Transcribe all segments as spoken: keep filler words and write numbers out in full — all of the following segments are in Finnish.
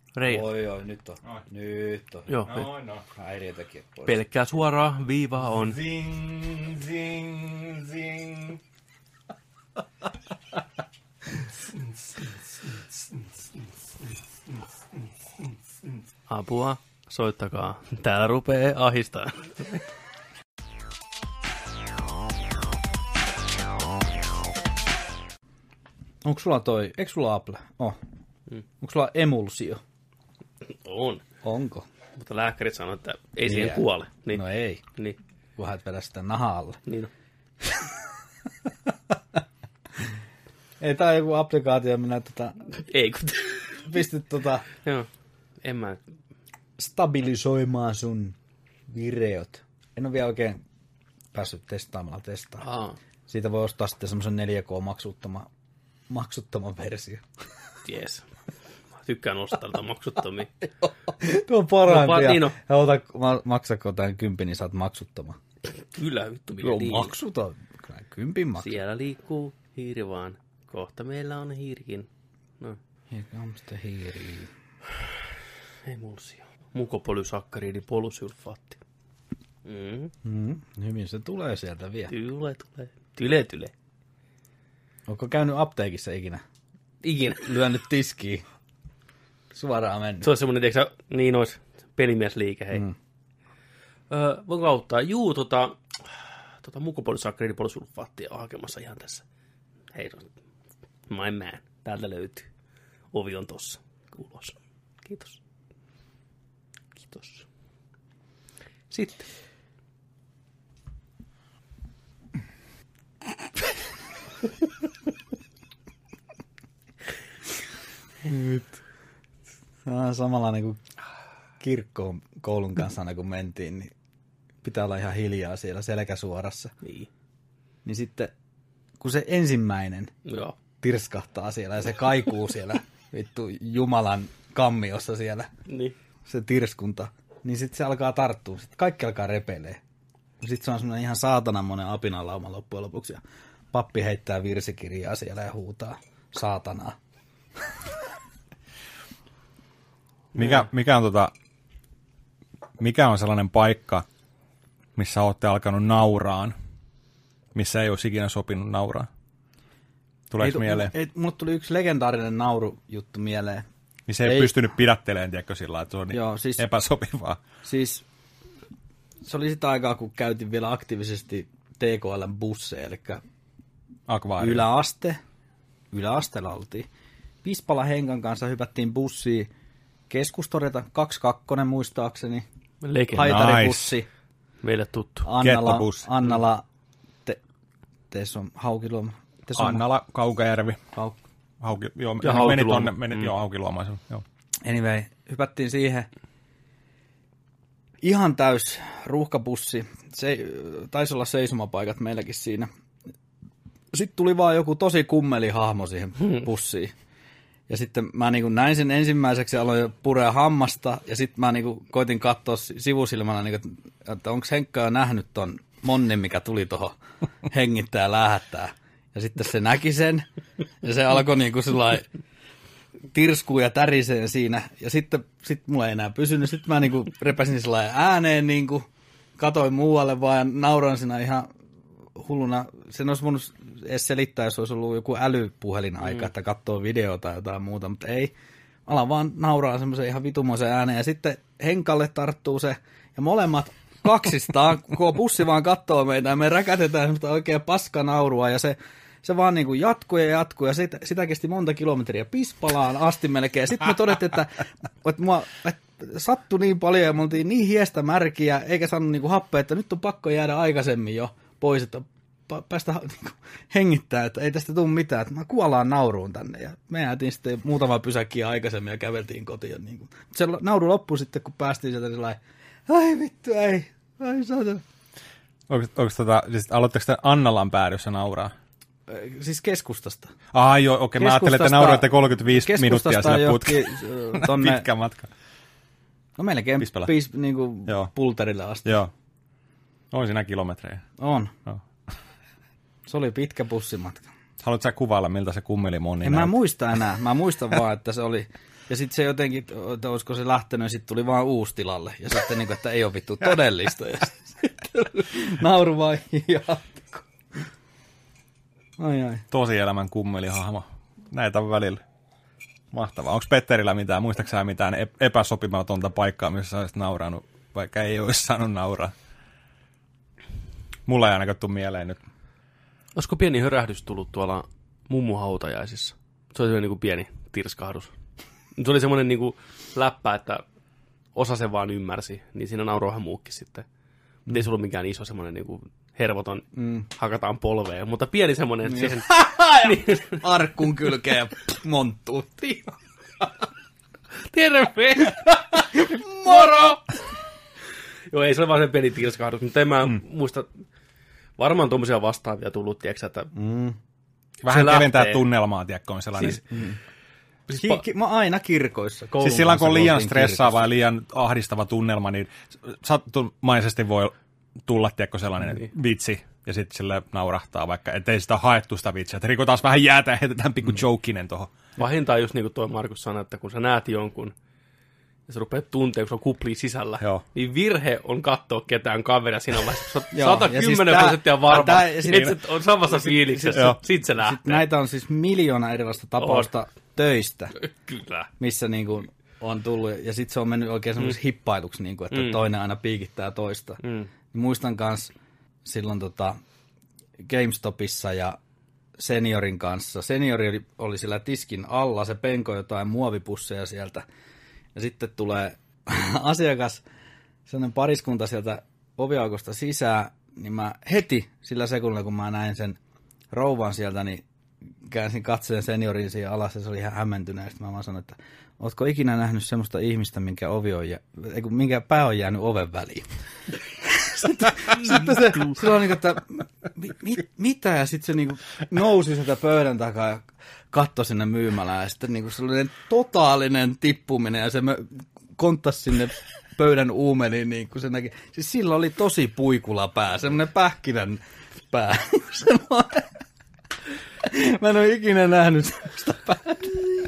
reijät. Oi, oi, nyt on. Ai. Nyt on. Joo, No, no. Häiriötekijät pois. pelkkää suoraa viivaa on. Zing, zing, zing. Apua, soittakaa. Täällä rupee ahistaa. Onko sulla toi, eikö sulla Apple? Oh. Mm. Onko sulla emulsio? On. Onko? Mutta lääkärit sanoo, että ei Niin. siihen kuole. Niin. No ei, Niin. kunhan et vedä sitä nahalle. Niin. Ei, tää on joku applikaatio, minä tota, Ei kun... pistit tota Joo. En mä... stabilisoimaan sun vireot. En ole vielä oikein päässyt testaamalla testaa. Aa. Siitä voi ostaa sitten semmoisen neljä K-maksuttoma maksuttoman versio. Jees. Mä tykkään ostaa täältä maksuttomia. Tuo on parhaimpia. No, pa- niin on. Ja ota, ma- maksako tämän kympin, niin saat maksuttoma. Kyllä, vittu mikä Joo, diili. maksuton. Kyllä kympin maksu. Siellä liikkuu hiiri vaan. Kohta meillä on hiirikin. No, Here comes the hiiri. emulsio. Mukopolysakkariidi polysulfaatti. Mm. Mm, hyvin se tulee sieltä vielä. Tyle, tule. Tyle, tyle. Onko käynyt apteekissa ikinä? Ikinä. Lyönyt tiskiin. Suoraan mennyt. Se on semmoinen, tiiäksä, niin ois pelimiesliike, hei. Mm. Öö, voinko auttaa? Juu, tota, tota mukopolysakkariidi polysulfaattia on hakemassa ihan tässä. Hei, my man. Täältä löytyy. Ovi on tossa. Ulos. Kiitos. Kiitos. Sitten. Nyt. Se on samanlainen kuin kirkkoon koulun kanssa aina kun mentiin, niin pitää olla ihan hiljaa siellä selkäsuorassa. Niin. Niin sitten, kun se ensimmäinen Joo. tirskahtaa siellä ja se kaikuu siellä vittu Jumalan kammiossa siellä, Niin. se tirskunta, niin sitten se alkaa tarttua. Sitten kaikki alkaa repelee. Sitten se on semmoinen ihan saatananmoinen apinalauma loppujen lopuksi. Ja pappi heittää virsikirjaa siellä ja huutaa saatanaa. Mikä, mikä, on tota, mikä on sellainen paikka, missä olette alkanut nauraan, missä ei olisi ikinä sopinut nauraa? Tuleeko ei, mieleen? Ei, mulle tuli yksi legendaarinen naurujuttu mieleen. Niin se ei, ei pystynyt pidättelemään, tiedätkö, sillä lailla, että se on Joo, siis, epäsopivaa. Siis se oli sitä aikaa, kun käytin vielä aktiivisesti T K L:n busseja, eli Akvaarium. yläaste. Yläasteella oltiin. Pispala Henkan kanssa hypättiin bussiin Keskustorilta, kaksi kakkonen muistaakseni. Legenda. Haitaribussi. Nice. Meille tuttu. Annala, Kettobussi. Annala te, teissä on Haukiluoma. Teissä on Annala, Kaukajärvi. Hauk, Hauki, joo, Ja meni Haukiluoma. tonne, meni, Mm. joo, Haukiluoma. se- Joo. Anyway, hypättiin siihen. Ihan täys ruuhkabussi. Se, taisi olla seisomapaikat meilläkin siinä. Sitten tuli vaan joku tosi kummelihahmo siihen bussiin. Ja sitten mä niin kuin näin sen ensimmäiseksi ja aloin purea hammasta. Ja sitten mä niin kuin koitin katsoa sivusilmällä, niin kuin, että onko Henkka jo nähnyt ton monnin, mikä tuli tuohon hengittää ja lähettää. Ja sitten se näki sen. Ja se alkoi niin kuin sellainen tirskuu ja täriseen siinä. Ja sitten sit mulla ei enää pysynyt. Sitten mä niinku repäsin sellainen ääneen, niinku, katoin muualle vaan ja nauroin siinä ihan hulluna. Sen olisi voinut edes selittää, jos olisi ollut joku älypuhelin aika, mm. että katsoo videota tai jotain muuta, mutta ei. Alan vaan nauraa semmoisen ihan vitumoisen ääneen. Ja sitten Henkalle tarttuu se, ja molemmat kaksistaan, koko bussi vaan katsoo meitä ja me räkätetään semmoista oikein paskanaurua ja se Se vaan niin kuin jatkuu ja jatkuu ja sitä, sitä kesti monta kilometriä Pispalaan asti melkein. Sitten me todettiin, että, että mua että sattui niin paljon ja me oltiin niin hiestä märkiä eikä saanut niin kuin happea, että nyt on pakko jäädä aikaisemmin jo pois, että päästä niin kuin hengittää, että ei tästä tule mitään. Että mä kuollaan nauruun tänne ja me jäätiin sitten muutama pysäkkiä aikaisemmin ja käveltiin kotiin. Niin kuin. Se nauru loppui sitten, kun päästiin sieltä sellainen, ai vittu, ei, ai saatana. Onko, onko tota, siis aloitteko te Annalan päädyssä nauraa? Siis keskustasta. Ah joo, okei, mä ajattelin, että nauroitte kolmekymmentäviisi minuuttia sille putkeen. Tonne, Pitkä matka. No melkein Pispala. piis, niin kuin Pulterille asti. Joo. On siinä kilometrejä. On. Joo. Se oli pitkä bussimatka. Haluatko sä kuvailla, miltä se kummeli moni En mä muista enää. Mä muistan vaan, että se oli Ja sitten se jotenkin, että olisiko se lähtenyt, ja sitten tuli vaan uusi tilalle. Ja sitten niin kuin, että ei ole vittu todellista. Ja sitten nauru vaan jatko. Ai ai. Tosielämän kummelihahmo. Näitä on välillä. Mahtavaa. Onko Petterillä mitään, muistaaksä sä mitään epäsopimatonta paikkaa, missä sä olisit nauranut, vaikka ei olisi saanut nauraa? Mulla ei ainakaan tule mieleen nyt. Olisiko pieni hörähdys tullut tuolla mummun hautajaisissa? Se oli niin kuin pieni tirskahdus. Se oli semmoinen niin kuin läppä, että osa sen vaan ymmärsi, niin siinä nauroi vähän muukin sitten. Mm. Ei se ollut mikään iso semmoinen niin kuin hervoton, mm. hakataan polveen, mutta pieni semmoinen. Niin. Siihen... Arkkun kylkeen monttuu. Terve! Moro! Joo, ei se ole vaan sen pieni tirskahdus, mutta en mä mm. muista, varmaan tuommoisia vastaavia tullut, tiedätkö, että... Mm. Vähän keventää tunnelmaa, tiedätkö, on sellainen... Siis, mm. Siis ki- ki- mä aina kirkoissa. Siis silloin, kun on liian stressaava ja liian ahdistava tunnelma, niin sattumaisesti voi tulla, tiedätkö, sellainen niin. vitsi, ja sitten sille naurahtaa, vaikka ettei sitä haettu sitä vitsiä, että rikotaan vähän jäätä ja heitetään pikku mm. jokinen tuohon. Vahintaa just niin kuin tuo Markus sanoi, että kun sä näet jonkun, ja sä rupeat tuntea, kun se on kuplia sisällä, Joo. niin virhe on katsoa ketään kaveria siinä vaiheessa. Joo, sata kymmenen prosenttia varma, että on samassa fiiliksessä, sit se lähtee. Sit näitä on siis miljoona erilaista tapausta on. Töistä, Kyllä. missä niin kuin on tullut, ja sitten se on mennyt oikein semmoisessa mm. hippailuksi, niin kuin, että mm. toinen aina piikittää toista. Mm. Muistan myös silloin tota GameStopissa ja seniorin kanssa. Seniori oli, oli sillä tiskin alla, se penkoi jotain muovipusseja sieltä. Ja sitten tulee asiakas, sellainen pariskunta sieltä oviaukosta sisään, niin mä heti sillä sekunnilla, kun mä näin sen rouvan sieltä, niin käänsin katseen seniorin siihen alas, ja se oli ihan hämmentynyt. Ja sitten mä vaan sanoin, että ootko ikinä nähnyt semmoista ihmistä, minkä, ovi on jä... Ei, minkä pää on jäänyt oven väliin? sitten, sitten se, se on niin kuin, että mi, mi, mitä? Ja sitten se niin kuin nousi sieltä pöydän takaa ja katsoi sinne myymälään. Ja sitten niin kuin sellainen totaalinen tippuminen, ja se konttasi sinne pöydän uumeniin, niin kuin se näki. Siis sillä oli tosi puikula pää, semmoinen pähkinän pää. Semmoinen. Mä en ole ikinä nähnyt sellaista päätä.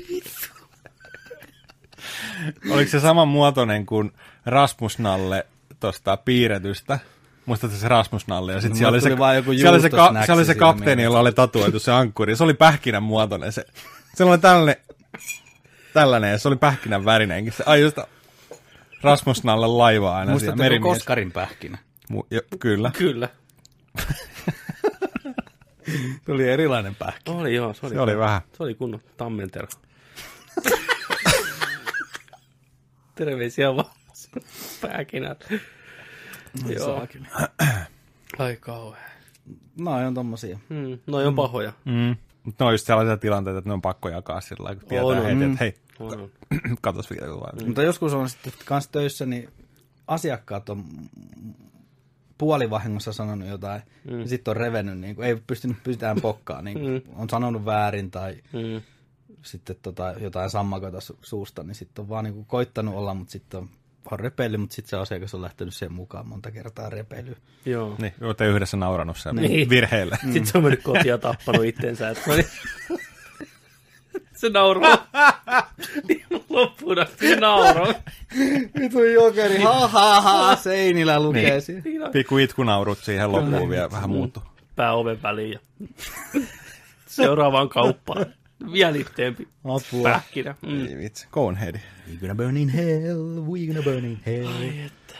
Oliko se saman muotoinen kuin Rasmus Nalle tuosta piirretystä? Muistatko se Rasmus Nalle? Ja sit no, siellä, oli se, siellä, oli se, ka, siellä oli se kapteeni, jolla oli tatuoitu se ankkuri. Se oli pähkinän muotoinen. Se, se oli tällainen, tällainen, ja se oli pähkinän värinenkin. Se ai just Rasmus Nalle laiva aina. Muistatko Koskarin pähkinä? Mu, jo, kyllä. Kyllä. Tuli erilainen pähkinä. Oli joo, se oli, se oli vähän. Se oli kunnon tammenterho. Terveisiä vaan pähkinät. No, joo. Ai kauhean. No on tommosia. Mm, noi on pahoja. Mm. No on just sellaisia tilanteita, että ne on pakko jakaa sillä lailla, kun tietää on, heti, mm. että hei, on. katos vielä. Mm. Mutta joskus on sitten kans töissä, niin asiakkaat on puolivahingossa sanonut jotain, mm. ja sitten on revennyt, niin kuin, ei pystynyt pysytään pokkaan, niin kuin, mm. on sanonut väärin tai mm. sitten tota, jotain sammakoita su- suusta, niin sitten on vaan niin kuin, koittanut olla, mutta sitten on, on repeillyt, mutta sitten se asiakas on lähtenyt sen mukaan monta kertaa repeilyyn. Joo. Niin, olette yhdessä nauranut sen niin. virheelle. Mm. Sitten se on mennyt kotiin ja tappanut itsensä. Että se nauroi. Loppuun asti se nauroi. Vitu jokeri, ha ha ha, seinillä lukee niin. siinä. Pikku itkunaurut siihen loppuun vielä vähän muuttu. Pää oven väliin ja seuraavaan kauppaan. Vielä itteempi. Pähkinä. Mm. Ei vitsi, Conehead. We gonna burn in hell, we gonna burn in hell. Ai että.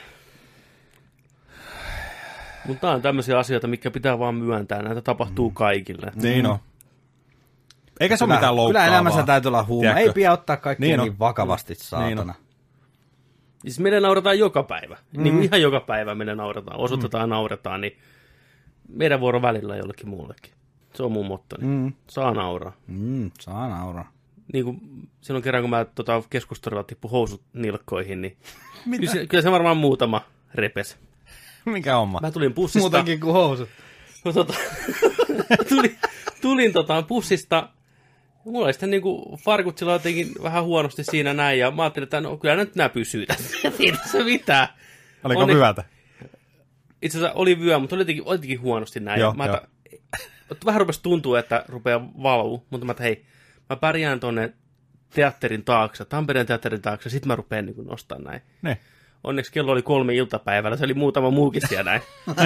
Mutta tää on tämmöisiä asioita, mitkä pitää vaan myöntää. Näitä tapahtuu mm. kaikille. Niin on. Eikä se ole mitään loukkaavaa. Kyllä elämässä täytyy olla huuma. Ei pidä ottaa kaikkia niin, niin vakavasti, saatana. Niin siis meidän naurataan joka päivä. Mm. Niin ihan joka päivä meidän naurataan. Osoitetaan mm. ja nauretaan, niin meidän vuoro välillä jollekin muullekin. Se on mun mottoni. Mm. Saa nauraa. Mm, saa nauraa. Niin kuin silloin kerran, kun mä tota, keskustelua tippu housut nilkkoihin, niin kyllä se, kyllä se varmaan muutama repes. Mikä homma? Mä tulin pussista. Muutakin kuin housut. No, tota, tulin tulin tota, pussista. Mulla oli sitten niinku farkut sillä jotenkin vähän huonosti siinä näin, ja mä ajattelin, että no kyllä nyt nää pysyy tässä. Ei tässä mitään. Oliko Onne... hyvätä? Itse asiassa oli vyö, mutta oli jotenkin, oli jotenkin huonosti näin. Joo, mä että, vähän rupesi tuntua, että rupeaa valuu, mutta mä että hei, mä pärjään tonne teatterin taakse, Tampereen teatterin taakse, sit mä rupean niin nostaa näin. Ne. Onneksi kello oli kolme iltapäivällä, se oli muutama muukin siellä näin.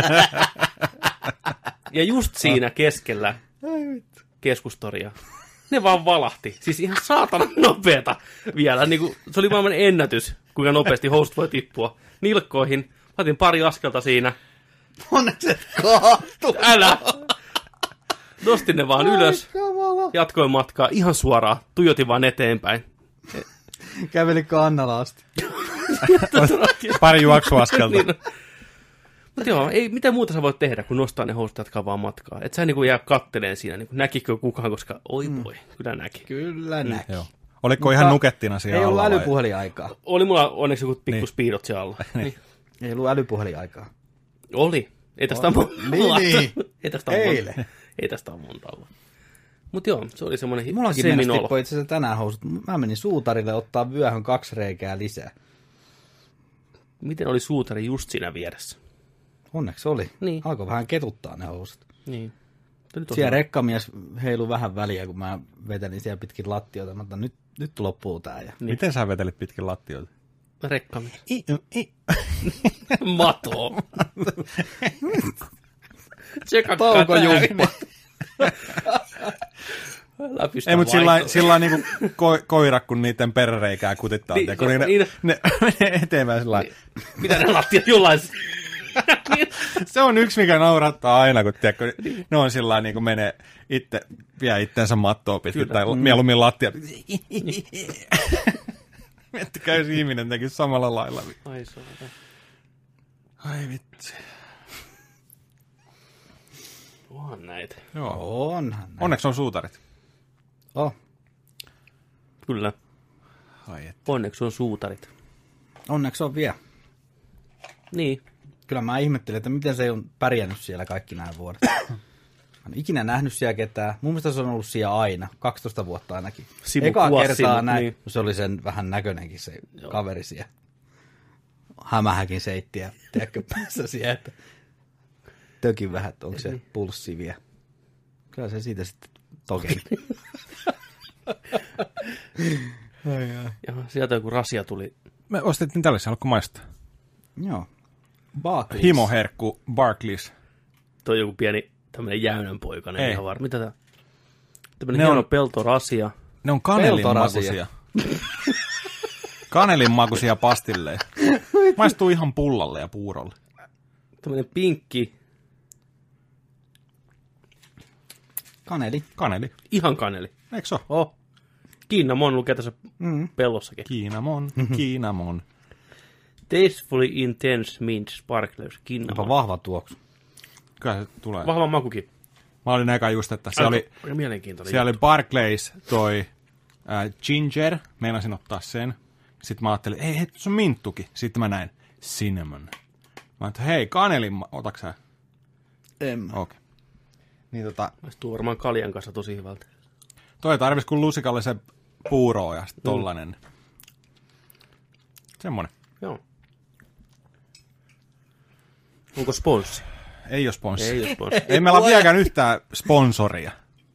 Ja just siinä keskellä keskustoria, ne vaan valahti. Siis ihan saatana nopeeta vielä. Niin kuin, se oli maailman ennätys, kuinka nopeasti housut voi tippua nilkkoihin. Otin pari askelta siinä. Onneksi et kaatu. Älä! Nostin ne vaan ylös. Jatkoin matkaa ihan suoraan. Tuijotin vaan eteenpäin. Kävelikö Annala asti? Pari juoksuaskelta. Niin, no. Mutta joo, ei, mitä muuta sä voit tehdä, kun nostaa ne housut jatkaa vaan matkaa. Et sä niinku jää katteleen siinä, niinku, näkikö kukaan, koska oi voi, mm. kyllä näki. Kyllä näki. Joo. Oliko ihan nukettina siellä ei alla? Ei ollut älypuheliaikaa. Oli mulla onneksi joku pikku niin. Speedot siellä alla. Niin. Ei ollut älypuheliaikaa. Oli. Ei tästä ole monta. Niin. Ei tästä ole monta. Ei tästä ole monta olla. Mutta joo, se oli semmoinen mullakin mennessä tippoi itse asiassa tänään housut. Mä menin suutarille ottaa vyöhön kaksi reikää lisää. Miten oli suutari just siinä vieressä? Onneksi oli. Niin. Alkoi vähän ketuttaa ne housut. Niin. Siellä rekkamies heilui vähän väliä, kun mä vetelin siellä pitkin lattioita. Mä otan, nyt, nyt loppuu tää. Ja... Niin. Miten sä vetelit pitkin lattioita? Rekkamies. I, i. Mato. Touko Jumpa. Ei, mutta sillä lailla niinku ko, koira, kun niiden peräreikää kutittaa. Niin, kun ne, niin, ne menee eteenpäin sillä lailla. Mitä ne lattiat jollain... Se on yksi, mikä naurattaa aina, kun tiedätkö, ne on sillä lailla, niin menee itse, vie itteensä mattoa pitkin, tai mm. mieluummin lattia. Miettikää, jos ihminen teki samalla lailla. Ai saada. Ai vitsi. Onhan näitä. Joo. Onhan näitä. Onneksi on suutarit. Oh. Kyllä. Ai että. Onneksi on suutarit. Onneksi on vielä. Niin. Kyllä mä ihmettelin, että miten se on pärjännyt siellä kaikki nämä vuodet. Mä en ikinä nähnyt siellä ketään. Mun mielestä se on ollut siellä aina, kaksitoista vuotta ainakin. Eka kertaa näin, niin. Se oli sen vähän näköinenkin se Joo. kaveri siellä. Hämähäkin seittiä, tiedätkö, päässä siellä, että tökin vähän, että onko se pulssi vielä. Kyllä se siitä sitten tokeni. Ja sieltä joku rasia tuli. Me ostettiin tällaisia, haluatko maistaa? Joo. Barclays. Himoherkku Barclays. Tuo on joku pieni tämmöinen jäynän poikainen. Ei. Ihan varma. Mitä tää? Tämmöinen hieno on, peltorasia. Ne on kanelinmakuisia. Kanelinmakuisia pastilleja. Maistuu ihan pullalle ja puurolle. Tämmöinen pinkki. Kaneli. Kaneli. Ihan kaneli. Eikö se ole? Oh. Kiinamon lukee tässä mm. pellossakin. Kiinamon, Kiinamon. Tastefully intense mint sparklers. Kiinamon. Onpa vahva tuoksu. Kyllä se tulee. Vahva makukin. Mä olin eka just, että se Aika, oli, mielenkiintoinen siellä oli Barclays toi äh, ginger, meinasin ottaa sen. Sitten mä ajattelin, ei, hei, se on minttukin. Sitten mä näin cinnamon. Mä ajattelin, hei, kanelin, otaks sä? En mä. Okei. Okay. Niin tota... Maistuu varmaan kaljan kanssa tosi hyvältä. Toi tarvis kun lusikalle se puuroa ja sit tollanen. Mm. Semmonen. Joo. Onko sponssi? Ei ole sponssi. Ei ole sponssi. Ei meillä ole vieläkään yhtään sponsoria.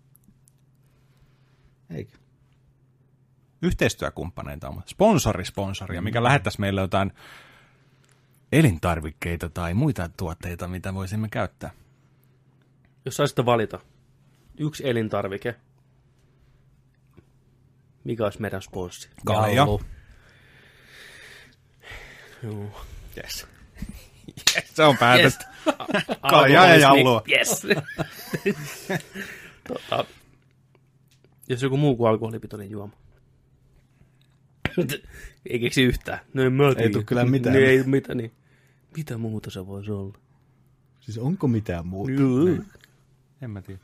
Eikö? Yhteistyökumppaneita on. Sponsori sponsoria, mikä mm. lähettäisi meille jotain elintarvikkeita tai muita tuotteita, mitä voisimme käyttää. Jos saisitte valita yksi elintarvike, mikä olisi meidän sponssi? Kalja. Joo. Yes. Yes, se on päätetty. Yes. Kalja ja jallua. Yes. tota, jos joku muu kuin alkoholipitoinen juoma. Ei keksi yhtään. No en ei tule kyllä mitään. No, ei, mitä, niin. Mitä muuta se voisi olla? Siis onko mitään muuta? Niin. En mä tiedä.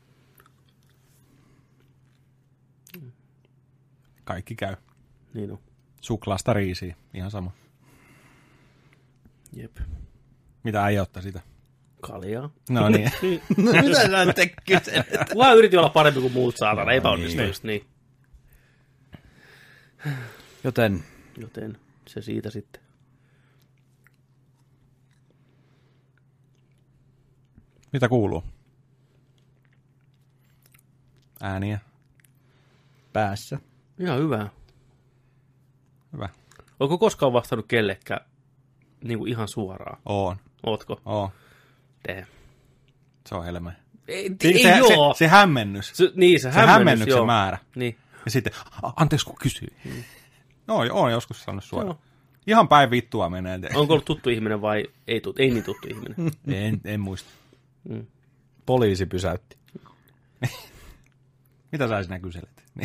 Kaikki käy. Niin on. Suklaasta riisiä, ihan sama. Jep. Mitä äijä ottaa sitä? Kaljaa. No niin. No mitä sä nyt kyselet? Vaan yritin olla parempi kuin muut saatana, epäonnistuu just niin. Joten. Joten se siitä sitten. Mitä kuuluu? Ääniä. Päässä. Ihan hyvä. Hyvä. Onko koskaan vastannut kellekään niin kuin ihan suoraan? Oon. Ootko? Oon. Tee. Se on helme. Ei, Se, ei se, joo. se, se hämmennys. Se, niin, se, Se hämmennys, hämmennyksen joo. määrä. Niin. Ja sitten, a- anteeksi kun kysyy. Mm. No, oon joskus sanonut suoraan. Joo. Ihan päin vittua menee. Onko ollut tuttu ihminen vai ei, tut, ei niin tuttu ihminen? en, en muista. Mm. Poliisi pysäytti. Mitä sä sinä kyselet? Niin.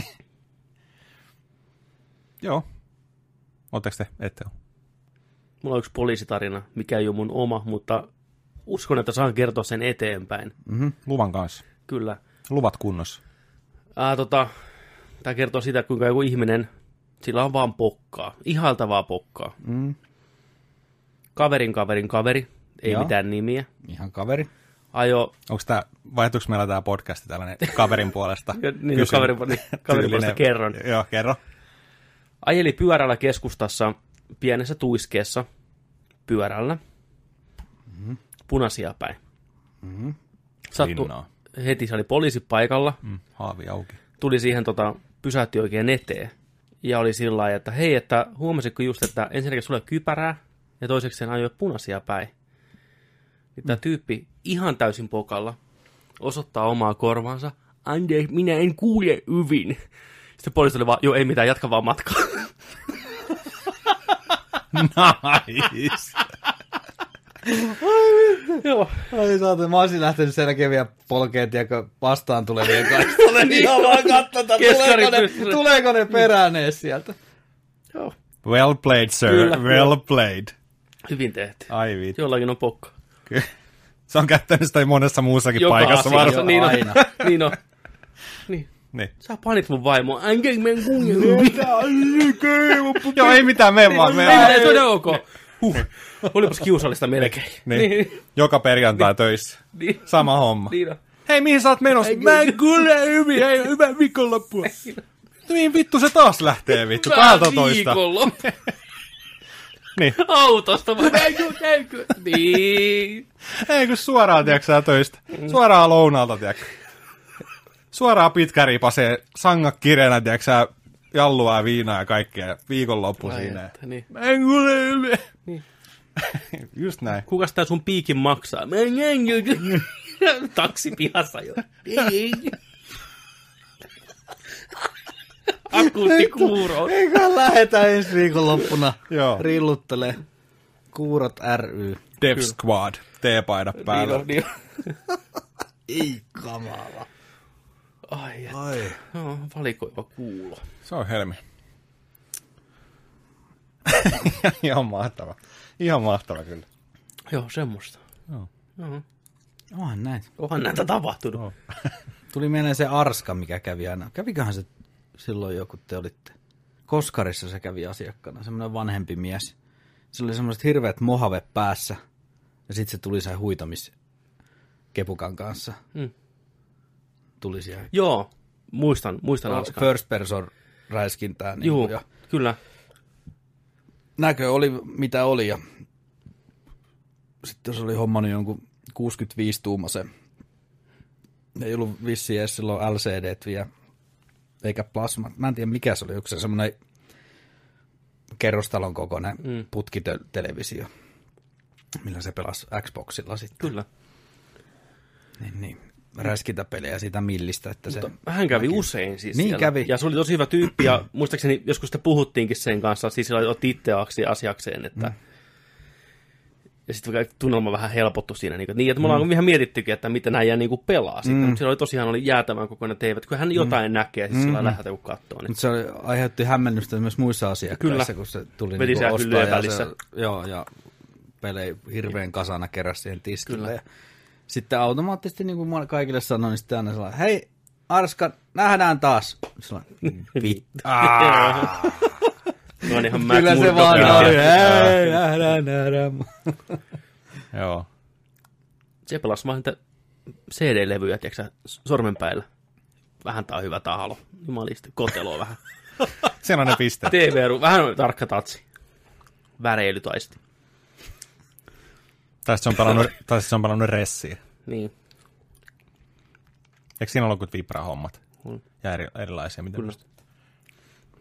Joo. Oletteko te? Ette ole. Mulla on yksi poliisitarina, mikä ei ole mun oma, mutta uskon, että saan kertoa sen eteenpäin. Mm-hmm. Luvan kanssa. Kyllä. Luvat kunnossa. Ää, tota, tämä kertoo sitä, kuinka joku ihminen, sillä on vaan pokkaa. Ihailtavaa pokkaa. Mm. Kaverin kaverin kaveri, ei Joo. mitään nimiä. Ihan kaveri. Ajo, Onko tämä, vaihtuuko meillä tämä podcasti tällainen kaverin puolesta? niin, no, kaverin, niin, kaverin puolesta Tyylinen- kerron. Joo, kerro. Ajeli pyörällä keskustassa pienessä tuiskeessa pyörällä mm-hmm. punaisia päin. Mm-hmm. Sattui, Linnaa. heti se oli poliisi paikalla, Mm, haavi auki. tuli siihen, tota, pysäytti oikein eteen. Ja oli sillä lailla, että hei, että huomasitko just, että ensinnäkin sulla ei ole kypärää, ja toiseksi sen ajoi punaisia päin. Niin tämä tyyppi ihan täysin pokalla osoittaa omaa korvaansa. Anteeksi, minä en kuule hyvin. Sitten poliisi oli vaan, joo ei mitään, jatka vaan matkaa. Nice. Joo. Ai saate, mä olisin lähtenyt sen jälkeen vielä polkeen, tiedätkö, vastaan tulevien kanssa. Olen ihan vaan katsota, Keskari tuleeko ne, pystyy. tuleeko ne perääneet sieltä. Joo. Well played, sir. Kyllä, well joo. played. Hyvin tehty. Ai vittu. Jollakin on pokka. Se on käyttänyt sitä monessa muussakin Joka paikassa asia, varmaan. niin on. aina. niin on. Niin. Niin. Sä panit mun vaimoa. Anteeksi, mä en kuule hyvin. Joo, ei mitään, mene vaan. Ei Mene. mitään, se on ok. Huh. Olipas kiusallista melkein. Niin. Joka perjantai töissä. Niin. Sama homma. Niin on. Hei, mihin sä oot menossa? Mä en kuule hyvin. Hei, hyvää viikonloppua. Mihin vittu se taas lähtee vittu? kaksitoista. Viikonloppu. Niin. Autosta vaan. Käykö, käykö. Niin. Ei kun suoraan, tiedätkö sä töistä. Suoraan lounalta, tiedätkö. Suoraan pitkä ripasee, sangat kireenä, tiedätkö sä, jallua ja viinaa ja kaikkea. Viikonloppu Ai siinä. että, niin. Mä en kuule hyvin. Niin. Just näin. Kukas tää sun piikin maksaa? Mä en en taksi pihassa jo. Niin. Akuutti kuuro. Eiköhän lähetä ensi viikonloppuna Joo. rilluttelee. Kuurot ry. Dev Squad, T-paida Niin päällä. on, niin on. Ei kamala. Ai, että. Ai. No, valikoiva kuulo. Se on helmi. Ihan mahtava. Ihan mahtava kyllä. Joo, semmoista. Joo. Joo. Onhan näitä. Onhan näitä tapahtunut. Joo. Tuli mieleen se Arska, mikä kävi aina. Käviköhän se silloin joku, te olitte? Koskarissa se kävi asiakkaana, semmoinen vanhempi mies. Se oli semmoiset hirveät mohave päässä. Ja sitten se tuli sen huitamiskepukan kanssa. Mm. Tuli siihen. Joo, muistan, muistan Arskan. First person räiskintää. Niin Joo, ja kyllä. näkö oli mitä oli. Ja sitten se oli hommannut jonkun kuusikymmentäviisi tuumaisen. Ei ollut vissiin edes silloin L C D:t vielä, eikä plasmat. Mä en tiedä mikä se oli, onko se semmoinen kerrostalon kokoinen mm. putkitelevisio, millä se pelasi Xboxilla sitten. Kyllä. Niin, niin. Räiskintäpelejä siitä millistä. Että se Hän kävi usein siis Niin siellä. kävi. Ja se oli tosi hyvä tyyppi, ja muistaakseni joskus sitä puhuttiinkin sen kanssa, siis sillä otti itseaksi asiakseen, että mm. ja sitten tunnelma vähän helpottui siinä, niin, niin että me ollaan mm. ihan mietittykin, että miten näin niin pelaa sitten, mm. mutta siellä oli tosiaan oli jäätävän kokoinen T V, että kyllä hän jotain mm. näkee, ja siis mm. sillä lähdetään kun katsoo. Niin. Mutta se oli, aiheutti hämmennystä myös muissa asiakkaissa, Kyllä. kun se tuli Veti niinku siellä ostaa hyllyjen ja välissä. Se, joo, ja pelejä hirveän kasana keräsi siihen tiskille. Ja sitten automaattisesti, niin kuin mä kaikille sanoin, niin sitten aina sellainen, hei Arska, nähdään taas. Sellainen, vittu. No on ihan Kyllä se vaan oli, hei, nähdään, nähdään. Joo. Se pelasi vaan niitä C D-levyjä, tiedätkö sormenpäillä. Vähän tää on hyvä tahalo. Jumalista, koteloa vähän. Siinä on ne pisteet. T V, vähän tarkka tatsi. Väreilytaisti. Tai se on pelannut, tai se on pelannut ressiä. Niin. Eikö siinä ollut kuin Vibra-hommat? Mm. Ja eri, erilaisia? Mitä Kyllä. musta?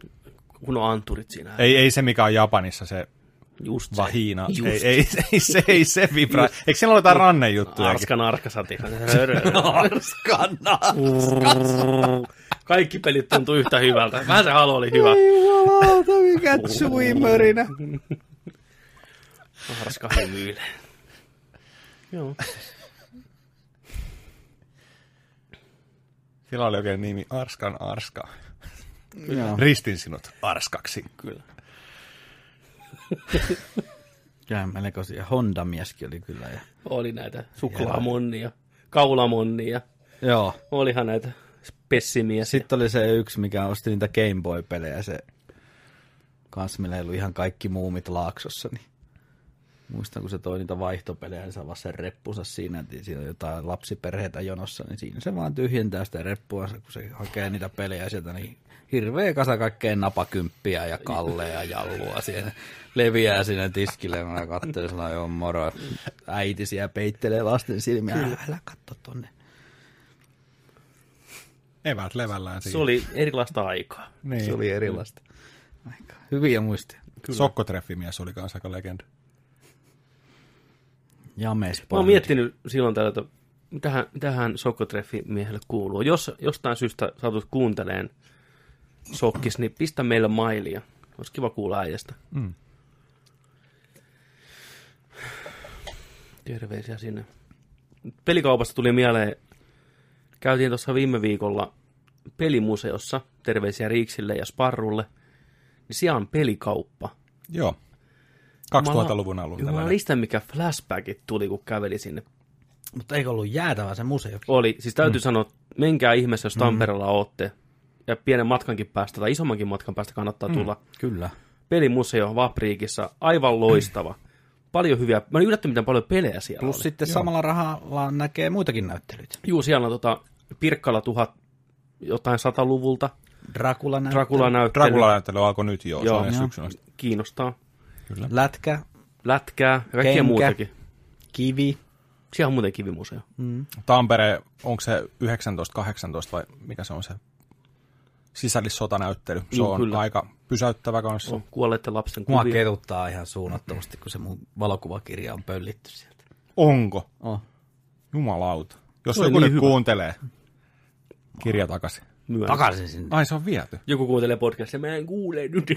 kun on anturit siinä. Ei, ei se, mikä on Japanissa, se Just se. vahina. Just Ei, ei, ei, se, ei se vibra. Eikö siellä ole jotain rannejuttuja? Arskan arkasati. Arskan arska. Kaikki pelit tuntuu yhtä hyvältä. Vähän se Halo oli hyvä. Ei jumalauta, mikä swimmerina. Arska hymyilee. Joo. Sillä oli oikein nimi Arskan Arska. Joo. Ristin sinut Arskaksi. Kyllä. Ja melkoisia Honda-mieskin oli kyllä. Ja... Oli näitä suklaamonnia, kaulamonnia. Joo. Olihan näitä pessimiä. Sitten oli se yksi, mikä osti niitä Game Boy-pelejä. Se kans meillä ei ollut ihan kaikki muumit Laaksossa. Niin muistan, kun se toi niitä vaihtopelejä, niin se avasi sen reppunsa siinä, että siinä on jotain lapsiperheitä jonossa, niin siinä se vaan tyhjentää sitä reppua, kun se hakee niitä pelejä sieltä, niin hirveä kasa kaikkea napakymppiä ja kalleja ja jallua siihen. Leviää sinne tiskille, ja mä katselin sellainen, joo moro, äiti siellä peittelee lasten silmiä, älä, älä katso tonne. Evät levällään siinä. Se oli erilaista aikaa. Niin. Se oli erilaista. Aika hyviä muistia. Sokkotreffimies oli kanssa aika legenda. James Mä oon miettinyt silloin tällä, että mitähän, mitähän Sokkotreffi-miehelle kuuluu. Jos jostain syystä saatut kuunteleen Sokkis, niin pistä meille mailia. Olisi kiva kuulla äijästä. Mm. Terveisiä sinne. Pelikaupasta tuli mieleen, käytiin tuossa viime viikolla pelimuseossa, terveisiä Riiksille ja Sparrulle, niin siellä on pelikauppa. Joo. kaksituhattaluvun alun. Jumalista, mikä flashbackit tuli, kun käveli sinne. Mutta eikö ollut jäätävä se museo? Oli. Siis täytyy mm. sanoa, menkää ihmeessä, jos Tampereella mm. ootte. Ja pienen matkankin päästä tai isommankin matkan päästä kannattaa tulla. Mm, kyllä. Pelimuseo Vapriikissa, aivan loistava. Paljon hyviä, mä olin yllättynyt, miten paljon pelejä siellä Plus oli. sitten Joo. samalla rahalla näkee muitakin näyttelyitä. Juu, siellä on tota, Pirkkala tuhat, jotain sataluvulta. Dracula-näyttely. Dracula-näyttely. Dracula-näyttely alkoi nyt jo, Joo, se on joo. Kiinnostaa. Kyllä. Lätkä. Lätkää ja kaikkea Kenkä. muutakin. Kivi. Siellä on muuten kivimuseo. Mm. Tampere, onko se yhdeksäntoista kahdeksantoista vai mikä se on se sisällissotanäyttely? Se Juu, on kyllä. aika pysäyttävä kanssa. On kuolleiden lapsen Mua kuvia. ketuttaa ihan suunnattomasti, kun se mun valokuvakirja on pöllitty sieltä. Onko? Oh. Jumalauta. Jos Se oli joku niin nyt hyvä. kuuntelee, kirja takaisin. Myönnän. Takaisin sinne. Ai se on viety. Joku kuuntelee podcastia, mä en kuule nyt.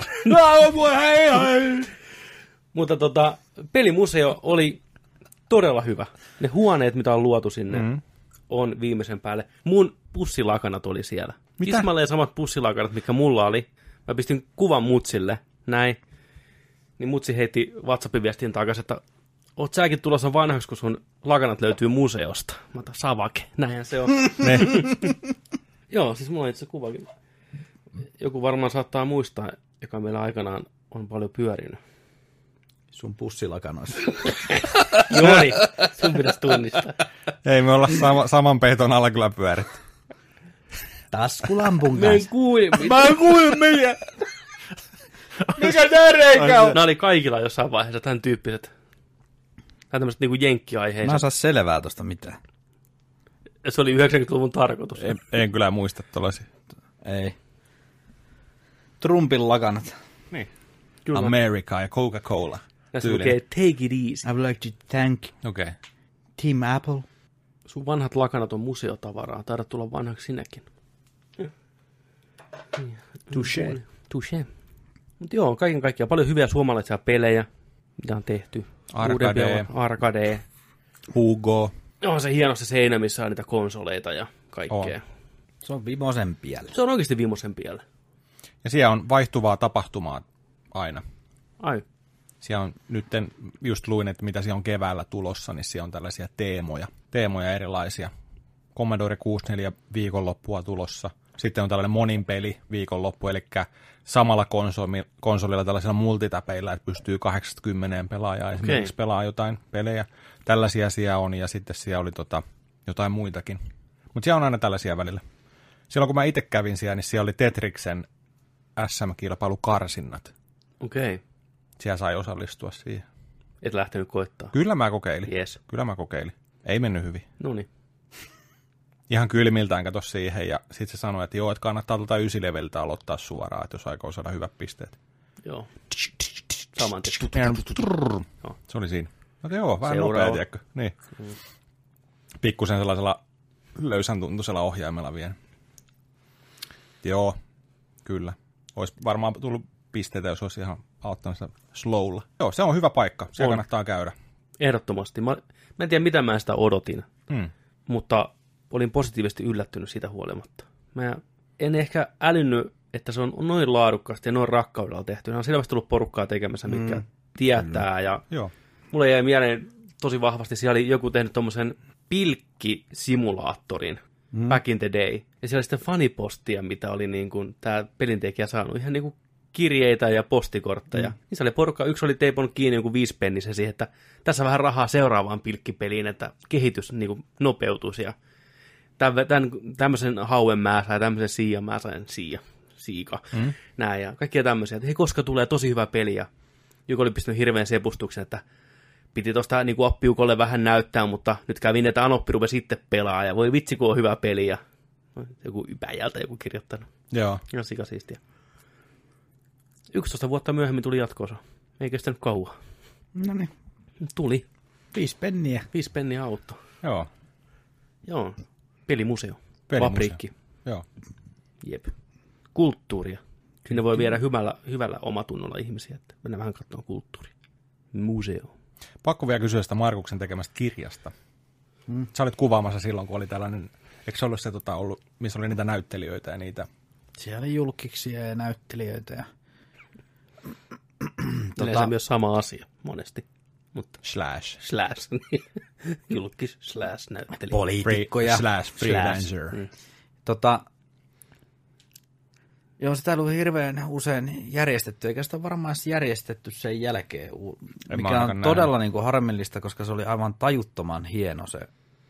Mutta tota, pelimuseo oli todella hyvä. Ne huoneet, mitä on luotu sinne, mm. on viimeisen päälle. Mun pussilakanat oli siellä. Mitä? Tismalleen samat pussilakanat, mikä mulla oli. Mä pistin kuvan mutsille, näin. Niin mutsi heitti WhatsAppin viestin takaisin, että oot säkin tulossa vanhaksi, kun sun lakanat löytyy museosta. Mä otan savake, näinhän se on. Ne. Joo, siis mulla on itse kuvakin. Joku varmaan saattaa muistaa, joka meillä aikanaan on paljon pyörinyt. Sun pussilakanoissa. Joo, niin. Sun pitäisi tunnistaa. Ei me olla sama, saman peiton alla kyllä pyöritty. Taskulampun Mä en kanssa. kuule. Mä en kuule meidän. Mikä tää reikä on? Nämä oli kaikilla jossain vaiheessa tämän tyyppiset. Nämä tämmöiset niinku Mä jenkkiaiheiset. en saa selvää tosta mitään. Se oli yhdeksänkymmentäluvun tarkoitus. En, en kyllä muista tollaisia. Ei. Trumpin lakanat. Niin. Kyllä. America ja Coca-Cola. Näissä Tyylinen. lukee take it easy. I would like to thank Okei. Okay. Team Apple. Sun vanhat lakanat on museotavaraa. Taidat tulla vanhaksi sinnekin. Touché. Touché. Mutta joo, kaiken kaikkiaan paljon hyviä suomalaisia pelejä, mitä on tehty. Arcade. Uudempia on Arcade. Hugo. On se hieno se seinä, missä on niitä konsoleita ja kaikkea. On. Se on vimosen pielellä. Se on oikeasti viimeisen pielellä. Ja siellä on vaihtuvaa tapahtumaa aina. Ai. Siellä on, nytten just luin, että mitä siellä on keväällä tulossa, niin siellä on tällaisia teemoja. Teemoja erilaisia. Commodore kuusikymmentäneljä viikonloppua tulossa. Sitten on tällainen monin peli viikonloppu, eli samalla konsoli, konsolilla tällaisilla multitapeilla, että pystyy kahdeksankymmentä pelaajaa esimerkiksi pelaa jotain pelejä. Tällaisia siellä on, ja sitten siellä oli tota, jotain muitakin. Mutta siellä on aina tällaisia välillä. Silloin kun mä itse kävin siellä, niin siellä oli Tetriksen S M-kilpailukarsinnat. Okei. Okay. Siellä sai osallistua siihen. Et lähtenyt koittaa. Kyllä mä kokeilin. Yes. Kyllä mä kokeilin. Ei mennyt hyvin. Noniin. ihan kylmiltään kato siihen, ja sitten se sanoi, että joo, että kannattaa tuolta ysileveltä aloittaa suoraan, että jos aikoo saada hyvät pisteet. Joo. Saman Se oli siinä. No joo, vähän Seuraava. nopea, tiedätkö? Niin. Mm. Pikkusen sellaisella löysän tuntuisella ohjaimella vielä. Joo, kyllä. Olisi varmaan tullut pisteitä, jos olisi ihan auttanut sitä slowlla. Joo, se on hyvä paikka. Siellä on. Kannattaa käydä. Ehdottomasti. Mä, mä en tiedä, mitä mä sitä odotin, Hmm. mutta olin positiivisesti yllättynyt siitä huolimatta. Mä en ehkä älynnyt, että se on noin laadukkaasti ja noin rakkaudella tehty. On selvästi ollut porukkaa tekemässä, mikä mm. tietää. Ja Joo. mulle jäi mieleen tosi vahvasti, siellä oli joku tehnyt tommosen pilkkisimulaattorin mm. back in the day. Ja siellä oli sitten fanipostia, mitä oli niin kuin tämä pelintekijä saanut. Ihan niin kuin kirjeitä ja postikortteja. Mm. Niissä oli porukka, yksi oli teipannut kiinni jonkun viispennisen siihen, että tässä vähän rahaa seuraavaan pilkkipeliin, että kehitys niin kuin nopeutuisi. Ja tämän, tämän, tämmöisen hauen määsä ja tämmöisen siian määsä, siia, siika, mm. näin. Ja kaikkia tämmöisiä, että hei, koska tulee tosi hyvä peli. Ja joku oli pistänyt hirveän sepustuksen, että piti tuosta niin oppiukolle vähän näyttää, mutta nyt kävin, että Anoppi rupesi sitten pelaa, ja voi vitsi, kun on hyvä peli, ja joku ypäjältä joku kirjoittanut. Joo. Ihan sikasiistiä. yksitoista vuotta myöhemmin tuli jatkoosa. Ei kestänyt kauan. No niin. Tuli. Viisi penniä. Viisi penniä autto. Joo. Joo. Pelimuseo. Pelimuseo. Fabriikki. Joo. Jep. Kulttuuria. Sinne voi viedä hyvällä, hyvällä omatunnolla ihmisiä, että mennään vähän katsomaan kulttuuria. Museo. Pakko vielä kysyä sitä Markuksen tekemästä kirjasta. Hmm. Sä olit kuvaamassa silloin, kun oli tällainen, eikö se ollut se, tota, ollut, missä oli niitä näyttelijöitä ja niitä? Siellä oli julkiksia ja näyttelijöitä. Ja... Yleensä myös sama asia, monesti. Mutta Slash. Slash. Julkis slash näyttelijä. Poliitikkoja. Slash freelancer. Mm. Tota, joo, sitä on ollut hirveän usein järjestetty, eikä sitä ole varmaan edes järjestetty sen jälkeen, En mikä on todella niin kuin harmillista, koska se oli aivan tajuttoman hieno se.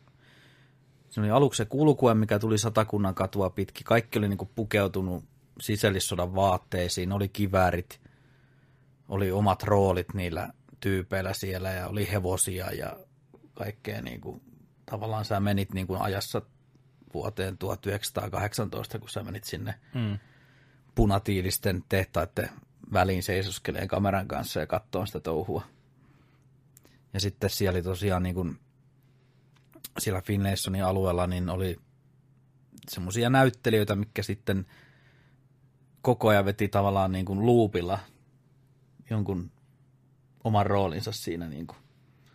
Se oli aluksi se kulkue, mikä tuli Satakunnan katua pitkin. Kaikki oli niin kuin pukeutunut sisällissodan vaatteisiin, oli kiväärit, oli omat roolit niillä tyypeillä siellä ja oli hevosia ja kaikkea. Niin kuin, tavallaan sä menit niin kuin ajassa vuoteen tuhatyhdeksänsataakahdeksantoista, kun sä menit sinne mm. punatiilisten tehtaiden väliin seisoskeleen kameran kanssa ja katsoa sitä touhua. Ja sitten siellä oli tosiaan niin kuin, siellä Finlaysonin alueella niin oli semmoisia näyttelijöitä, mitkä sitten koko ajan veti tavallaan niin kuin loopilla jonkun oman roolinsa siinä. Niin, kuin.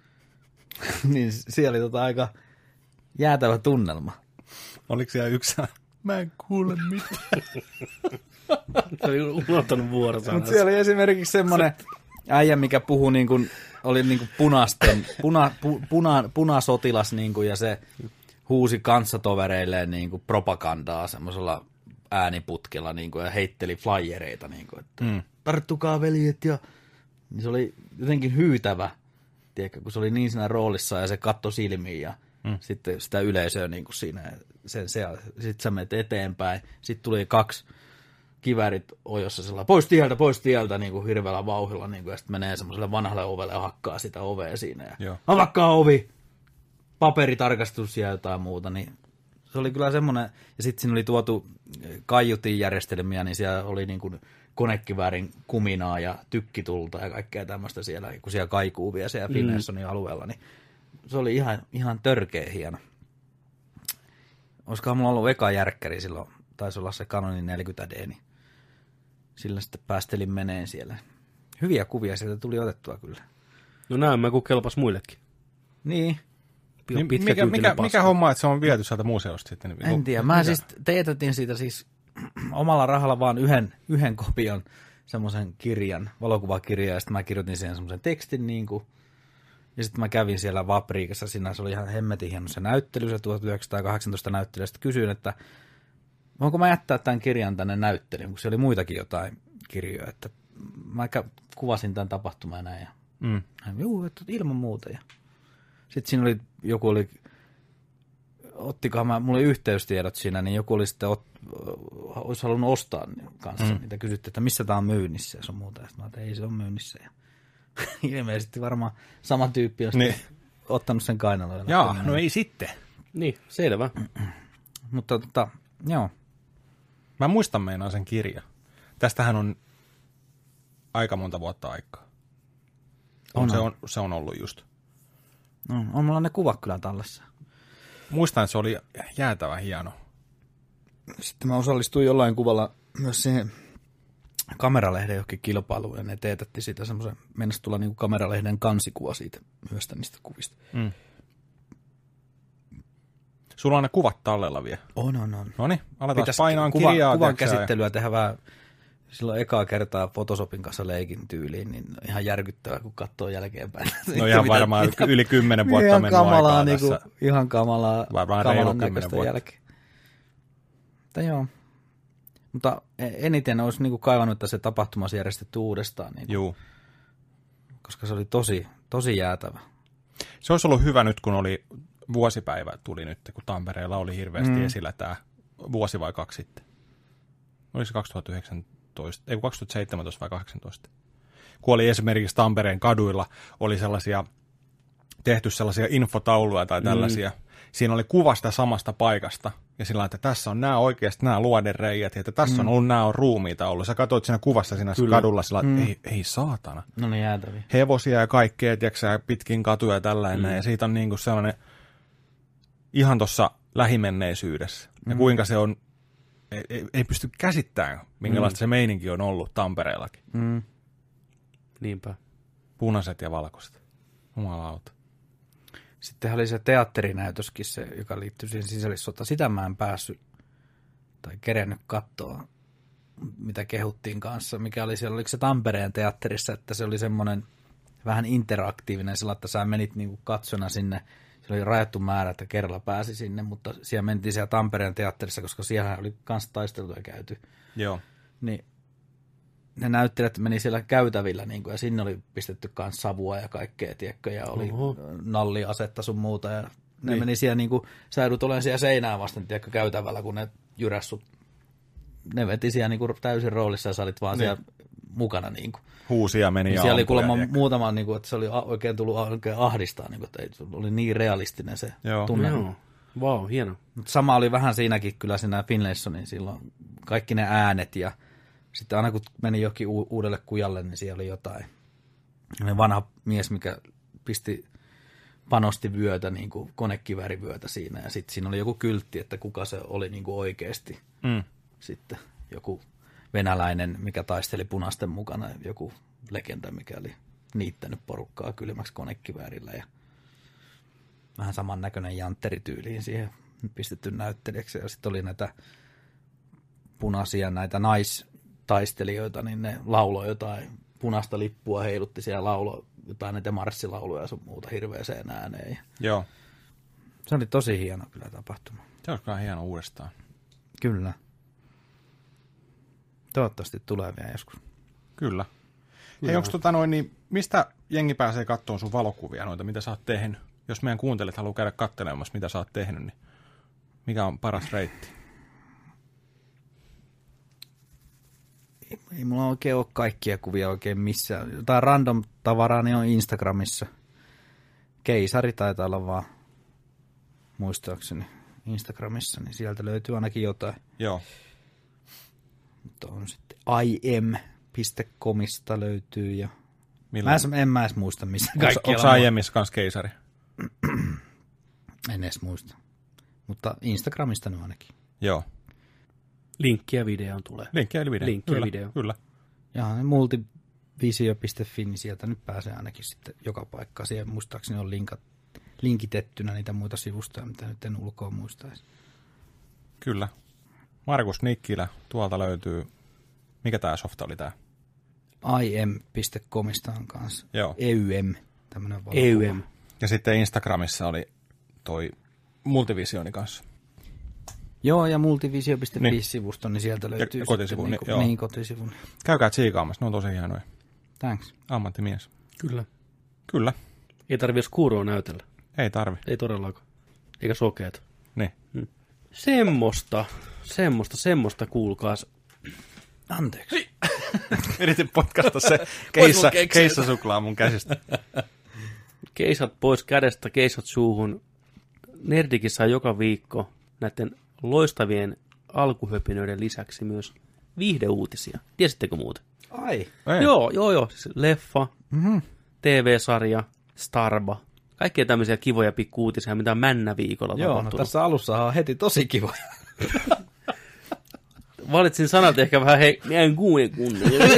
Niin siellä oli tota aika jäätävä tunnelma. Oliko siellä yksi? Mä en kuule mitään. Se oli unohtanut vuorosanat. Mutta siellä oli esimerkiksi semmoinen äijä, mikä puhui niin kuin, oli niin kuin punasten, puna, pu, puna, punasotilas niin kuin, ja se huusi kanssatovereilleen niin kuin propagandaa semmoisella ääniputkella niin kuin, ja heitteli flyereita, niin kuin, että mm. tarttukaa veljet. Ja niin se oli jotenkin hyytävä, tiedätkö, kun se oli niin siinä roolissa ja se katsoi silmiin ja mm. sitten sitä yleisöä niin kuin siinä. Sen, se, sitten sä menet eteenpäin. Sitten tuli kaksi kiväärit ojossa sellainen, pois tieltä, pois tieltä, niin kuin hirveällä vauhdilla, niin kuin, ja sitten menee semmoiselle vanhalle ovelle ja hakkaa sitä ovea siinä. Ja avakkaa ovi! Paperitarkastus ja jotain muuta. Niin se oli kyllä semmoinen, ja sitten siinä oli tuotu kaiutin järjestelmiä, niin siellä oli niin kuin konekiväärin kuminaa ja tykkitulta ja kaikkea tämmöistä siellä, kun siellä kaikuu vielä siellä Finlaysonin mm. alueella, niin se oli ihan, ihan törkeä hieno. Olisikohan mulla ollut eka järkkäri silloin, taisi olla se Canonin neljäkymmentä D, niin sillä sitten päästelin meneen siellä. Hyviä kuvia sieltä tuli otettua kyllä. No näemme, kun kelpas muillekin. Niin. Niin mikä, mikä, mikä homma, että se on viety sieltä museosta sitten? En tiedä. Mä siis teetätin siitä siis omalla rahalla vaan yhden, yhden kopion semmoisen kirjan, valokuvakirjan, ja sitten mä kirjoitin siihen semmoisen tekstin niin kuin. Ja sitten mä kävin siellä Vapriikassa, siinä se oli ihan hemmetin hieno se näyttely, se tuhatyhdeksänsataakahdeksantoista näyttely, ja sitten kysyin, että voinko mä jättää tämän kirjan tänne näyttelyyn, kun siellä oli muitakin jotain kirjoja, että mä kuvasin tämän tapahtuman ja näin, ja mm. hän, juu, että ilman muuta, ja sitten siinä oli, joku oli, ottikohan mä, mulla oli yhteystiedot siinä, niin joku oli sitten, ot, olisi halunnut ostaa kanssa, mm. niitä kysyttiin, että missä tää on myynnissä, ja se on muuta, ja sitten mä, että ei se ole myynnissä, ja ilmeisesti varmaan sama tyyppi on niin ottanut sen kainaloille. Jaa, no ei sitten. Niin, selvä. mutta tota, joo. Mä muistan meinaan sen kirja. Tästähän on aika monta vuotta aikaa. On, On, se, on. on, se on ollut just. No, on mulla ne kuvat kyllä tallessa. Muistan, että se oli jäätävän hieno. Sitten mä osallistuin jollain kuvalla myös siihen Kameralehden johonkin kilpailuun, ja ne teetätti siitä semmoisen, mennessä tulla niin kuin Kameralehden kansikuva siitä yhdestä niistä kuvista. Mm. Sulla on ne kuvat tallella vielä. On, on, on. Noniin, aletaan Pitäisi painaa kuva, kirjaa. kuvan tiiäksä, käsittelyä tehdä vähän, silloin ekaa kertaa Photoshopin kanssa leikin tyyliin, niin ihan järkyttävää, kun katsoo jälkeenpäin. No ihan mitä, varmaan mitä, yli kymmenen vuotta ihan mennyt kamalaa, aikaa niin kuin, tässä. ihan kamalaa, Varmaan kamalan reilu kymmenen näköistä vuotta. jälkeen. Mutta joo. Mutta eniten olisi niin kuin kaivannut, että se tapahtumassa järjestetty uudestaan, niin, Juu. koska se oli tosi, tosi jäätävä. Se olisi ollut hyvä nyt, kun oli vuosipäivä tuli nyt, kun Tampereella oli hirveästi mm. esillä tämä vuosi vai kaksi sitten. Oliko se kaksituhattayhdeksäntoista, ei kaksituhattaseitsemäntoista vai kahdeksantoista. Kun oli esimerkiksi Tampereen kaduilla, oli sellaisia, tehty sellaisia infotauluja tai tällaisia. Mm. Siinä oli kuva sitä samasta paikasta. Ja sillä että tässä on nämä oikeasti nämä luodereijät, ja että tässä mm. on ollut nämä on ruumiita ollut. Sä katsoit siinä kuvassa siinä Kyllä. kadulla sillä mm. ei, ei saatana. No niin jäätäviä. Hevosia ja kaikkea, tiiäksä, pitkin katuja ja tällainen. Mm. Ja siitä on niinku sellainen ihan tuossa lähimenneisyydessä. Mm. Ja kuinka se on, ei, ei, ei pysty käsittämään, minkälaista mm. se meininki on ollut Tampereellakin. Mm. Niinpä. Punaiset ja valkoiset. Jumalauta. Sitten oli se teatterinäytöskin, se, joka liittyy siihen sisällissotaan. Sitä mä en päässyt tai kerennyt katsoa, mitä kehuttiin kanssa. Mikä oli siellä, oliko se Tampereen teatterissa, että se oli semmoinen vähän interaktiivinen sillä, että sä menit niinku katsona sinne. Se oli rajattu määrä, että kerralla pääsi sinne, mutta siellä mentiin siellä Tampereen teatterissa, koska siellä oli kans taisteluja käyty. Joo. Niin ne näyttelijät meni siellä käytävillä, niin kuin, ja sinne oli pistetty myös savua ja kaikkea, tiedätkö, ja oli Oho. nalliasetta sun muuta, ja ne niin. meni siellä, niin kuin, sä joudut olemaan siellä seinään vasten, tiedätkö, käytävällä, kun ne jyrässut, ne veti siellä niin kuin, täysin roolissa, ja sä olit vaan niin. siellä mukana. Niin kuin. Huusia meni niin ja siellä oli kuulemma muutama, niin kuin, että se oli oikein tullut oikein ahdistaa, niin kuin, että oli niin realistinen se Joo. tunne. Joo. Vau, wow, hieno. Mutta sama oli vähän siinäkin kyllä siinä Finlaysonin silloin, kaikki ne äänet ja sitten aina kun meni johonkin u- uudelle kujalle, niin siellä oli jotain. Ja vanha mies, mikä pisti, panosti vyötä, niin kuin konekiväärivyötä siinä. Ja sitten siinä oli joku kyltti, että kuka se oli niin kuin oikeasti. Mm. Sitten joku venäläinen, mikä taisteli punaisten mukana. Joku legenda, mikä oli niittänyt porukkaa kylmäksi konekiväärillä. Ja vähän samannäköinen jantterityyliin siihen pistetty näyttelijäksi. Ja sitten oli näitä punaisia näitä naistaistelijoita, niin ne lauloi jotain punaista lippua, heilutti siellä laulo jotain näitä marssilauluja ja sun muuta hirveäseen ääneen. Joo. Se oli tosi hieno kyllä tapahtuma. Se olisi kyllä hieno uudestaan. Kyllä. Toivottavasti tulee vielä joskus. Kyllä. Hei, onko tota noin, niin mistä jengi pääsee katsomaan sun valokuvia noita, mitä sä oot tehnyt? Jos meidän kuuntelijat haluaa käydä katselemassa, mitä sä oot tehnyt, niin mikä on paras reitti? Ei, ei mulla oikein ole kaikkia kuvia oikein missään. Jotain random tavaraa niin on Instagramissa. Keisari taitaa olla vaan, muistaakseni, Instagramissa, niin sieltä löytyy ainakin jotain. Joo. Mutta on sitten i m piste comista löytyy ja Millä? Mä en, en mä edes muista missä kaikkialla. Onko sä aiemmissa kanssa keisari? En edes muista. Mutta Instagramista nyt ainakin. Joo. Linkkiä videoon tulee. Linkkiä video. Linkkiä kyllä, video. Kyllä. Ja multivisio piste fi, niin sieltä nyt pääsee ainakin sitten joka paikkaan. Siellä muistaakseni on linkat, linkitettynä niitä muita sivustoja, mitä nyt en ulkoa muistaisi. Kyllä. Markus Nikkilä, tuolta löytyy, mikä tää softa oli tää? i m piste comista on kanssa. Joo. E Y M, tämmönen E Y M. Ja sitten Instagramissa oli toi Multivisioni kanssa. Joo, ja multivisio piste fi niin. sivusto, niin sieltä löytyy ja kotisivun, sitten niin, niin, niin, kotisivun. Käykää tsiikaamassa, ne on tosi hienoja. Thanks. Ammattimies. Kyllä. Kyllä. Ei tarvi edes kuuroa näytellä. Ei tarvi. Ei todellakaan. Eikä sokeeta. Niin. Hmm. Semmosta, semmosta, semmosta kuulkaas. Anteeksi. Yritin potkasta se keissa, keissasuklaa mun käsistä. Keisat pois kädestä, keisat suuhun. Nerdikin saa joka viikko näiden loistavien alkuhöpinöiden lisäksi myös viihdeuutisia. Tiesittekö muuten? Ai. Ei. Joo, joo, joo. Siis leffa, Mm-hmm. T V-sarja, Starba. Kaikkea tämmöisiä kivoja pikku-uutisia, mitä on männä viikolla Joo, no tapahtunut. tässä alussa on heti tosi kiva. Valitsin sanat ehkä vähän hei, en kuule kunnolla.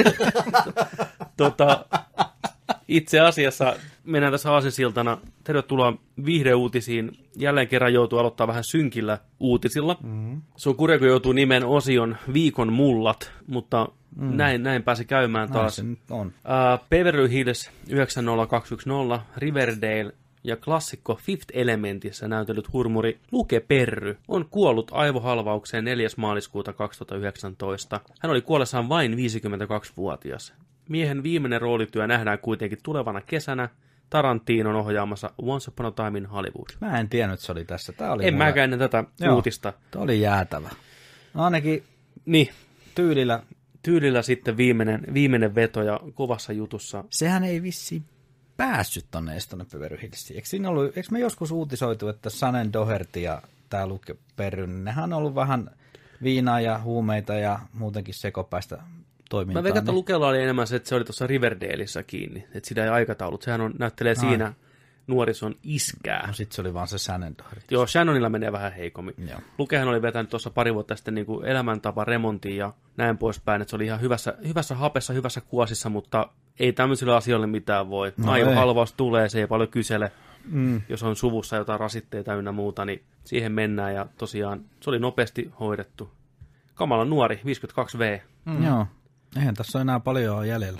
tota, itse asiassa mennään tässä aasinsiltana. Tervetuloa viihdeuutisiin. Jälleen kerran joutuu aloittaa vähän synkillä uutisilla. Mm-hmm. Se on kurja, kun joutuu nimen osion viikon mullat, mutta mm. näin, näin pääsi käymään Näin taas. se nyt on. Uh, Beverly Hills yhdeksän nolla kaksi yksi nolla, Riverdale ja klassikko Fifth Elementissä näytellyt hurmuri Luke Perry on kuollut aivohalvaukseen neljäs maaliskuuta kaksituhattayhdeksäntoista. Hän oli kuollessaan vain viisikymmentäkaksivuotias. Miehen viimeinen roolityö nähdään kuitenkin tulevana kesänä Tarantinon ohjaamassa Once Upon a Time in Hollywood. Mä en tiennyt, että se oli tässä. Tää oli En mulle... mäkään ennen tätä Joo, uutista. Tämä oli jäätävä. No ainakin Niin, tyylillä. tyylillä sitten viimeinen, viimeinen veto ja kovassa jutussa. Sehän ei vissiin päässyt tonne edes tonne Beverly Hillsiin. Eikö, siinä ollut, eikö me joskus uutisoitu, että Shannon Doherty ja tämä Luke Perry, nehän on ollut vähän viinaa ja huumeita ja muutenkin sekopäistä toimintaa. Mä veikkaan, että niin... Lukella oli enemmän se, että se oli tuossa Riverdaleissa kiinni, että sitä ei aikataulut. Sehän on, näyttelee Ai. siinä nuorison iskää. No sit se oli vaan se Shannon Doherty. Joo, Shannonilla menee vähän heikommin. Joo. Lukehan oli vetänyt tuossa pari vuotta sitten niin kuin elämäntapa remontiin ja näin poispäin, että se oli ihan hyvässä, hyvässä hapessa, hyvässä kuosissa, mutta ei tämmöisille asioille mitään voi. No aivohalvaus tulee, se ei paljon kysele. Mm. Jos on suvussa jotain rasitteita ynnä muuta, niin siihen mennään ja tosiaan se oli nopeasti hoidettu. Kamala nuori, viisikymmentäkaksi vuotias. Mm. Joo, eihän tässä ole enää paljon jäljellä.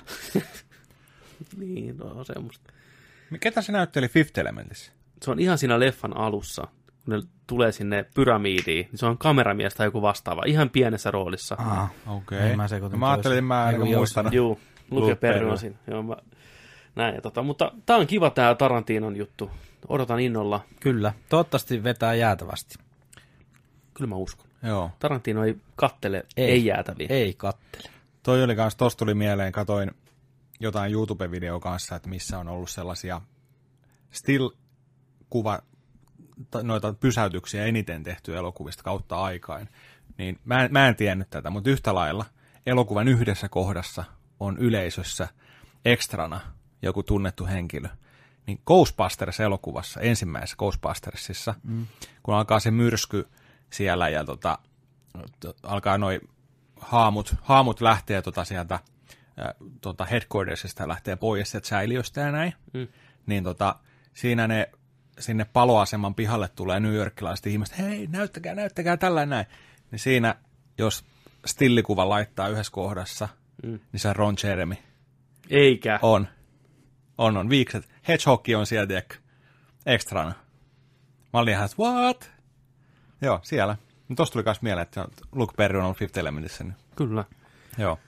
Niin, no semmoista. Ketä se näytteli Fifth Elementissä? Se on ihan siinä leffan alussa, kun ne tulee sinne pyramidiin, niin se on kameramies tai joku vastaava, ihan pienessä roolissa. Ah, okei. Okay. Mä, mä ajattelin, että mä en muistanut. Joo, Luke Perry on siinä. Joo, mä... Näin, ja tota, mutta tää on kiva tää Tarantinon juttu. Odotan innolla. Kyllä, toivottavasti vetää jäätävästi. Kyllä mä uskon. Joo. Tarantino ei kattele, ei, ei jäätäviä. Ei kattele. Toi oli kans, tosta tuli mieleen, katoin jotain YouTube-videoa kanssa, että missä on ollut sellaisia still-kuva, noita pysäytyksiä eniten tehty elokuvista kautta aikain. Niin mä en, mä en tiennyt tätä, mutta yhtä lailla elokuvan yhdessä kohdassa on yleisössä ekstrana joku tunnettu henkilö. Niin Ghostbusters-elokuvassa, ensimmäisessä Ghostbustersissa, mm. kun alkaa se myrsky siellä ja tota, alkaa noi haamut, haamut lähtee tota sieltä äh, tota headquartersista lähtee pois sieltä säiliöstä ja näin, mm. niin tota, siinä ne sinne paloaseman pihalle tulee newyorkilaiset ihmiset, hei, näyttäkää, näyttäkää tällä näin. Niin siinä, jos stillikuva laittaa yhdessä kohdassa, mm. niin se on Ron Jeremy. Eikä. On. On, on. Viikset. Hedgehog on sieltä, tiedäkö, ekstrana. Mä olin ihan, että what? Joo, siellä. No tosta tuli myös mieleen, että Luke Perry on ollut Fifth Elementissä. Niin. Kyllä. Joo.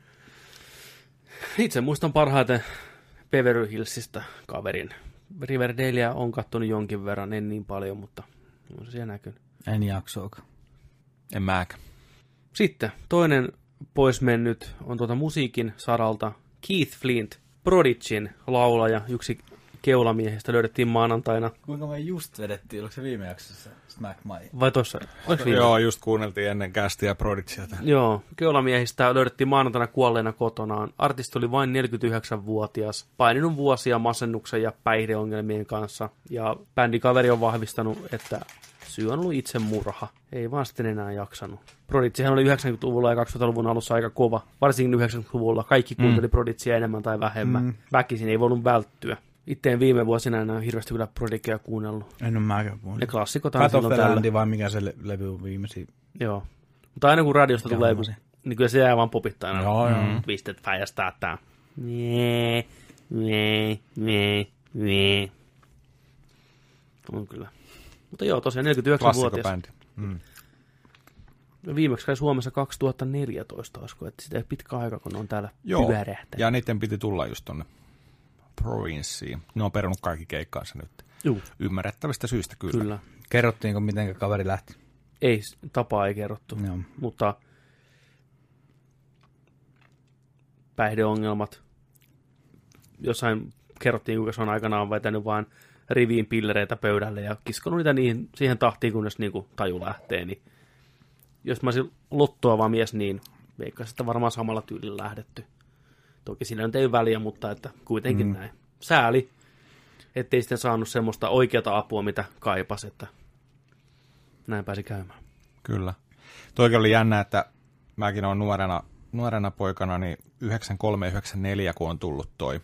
Itse muistan parhaiten Beverly Hillsistä kaverin. Riverdalea on kattonut jonkin verran, en niin paljon, mutta on se siellä näkynyt. En jaksoakaan. En mäkään. Sitten toinen pois mennyt on tuota musiikin saralta Keith Flint, Prodigyn laulaja, yksi keulamiehistä löydettiin maanantaina. Kuinka me just vedettiin, oliko se viime jaksossa Smack My? Vai tossa? Joo, just kuunneltiin ennen Castia Prodigyta. Joo, keulamiehistä löydettiin maanantaina kuolleena kotonaan. Artisti oli vain neljäkymmentäyhdeksänvuotias, paininut vuosia masennuksen ja päihdeongelmien kanssa. Ja bändikaveri on vahvistanut, että syy on ollut itsemurha. Ei vaan sitten enää jaksanut. Prodigyhän oli yhdeksänkymmentäluvulla ja kaksituhattaluvun alussa aika kova. Varsinkin yhdeksänkymmentäluvulla kaikki kuunteli mm. Prodigya enemmän tai vähemmän. Mm. Väkisin ei voinut välttyä. Itse en viime vuosina enää hirveästi kyllä Prodigyaa kuunnellut. En ole mäkään kuunnellut. Ne klassikotaan silloin tällä. Battlefield vai mikä se le- levy on viimeisin? Joo. Mutta aina kun radiosta tulee, kun, niin kyllä se jää vaan popittaa aina. Joo, joo. Mm. Pistet väijästää tää. Nee, nee, nee, nee. On kyllä. Mutta joo, tosiaan neljäkymmentäyhdeksänvuotias. Klassikobändi. Mm. Viimeksi kai Suomessa kaksituhattaneljätoista, olisiko, että sitä ei pitkä aika, kun ne on täällä pyörähtänyt. Ja niiden piti tulla just tonne Provinceen. Ne on perunut kaikki keikkaansa nyt. Juu. Ymmärrettävistä syistä kyllä. Kyllä. Kerrottiinko, miten kaveri lähti? Ei, tapaa ei kerrottu. Joo. Mutta päihdeongelmat. Jossain kerrottiin, kuinka se on aikanaan vetänyt vain riviin pillereitä pöydälle ja kiskonut niitä niihin, siihen tahtiin, kunnes niin kuin taju lähtee. Niin jos mä olisin lottoava mies, niin veikkaisin, että varmaan samalla tyylillä lähdetty. Toki sillä nyt ei väliä, mutta että kuitenkin mm. näin. Sääli, ettei sitten saanut semmoista oikeata apua, mitä kaipasi, että näin pääsi käymään. Kyllä. Toikin oli jännä, että mäkin olen nuorena, nuorena poikana, niin yhdeksänkymmentäkolme yhdeksänkymmentäneljä, kun on tullut toi.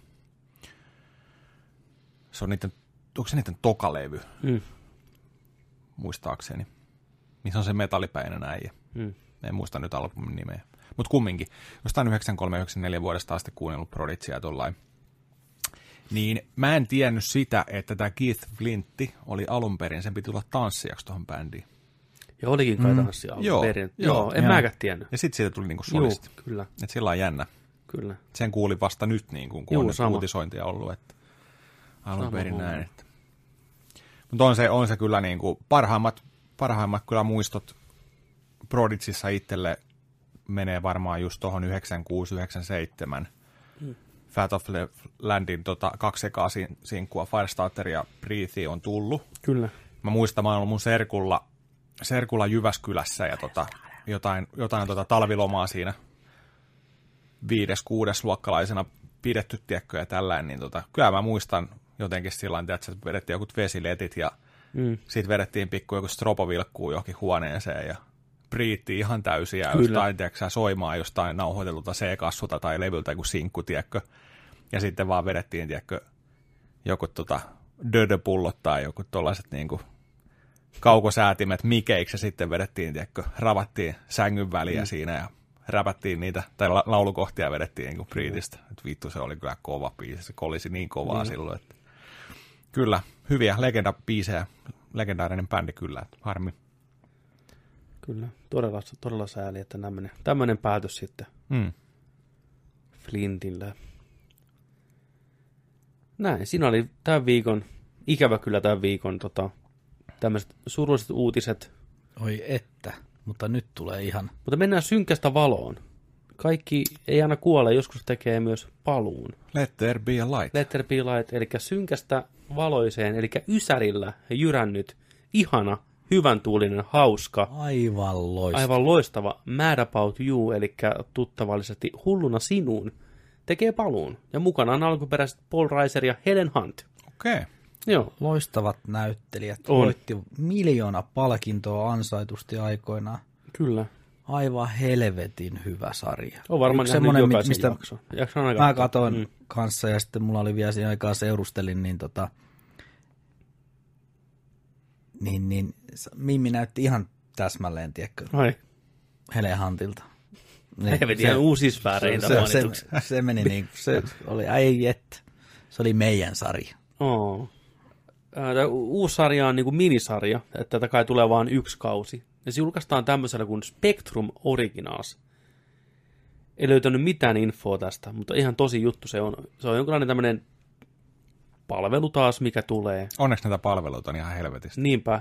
Se on niiden, onko se niiden tokalevy, mm. muistaakseni. Missä on se metallipäinen äijä. Mm. En muista nyt albumin nimeä. Mutta kumminkin, jostain yhdeksänkymmentäkolme yhdeksänkymmentäneljä vuodesta asti kuunnellut Prodigyä tuollain. Niin mä en tiennyt sitä, että tämä Keith Flintti oli alun perin, sen piti tulla tanssijaksi tuohon bändiin. Ja olikin kai tanssia alun joo, perin. Joo, joo, en joo. mäkään tiennyt. Ja sitten siitä tuli niinku solisti. Joo, kyllä. Että sillä on jännä. Kyllä. Sen kuuli vasta nyt, niin kun, kun Juu, on nyt sama. uutisointia ollut, että alun Sama perin on. näin. Että. Mutta on se, on se kyllä niin kuin parhaimmat, parhaimmat kyllä muistot Prodigyssä itselle menee varmaan just tuohon yhdeksänkymmentäkuusi yhdeksänkymmentäseitsemän. Hmm. Fat of Landin tota, kaksi ekaa sinkkua, Firestarter ja Breathe on tullut. Kyllä. Mä muistan, mä oon ollut mun serkulla, serkulla Jyväskylässä ja tota, jotain, jotain tota talvilomaa siinä viides, kuudes luokkalaisena pidetty, tiekko ja tällainen, niin tota, kyllä mä muistan jotenkin sillä tavalla, että vedettiin jokut vesiletit ja mm. sitten vedettiin pikku joku strobovilkkuu johonkin huoneeseen ja priittiin ihan täysiä jostain, tiedätkö, soimaan jostain nauhoitelulta C-kassulta tai levyltä joku sinkku, tiedätkö, ja sitten vaan vedettiin, tiedätkö, joku tota dödöpullot tai joku tollaiset niinku kaukosäätimet mikeiksi ja sitten vedettiin, tiedätkö, ravattiin sängyn väliä mm. siinä ja räpättiin niitä, tai la- laulukohtia vedettiin niin kuin Breathistä. Mm. Vittu, se oli kyllä kova biisi, se kolisi niin kovaa mm. silloin. Että. Kyllä, hyviä legenda-biisejä, legendaarinen bändi kyllä, että harmi. Kyllä, todella, todella sääli, että tämmöinen, tämmöinen päätös sitten mm. Flintillä. Näin, siinä oli tämän viikon, ikävä kyllä tämän viikon, tota, tämmöiset surulliset uutiset. Oi että, mutta nyt tulee ihan... Mutta mennään synkästä valoon. Kaikki ei aina kuole, joskus tekee myös paluun. Let there be a light. Let there be a light, eli synkästä valoiseen, eli ysärillä jyrännyt, ihana, hyvän tuulinen, hauska. Aivan loistava. Aivan loistava Mad About You, eli tuttavallisesti Hulluna sinuun, tekee paluun. Ja mukana on alkuperäiset Paul Reiser ja Helen Hunt. Okei. Okay. Joo. Loistavat näyttelijät. On. Voitti miljoona palkintoa ansaitusti aikoinaan. Kyllä. Aivan helvetin hyvä sarja. On varmaan nähnyt jokaisen mistä jakson. jakson mä katsoin mm. kanssa ja sitten mulla oli vielä siinä aikaa seurustelin, niin tota... Niin, niin Mimmi näytti ihan täsmälleen, tiedätkö? Ai. Helen Huntilta. Niin, he veti ihan uusia sfääreitä se, se, se, se meni niin, se oli ai että. Se oli meidän sarja. Oh. Tämä uusi sarja on niin kuin minisarja, että tätä kai tulee vain yksi kausi. Ja se julkaistaan tämmöisellä kuin Spectrum Originals. Ei löytänyt mitään infoa tästä, mutta ihan tosi juttu se on. Se on jonkinlainen tämmöinen palvelu taas, mikä tulee. Onneksi näitä palveluita on ihan helvetistä. Niinpä.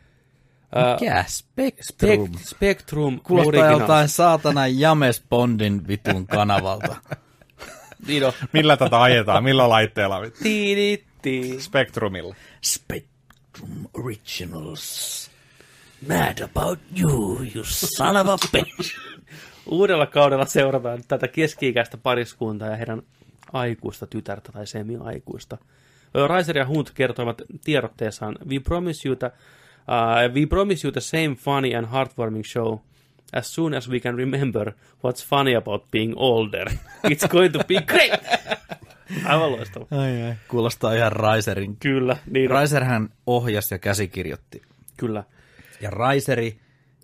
Mikä? Spectrum? Spek- Spectrum Kuulostaa Originals. joltain saatana James Bondin vitun kanavalta. Niin on. Millä tätä ajetaan? Millä laitteella? Tiinitti. Spectrumilla. Spectrum Originals. Mad about you, you son of a bitch. Uudella kaudella seurataan tätä keski-ikäistä pariskuntaa ja heidän aikuista tytärtä tai semi-aikuista. Reiser ja Hunt kertoivat tiedotteessaan, We promise you the, uh, we promise you the same funny and heartwarming show as soon as we can remember what's funny about being older. It's going to be great! Aivan loistava. Ai, ai. Kuulostaa ihan Reiserin. Kyllä. Niin Reiserhän ohjasi ja käsikirjoitti. Kyllä. Ja Reiseri,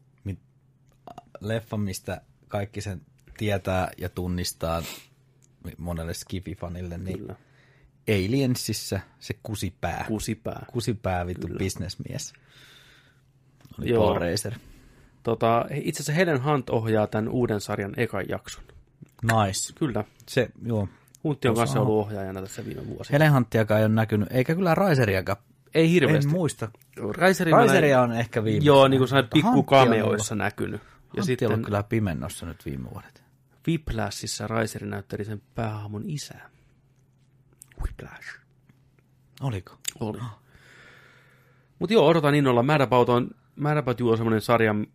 leffa, mistä kaikki sen tietää ja tunnistaa monelle skififanille, niin Kyllä. Aliensissä se kusipää. Kusipää. Kusipää vittu bisnesmies. Oli Joo. Paul Reiser. Tota, itse asiassa Helen Hunt ohjaa tämän uuden sarjan ekan jakson. Nice. Kyllä. Se, joo. Huntti on kanssa ollut ohjaajana tässä viime vuosina. Helen Hunttiakaan ei ole näkynyt, eikä kyllä Reiseriakaan. Ei hirveästi. En muista. Reiseria on ehkä viime. Joo, niin kuin sanoit, pikku cameoissa näkynyt. Ja Huntti sitten on ollut kyllä pimennossa nyt viime vuodet. Whiplashissa Reiseri näytteli sen päähahmon isää. Whiplash. Oliko? Oli. Oh. Mutta joo, odotan innolla. Mad About, on, Mad About You on semmoinen sarja,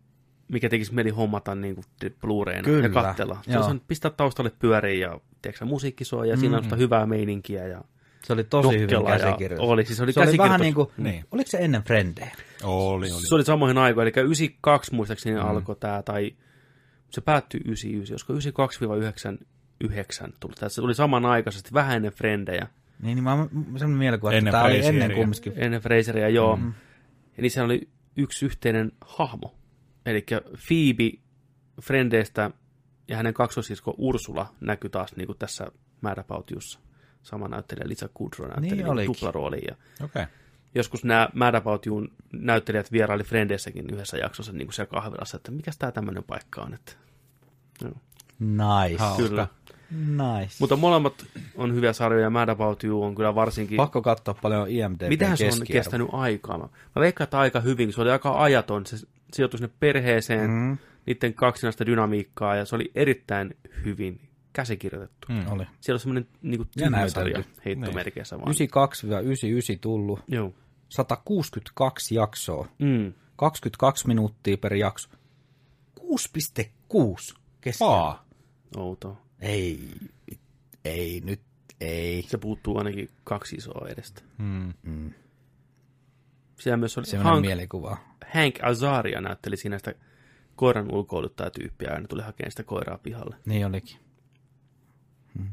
mikä tekisi mieli hommata niin kuin Blu-rayna Kyllä, ja katsella. Se joo. on pistää taustalle pyöriin ja tiedätkö, musiikki soi ja mm. siinä on sitä hyvää meininkiä. Ja se oli tosi hyvin nokkela ja käsikirjoitus. Oli, siis oli se oli vähän käsikirjoitus. niin kuin, Niin. oliko se ennen Frendejä? Oli, oli. Se oli samoihin aikoihin, eli yhdeksänkymmentäkaksi muistaakseni mm. alkoi tämä, tai se päättyi yhdeksänkymmentäyhdeksän, olisiko yhdeksänkymmentäkaksi yhdeksänkymmentäyhdeksän tuli. Se tuli samanaikaisesti vähän ennen Frendejä. Niin, niin mä oon sellainen mielikuva, että Ennen tämä oli Fraseria. ennen kumminkin. Ennen Fraseria, joo. Mm. Ja niissä oli yksi yhteinen hahmo. Eli Phoebe Frendeistä ja hänen kaksoisisko Ursula näkyi taas niin kuin tässä Mad About Youssa. Sama näyttelijä Lisa Kudrow näytteli Niin niin tuplarooliin. Ja Okei. Okay. joskus nämä Mad About Youn näyttelijät vieraili Frendeissäkin yhdessä jaksossa niin kuin siellä kahvilassa, että mikäs tämä tämmöinen paikka on. Että... No. Nice. Hauska. Kyllä. Nice. Mutta molemmat on hyviä sarjoja ja Mad About You on kyllä varsinkin... Pakko katsoa paljon I M D B:n Mitähän se on keskiarvo. kestänyt aikaa? Mä, mä veikkaan, että aika hyvin. Se oli aika ajaton. Se sijoittui sinne perheeseen, mm. niiden kaksinaista dynamiikkaa ja se oli erittäin hyvin käsikirjoitettu. Mm. Oli. Siellä on semmoinen niin tyhmä sarja heittomerkeissä vaan. yhdeksänkymmentäkaksi yhdeksänkymmentäyhdeksän tullut. Joo. sata kuusikymmentäkaksi jaksoa. Mm. kaksikymmentäkaksi minuuttia per jakso. kuusi pilkku kuusi keskiarvo. Aa. Outoa. Ei, ei, nyt ei. Se puuttuu ainakin kaksi isoa edestä. Hmm. Mm. Siellä myös oli Semmoinen Hank, mielikuva. Hank Azaria näytteli siinä sitä koiran ulkoiluttaa tyyppiä, ja ne tuli hakemaan sitä koiraa pihalle. Niin olikin. Hmm.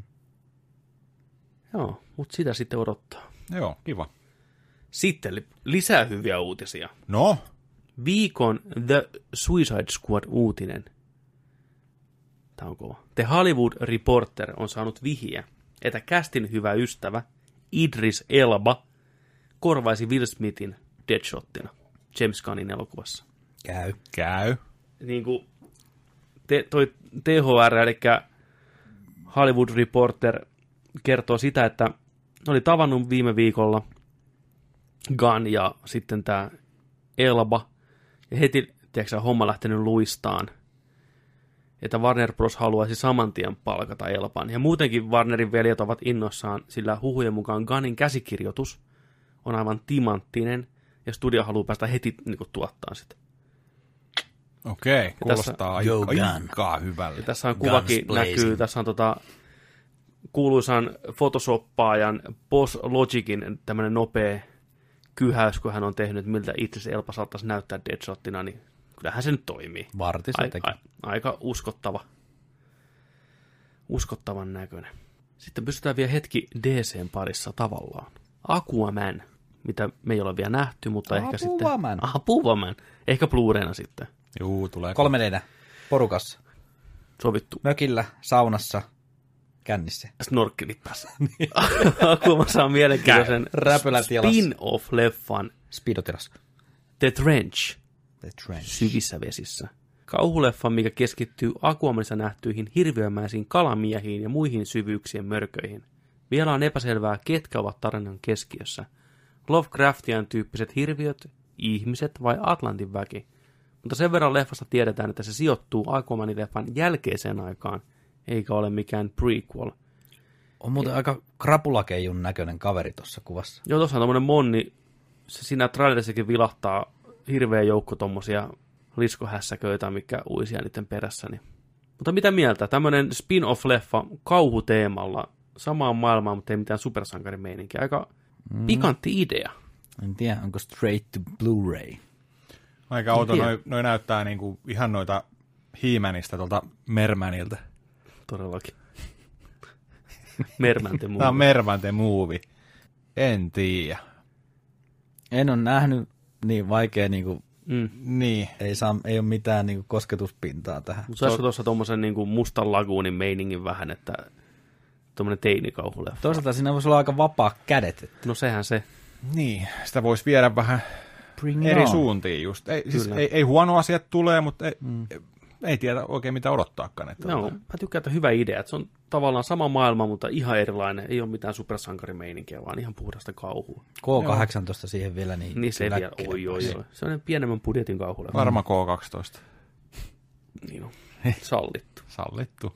Joo, mutta sitä sitten odottaa. Joo, kiva. Sitten lisää hyviä uutisia. No? Viikon The Suicide Squad-uutinen. Tämä on kova. The Hollywood Reporter on saanut vihjeä, että castin hyvä ystävä Idris Elba korvaisi Will Smithin Deadshottina James Gunnin elokuvassa. Käy. Käy. Niin kuin te, toi T H R, eli Hollywood Reporter, kertoo sitä, että ne oli tavannut viime viikolla Gunn ja sitten tämä Elba, ja heti, tiedätkö, homma lähtenyt luistaan, että Warner Bros. Haluaisi saman tien palkata Elban. Ja muutenkin Warnerin veljet ovat innoissaan, sillä huhujen mukaan Gunnin käsikirjoitus on aivan timanttinen, ja studio haluaa päästä heti niin kuin, tuottaa sitä. Okei, kuulostaa Yo, aika, Gun. aika hyvälle. Ja tässä on kuvakin näkyy, tässä on tota, kuuluisan Photoshoppaajan Boss Logicin tämmöinen nopea kyhäys, kun hän on tehnyt, että miltä itse Elba saattaisi näyttää Deadshottina, niin kyllähän se nyt toimii. Varti se teki. A, a, aika uskottava. Uskottavan näköinen. Sitten pystytään vielä hetki D C:n parissa tavallaan. Aquaman, mitä me ei ole vielä nähty, mutta ehkä sitten... Aquaman. Aquaman. Ehkä Blu-rayna sitten. Juu, tulee. kolme D porukassa. Sovittu. Mökillä, saunassa, kännissä. Snorkkelit päässä. Aquaman saa mielenkiintoisen Räpylät jalassa. spin-off-leffan Speedotilas. The Trench. The Trench. Syvissä vesissä. Kauhuleffa, mikä keskittyy Aquamanissa nähtyihin hirviömäisiin kalamiehiin ja muihin syvyyksien mörköihin. Vielä on epäselvää, ketkä ovat tarinan keskiössä. Lovecraftian tyyppiset hirviöt, ihmiset vai Atlantin väki. Mutta sen verran leffasta tiedetään, että se sijoittuu Aquamanin leffan jälkeiseen aikaan, eikä ole mikään prequel. On muuten aika krapulakeijun näköinen kaveri tuossa kuvassa. Joo, tuossa on tommonen monni, se siinä trailerissakin vilahtaa hirveä joukko tommosia liskohässäköitä, mikä uisia niiden perässä. Niin. Mutta mitä mieltä? Tämmönen spin-off-leffa kauhuteemalla, samaan maailmaan, mutta ei mitään supersankarimeininkiä. Aika mm. pikantti idea. En tiedä, onko straight to Blu-ray. Aika outo, noi, noi näyttää niinku ihan noita He-Manista tuolta Mermanilta. Todellakin. Merman the Movie. Tämä on Merman the Movie. En tiedä. En ole nähnyt, niin vaikea, niinku, Mm. Niin. ei, saa, ei ole mitään niinku, kosketuspintaa tähän. Mutta saisiko tuossa tuommoisen niinku mustan laguunin meiningin vähän, että tuommoinen teinikauhuleffa. Toisaalta siinä voisi olla aika vapaa kädet. Että No sehän se. Niin, sitä voisi viedä vähän bring eri on. suuntiin just. Ei, siis ei, ei huono asiat tulee, mutta ei, Mm. ei tiedä oikein mitä odottaakaan. Että Joo, mä tykkään, että hyvä idea. Että se on tavallaan sama maailma, mutta ihan erilainen. Ei ole mitään supersankarimeininkiä, vaan ihan puhdasta kauhua. K kahdeksantoista siihen vielä. Niin, Niin se kyllä vielä, oi, oi, oi. Se on pienemmän budjetin kauhuleffa. Varma K kaksitoista. Niin on. Sallittu. Sallittu.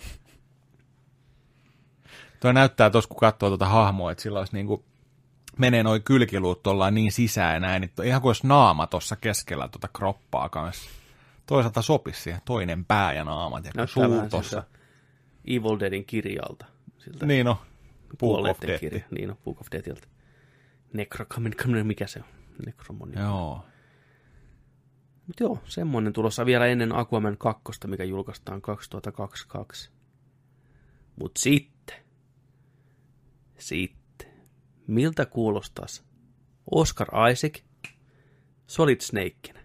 Tuo näyttää tuossa, kun katsoo tuota hahmoa, että sillä olisi niinku, menee noi kylkiluut tuollain niin sisään ja näin, että ihan kuin olisi naama tuossa keskellä tuota kroppaa kanssa. toisaalta sopisi siihen toinen pää ja naamat ja Näyttää suu vähän tossa. siltä Evil Deadin kirjalta. Siltä Niin on. Book of kuolleiden Death. kirja. Niin on, Book of Deathilta. Necrocomin, mikä se on? Necromonia. Joo. Mut joo, semmoinen tulossa vielä ennen Aquaman kaksi, mikä julkaistaan kaksituhattakaksikymmentäkaksi. Mut sitten, sitten, miltä kuulostaisi Oscar Isaac Solid Snakenä?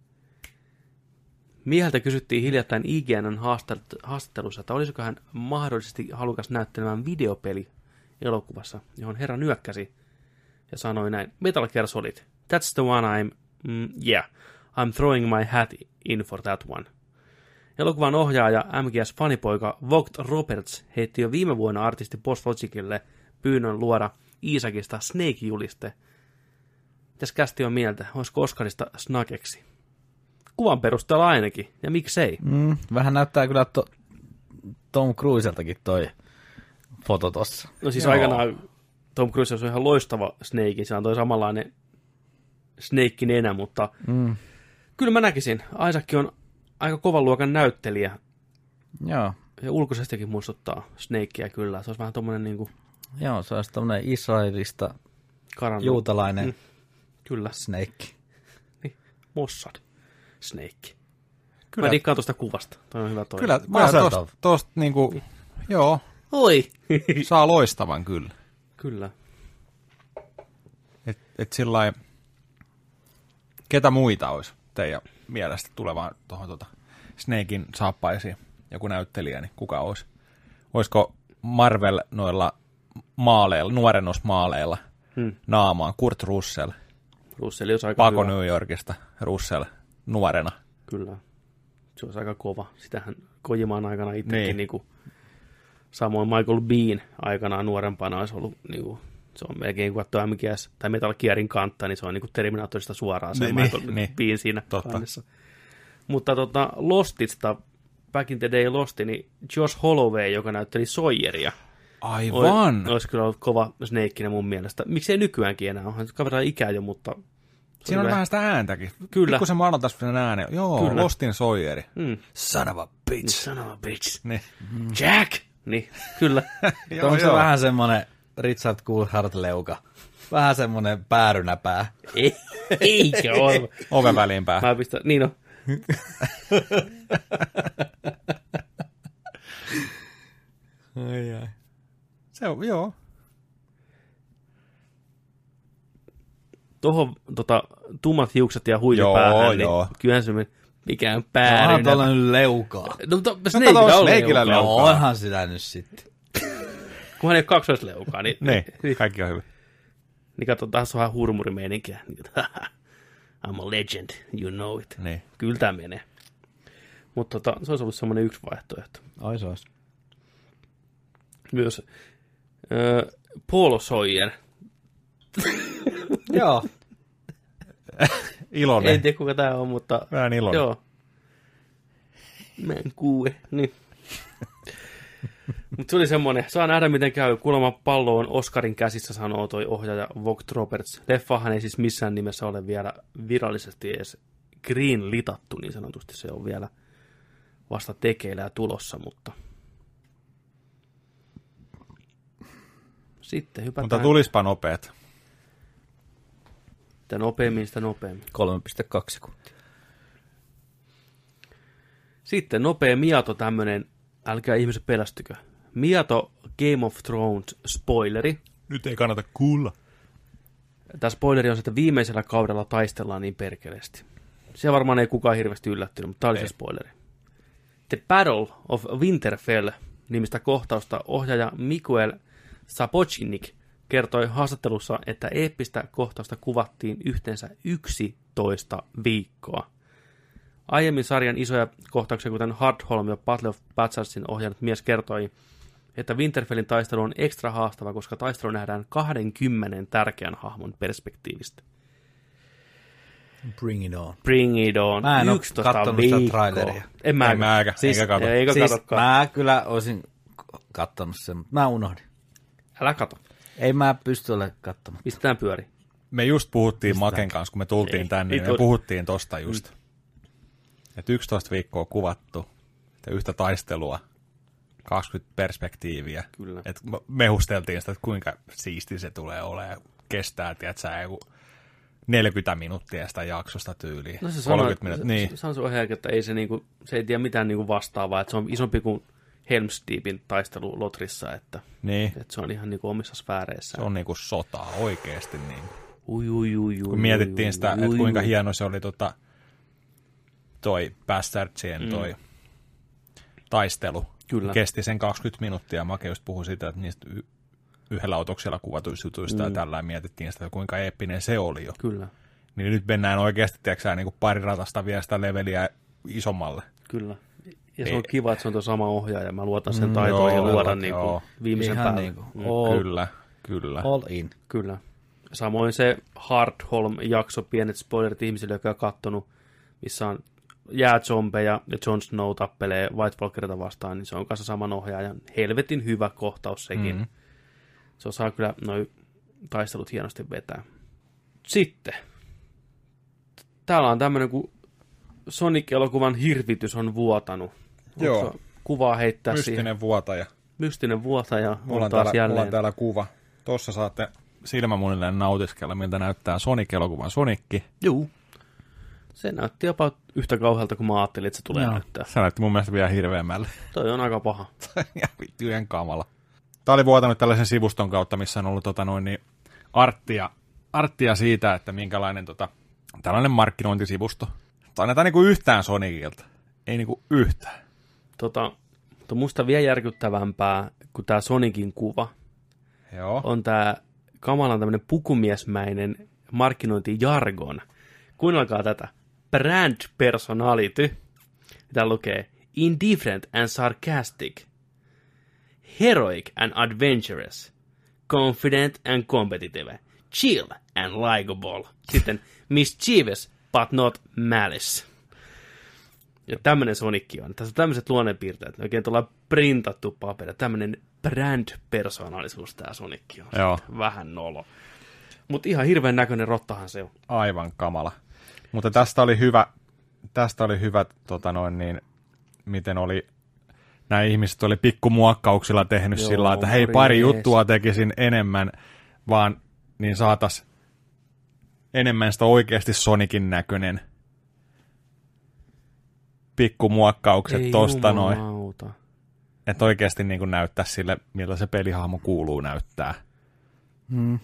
Mieheltä kysyttiin hiljattain I G N:n haastattelussa, että olisiko hän mahdollisesti halukas näyttelemään videopeli elokuvassa, johon herra nyökkäsi ja sanoi näin, Metal Gear Solid, that's the one I'm, mm, yeah, I'm throwing my hat in for that one. Elokuvan ohjaaja M G S-fanipoika Vogt Roberts heitti jo viime vuonna artisti Boss Logicille pyynnön luoda Isakista Snake-juliste. Mitäs kästi on mieltä? Olisiko Oscarista snakeksi? Kuvan perusteella ainakin, ja miksei? Mm, vähän näyttää kyllä to, Tom Cruiseltakin toi foto tossa. No siis Joo. aikanaan Tom Cruise on ihan loistava Snake, se on toi samanlainen Snake-nenä, mutta Mm. kyllä mä näkisin, Isaac on aika kovan luokan näyttelijä, Joo. ja ulkoisestikin muistuttaa Snakea kyllä, se olisi vähän tommonen niinku Joo, se olisi tommonen Israelista karannut. juutalainen Mm. Kyllä, Snake. niin, Mossad Snake. Kyllä. Mä dikkaan tuosta kuvasta, toi on hyvä toi. Kyllä, Mä kyllä sanon tosta, tuolta. tosta niinku, joo, Oi! saa loistavan kyllä. Kyllä. Et, et sillai, ketä muita olisi teidän mielestä tulevaan tuohon tota Snakein saappaisiin, joku näyttelijä, niin kuka olisi? Olisiko Marvel noilla maaleilla, nuorennosmaaleilla Hmm. naamaan Kurt Russell, Russell olisi aika Pako hyvä. New Yorkista, Russell nuorena. Kyllä. Se olisi aika kova. Sitähän Kojimaan aikana itsekin, Niin. niin. Niin kuin, samoin Michael Bean aikanaan nuorempana olisi ollut, niin kuin, se on melkein kuin katsoa M G S tai Metal Gearin kantta, niin se on niin kuin Terminatorista suoraan se Niin, Michael niin, niin. Bean siinä Totta. kannessa. Mutta tota, Lostista, Back in the Day Losti, niin Josh Holloway, joka näytteli Sawyeria, Aivan! Oi, olisi kyllä ollut kova Snakeinä mun mielestä. Miksei nykyäänkin enää? Onhan kaverilla ikää jo, mutta... Siinä on vähän sitä ääntäkin. Kyllä. Pikkusen madaltaisi sen äänen. Joo, Kyllä. Lostin Sawyeri. Mm. Son of a bitch. Son of a bitch. Niin. Jack! Niin, kyllä. Joo, Onko se joo. vähän semmonen Richard Coulthard-leuka? Vähän semmonen päärynäpää. Ei, eikä ole. Oven väliin pää. Mä pistän, niin on. Ai, ai. Se on, joo. Tuohon tota, tummat hiukset ja huivi Joo, päähän, niin joo. kyllähän se mikään Onhan päärynä. tuolla nyt leukaa. No, mutta kato, Snakeillä on Snakeillä leukaa. leukaa. No, onhan sitä nyt sitten. Kun hän ei ole kaksoisleukaa, niin, Niin, kaikki on hyvin. niin kato, taas on vähän hurmurimeininkiä. I'm a legend, you know it. Niin. Kyllä tämä menee. Mutta tota, se olisi ollut semmoinen yksi vaihtoehto. Ai se olisi. Myös äh, Paul Sawyer. Joo. Iloinen. En tiedä kuka tämä on, mutta... Vähän iloinen. Joo. Mä en kuule, niin. Mutta se oli semmoinen, saa nähdä miten käy. Kuulemma pallo on Oscarin käsissä, sanoo toi ohjaaja Vogt Roberts. Leffahan ei siis missään nimessä ole vielä virallisesti edes green litattu, niin sanotusti se on vielä vasta tekeillä ja tulossa, mutta... Sitten hypätään. Mutta tulispa nopeet. Sitä nopeammin, sitä nopeammin. kolme pilkku kaksi sekuntia. Sitten nopea Miato tämmönen, älkää ihmiset pelästykö. Miato Game of Thrones spoileri. Nyt ei kannata kuulla. Tämä spoileri on se, että viimeisellä kaudella taistellaan niin perkeleesti. Se varmaan ei kukaan hirveästi yllättynyt, mutta tämä oli Ei. se spoileri. The Battle of Winterfell nimistä kohtausta ohjaaja Mikael Sapochnik kertoi haastattelussa, että eeppistä kohtausta kuvattiin yhteensä yksitoista viikkoa. Aiemmin sarjan isoja kohtauksia, kuten Hardholm ja Battle of Bastardsin ohjannut mies kertoi, että Winterfellin taistelu on ekstra haastava, koska taistelu nähdään kaksikymmentä tärkeän hahmon perspektiivistä. Bring it on. Bring it on. Mä en oo yksitoista kattonut sitä viikkoa. traileria. En mä. Ei mäkään, Siis- eikä kato. Eikä Siis katsokaan. mä kyllä olisin kattonut sen, mutta mä unohdin. Älä kato. Ei mä pysty olemaan katsomaan. Pistetään pyöri. Me just puhuttiin Maken kanssa, kun me tultiin Ei, tänne, ei me tod- puhuttiin tosta just. että yksitoista viikkoa kuvattu, että yhtä taistelua, kaksikymmentä perspektiiviä. Kyllä. Että mehusteltiin sitä, että kuinka siisti se tulee olemaan. Kestää, tiedätkö, joku neljäkymmentä minuuttia sitä jaksosta tyyliin. No se sanoo, minuuttia. Niin. Se, se on se ohjaaja, että ei se, niinku, se ei tiedä mitään niinku vastaavaa, että se on isompi kuin Helm's Deepin taistelu Lotrissa, että, Niin. että se on ihan niinku omissa sfääreissään. Se on niinku sotaa oikeasti. Niin. Ui, ui, ui, Kun ui, mietittiin ui, sitä, ui, että kuinka ui. hieno se oli tota, toi Bastardien toi mm. taistelu. Kyllä. Kesti sen kaksikymmentä minuuttia. Make just puhui siitä, että niistä y- yhdellä otoksella kuvatuista jutuista mm. ja tällä mietittiin sitä, kuinka eeppinen se oli jo. Kyllä. Niin nyt mennään oikeasti, tiedätkö, niin kuin pari ratasta vielä sitä leveliä isommalle. Kyllä. Ja se Ei. on kiva, että se on tuo sama ohjaaja. Mä luotan sen Mm, taitoihin joo, luoda joo. niinku viimeisen Ihan päälle. niinku Mm. all, Kyllä, kyllä. all in. Kyllä. Samoin se Hardholm-jakso, pienet spoilerit ihmisille, joka on kattonut, missä on jääzombeja ja Jon Snow tappelee White Walkerita vastaan, niin se on kanssa saman ohjaajan. Helvetin hyvä kohtaus sekin. Mm. Se osaa kyllä noi taistelut hienosti vetää. Sitten. Täällä on tämmöinen, kun Sonic-elokuvan hirvitys on vuotanut. Joo. Onko kuvaa heittää Mystinen siihen? vuotaja. Mystinen vuotaja Mulla on on, taas täällä, jälleen. mulla on täällä kuva. Tuossa saatte silmämunilleen nautiskella, miltä näyttää Sonic-elokuvan Sonicki. Juu. Se näytti jopa yhtä kauhealta, kuin mä ajattelin, että se tulee Joo. näyttää. Se näytti mun mielestä vielä hirveämmälle. Toi on aika paha. Ja vittu ihan kamala. Tää oli vuotanut tällaisen sivuston kautta, missä on ollut tota noin, niin arttia, arttia siitä, että minkälainen tota, tällainen markkinointisivusto. Tai annetaan niinku yhtään Sonicilta. Ei niinku yhtään. Tota, mutta musta vielä järkyttävämpää kuin tää Sonicin kuva Joo. on tää kamalan tämmönen pukumiesmäinen markkinointijargon. Kuunnelkaa tätä. Brand personality. Täällä lukee indifferent and sarcastic. Heroic and adventurous. Confident and competitive. Chill and likable. Sitten mischievous but not malice. Ja tämmönen Sonicki on. Tässä on tämmöiset luonnonpiirteet. Oikein tuolla printattu paperi. Tämmönen brand-persoonallisuus tää Sonicki on. Joo. Vähän nolo. Mutta ihan hirveän näköinen rottahan se on. Aivan kamala. Mutta tästä oli hyvä, tästä oli hyvä tota noin niin, miten oli, nämä ihmiset oli pikkumuokkauksilla tehnyt Joo, sillä lailla, että hei, pari morjes. juttua tekisin enemmän, vaan niin saatas enemmän sitä oikeasti Sonicin näköinen pikkumuokkaukset Ei tosta noin. jumalauta. Että oikeasti niin kuin näyttää sille, miltä se pelihahmo kuuluu näyttää. Mm.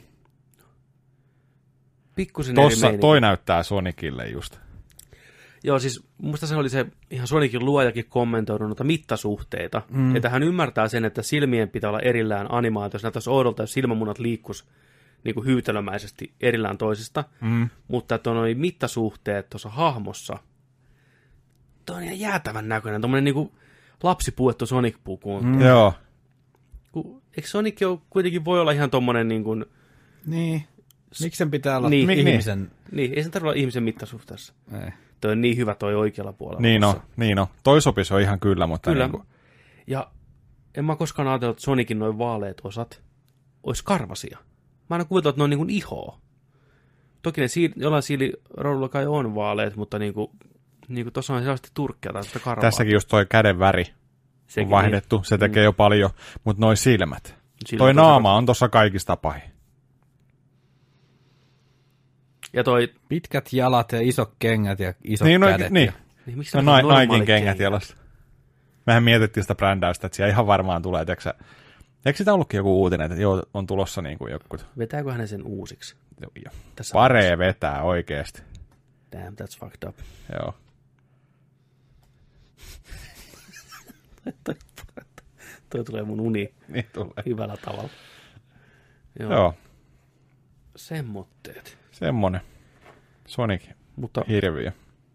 Pikkusen Tossa, eri toi meininki. näyttää Sonicille just. Joo, siis musta se oli se ihan Sonicin luojakin kommentoinut noita mittasuhteita. Mm. Että hän ymmärtää sen, että silmien pitää olla erillään animaatio. Jos näyttäisi oudolta, jos silmämunat liikkus niin kuin hyytelömäisesti erillään toisista. Mm. Mutta että noi mittasuhteet tuossa hahmossa, toi on ihan jäätävän näköinen. Tuommoinen niin kuin lapsipuettu Sonic-pukuun. Mm. Joo. Ku, eikö Sonic jo kuitenkin voi olla ihan tommonen niin kuin, Niin. Miksi sen pitää olla Niin, niin, niin. ihmisen... niin, ei sen tarvitse olla ihmisen mittasuhteessa. Ei. Toi on niin hyvä toi oikealla puolella. Niin tuossa. on, niin on. Toi sopisi on ihan kyllä, mutta Kyllä. niin kuin, Ja en mä koskaan ajatellut, että Sonicin noin vaaleat osat olisi karvasia. Mä aina kuvitellut, että ne on niin kuin ihoa. Toki ne siil, jollain siiliroudulla kai on vaaleet, mutta niin kuin, niin kuin tuossa on selvästi turkkea tai sitä karvaa. tässäkin just toi käden väri Sekin on vaihdettu, niin. se tekee jo paljon, mutta noi silmät. Silmät Toi on naama on tossa kaikista pahin. Ja toi, Pitkät jalat ja isot kengät ja isot Niin, no, kädet. niin. Ja... niin miksi No ne on Naikin normaalit kengät jalassa. Mehän mietittiin sitä brändäystä, että siellä ihan varmaan tulee, tiiäksä, eikö sitä ollutkin joku uutinen, että joo, on tulossa niin kuin joku... Vetääkö hänen sen uusiksi? Jo, jo. Tässä Paree vetää oikeesti. Damn, that's fucked up. Joo. toi, toi tulee mun uni Niin tulee. hyvällä tavalla. Joo. Joo, Semmoitteet. semmonen. Sonic, Mutta hirviö.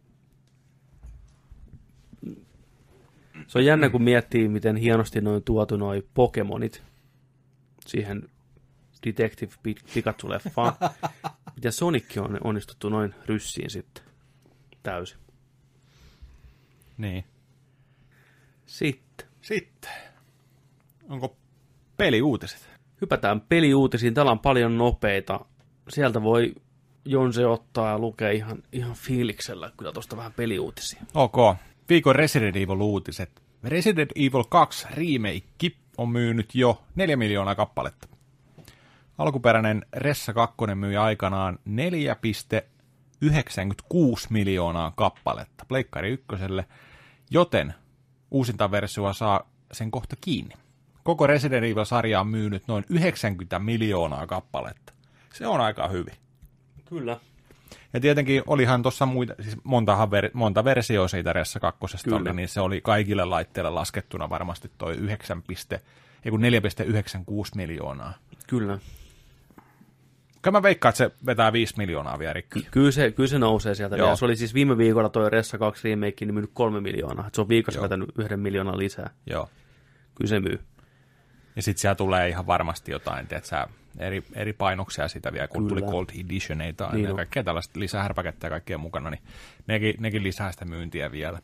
se on jännä, kun miettii, miten hienosti noin tuotu noi Pokemonit siihen Detective Pikachu-leffaan. Miten Sonic on onnistuttu noin ryssiin sitten. Täysin. Niin. Sitten. Sitten. Onko peliuutiset? Hypätään peliuutisiin. Täällä on paljon nopeita. Sieltä voi Jonse ottaa ja lukee ihan, ihan fiiliksellä kyllä tuosta vähän peliuutisia. Ok. Viikon Resident Evil-uutiset. Resident Evil kaksi remake on myynyt jo neljä miljoonaa kappaletta. Alkuperäinen Ressa kaksi myi aikanaan neljä pilkku yhdeksänkymmentäkuusi miljoonaa kappaletta Pleikkari ykköselle, joten uusinta versiota saa sen kohta kiinni. Koko Resident Evil-sarja on myynyt noin yhdeksänkymmentä miljoonaa kappaletta. Se on aika hyvin. Kyllä. Ja tietenkin olihan tuossa muita, siis montahan ver, monta versioa siitä Ressa kakkosesta oli, niin se oli kaikille laitteille laskettuna varmasti toi yhdeksän, neljä pilkku yhdeksänkymmentäkuusi miljoonaa. Kyllä. Kyllä mä veikkaan, että se vetää viisi miljoonaa vielä rikki. Kyllä se, kyllä se nousee sieltä vielä. Se oli siis viime viikolla toi Ressa kaksi remake, niin myynyt kolme miljoonaa. Et se on viikossa Joo. vetänyt yhden miljoonaa lisää. Joo. Kyllä se myy. Ja sitten siellä tulee ihan varmasti jotain, tiedätkö, eri, eri painoksia sitä vielä, kun Kyllä. tuli Gold Editioneita niin ja kaikkea tällaista lisähärpäkettä ja kaikkea mukana, niin nekin, nekin lisää sitä myyntiä vielä.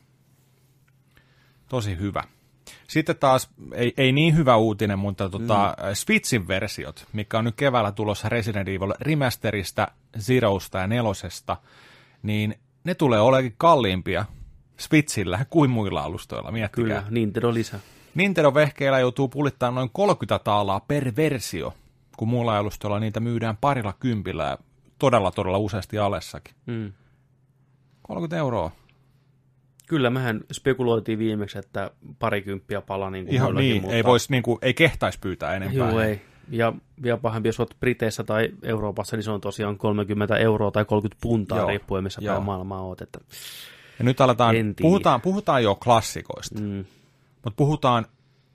Tosi hyvä. Sitten taas, ei, ei niin hyvä uutinen, mutta tota, mm. Switchin versiot, mikä on nyt keväällä tulossa Resident Evil Remasterista, Zerosta ja Nelosesta, niin ne tulee olemaan kalliimpia Switchillä kuin muilla alustoilla, miettikää. Kyllä, Nintendo lisää. Nintendo-vehkeillä joutuu pulittamaan noin kolmekymmentä taalaa per versio, kun muilla alustoilla niitä myydään parilla kympillä ja todella, todella useasti alessakin. Mm. kolmekymmentä euroa. Kyllä, mehän spekuloitiin viimeksi, että parikymppiä pala niin kuin Ihan niin, mutta... ei, vois, niin kuin, ei kehtaisi pyytää enempää. Joo, ei. Ja vielä pahempi, jos olet Briteissä tai Euroopassa, niin se on tosiaan kolmekymmentä euroa tai kolmekymmentä puntaa, Joo. riippuen missä päin maailmaa olet. Että... Ja nyt aletaan, puhutaan, puhutaan jo klassikoista, mm. mutta puhutaan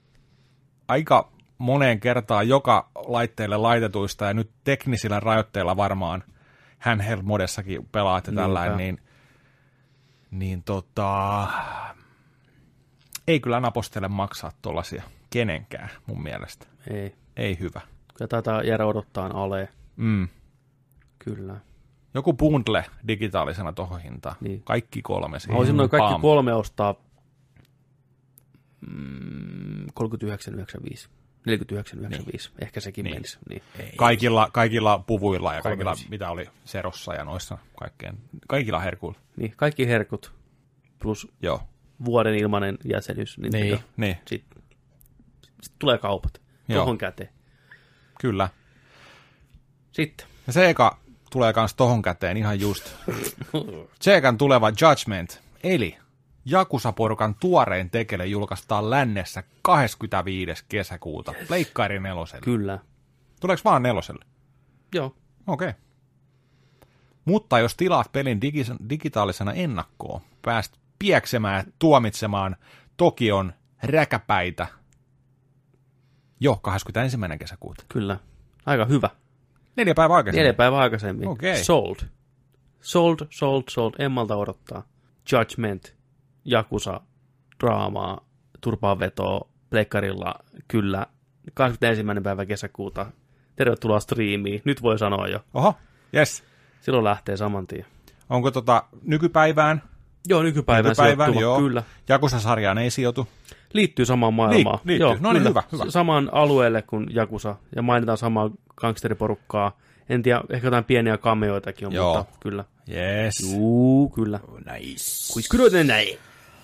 aika moneen kertaan joka laitteelle laitetuista, ja nyt teknisillä rajoitteilla varmaan handheld-modessakin pelaat ja tällainen, niin, niin tota, ei kyllä napostele maksaa tuollaisia kenenkään mun mielestä. Ei. Ei hyvä. Kyllä taitaa jäädä odottaa alee. Mm. Kyllä. Joku bundle digitaalisena tohon hintaan. Niin. Kaikki kolme siihen. Voisin noin kaikki kolme ostaa mm, kolmekymmentäyhdeksän yhdeksänkymmentäviisi. neljäkymmentäyhdeksän yhdeksänkymmentäviisi. Niin. Ehkä sekin niin. menisi. Niin. Kaikilla, kaikilla puvuilla ja kaikilla, mitä oli Serossa ja noissa kaikkeen. Kaikilla herkuilla. Niin, kaikki herkut plus Joo. vuoden ilmainen jäsenyys. Niin, niin. niin. Sitten sit tulee kaupat. Tohon käteen. Kyllä. Sitten. Ja Sega tulee kans tohon käteen ihan just. Segan tuleva Judgment, eli Yakuza-porukan tuorein tekele julkaistaan lännessä kahdeskymmenesviides kesäkuuta. Pleikkari neloselle. Kyllä. Tuleeko vaan neloselle? Joo. Okei. Okay. Mutta jos tilaat pelin digi- digitaalisena ennakkoon, pääst pieksemään ja tuomitsemaan Tokion räkäpäitä jo kahdeskymmenesensimmäinen kesäkuuta. Kyllä. Aika hyvä. Neljä päivää aikaisemmin. Neljä päivää aikaisemmin. Okei. Okay. Sold. Sold, sold, sold. Emmalta odottaa. Judgment, Yakuza, draamaa, turpaanvetoa, pleikkarilla, kyllä. kahdeskymmenesensimmäinen päivä kesäkuuta. Tervetuloa striimiin. Nyt voi sanoa jo. Oho, yes. Silloin lähtee saman tien. Onko tota nykypäivään? Joo, nykypäivään, nykypäivään joo. Kyllä. Yakuza-sarjaan ei sijoitu. Liittyy samaan maailmaan. Liik- liittyy. Joo, no niin, hyvä, hyvä. Samaan alueelle kuin Yakuza. Ja mainitaan samaa gangsteriporukkaa. En tiedä, ehkä jotain pieniä cameoitakin on, Joo. mutta kyllä. Yes. Juu, kyllä. Oh, nice. Kuis kyllä näin.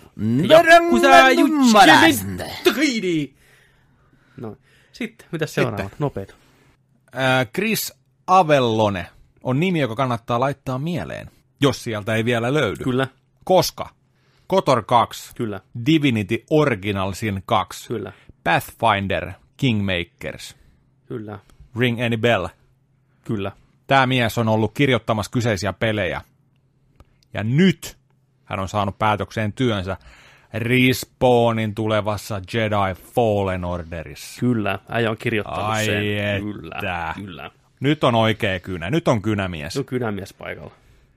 No, sitten, mitäs seuraava? Nopeita. Äh, Chris Avellone on nimi, joka kannattaa laittaa mieleen, jos sieltä ei vielä löydy. Kyllä. Koska Kotor kaksi, Kyllä. Divinity Original Sin kaksi, Kyllä. Pathfinder, Kingmakers, Kyllä. Ring Any Bell. Kyllä. Tämä mies on ollut kirjoittamassa kyseisiä pelejä. Ja nyt hän on saanut päätökseen työnsä Respawnin tulevassa Jedi Fallen Orderissa. Kyllä, äijä on kirjoittanut Ai sen. Että. Kyllä, kyllä. Nyt on oikea kynä, nyt on kynämies. Nyt on kynämies paikalla.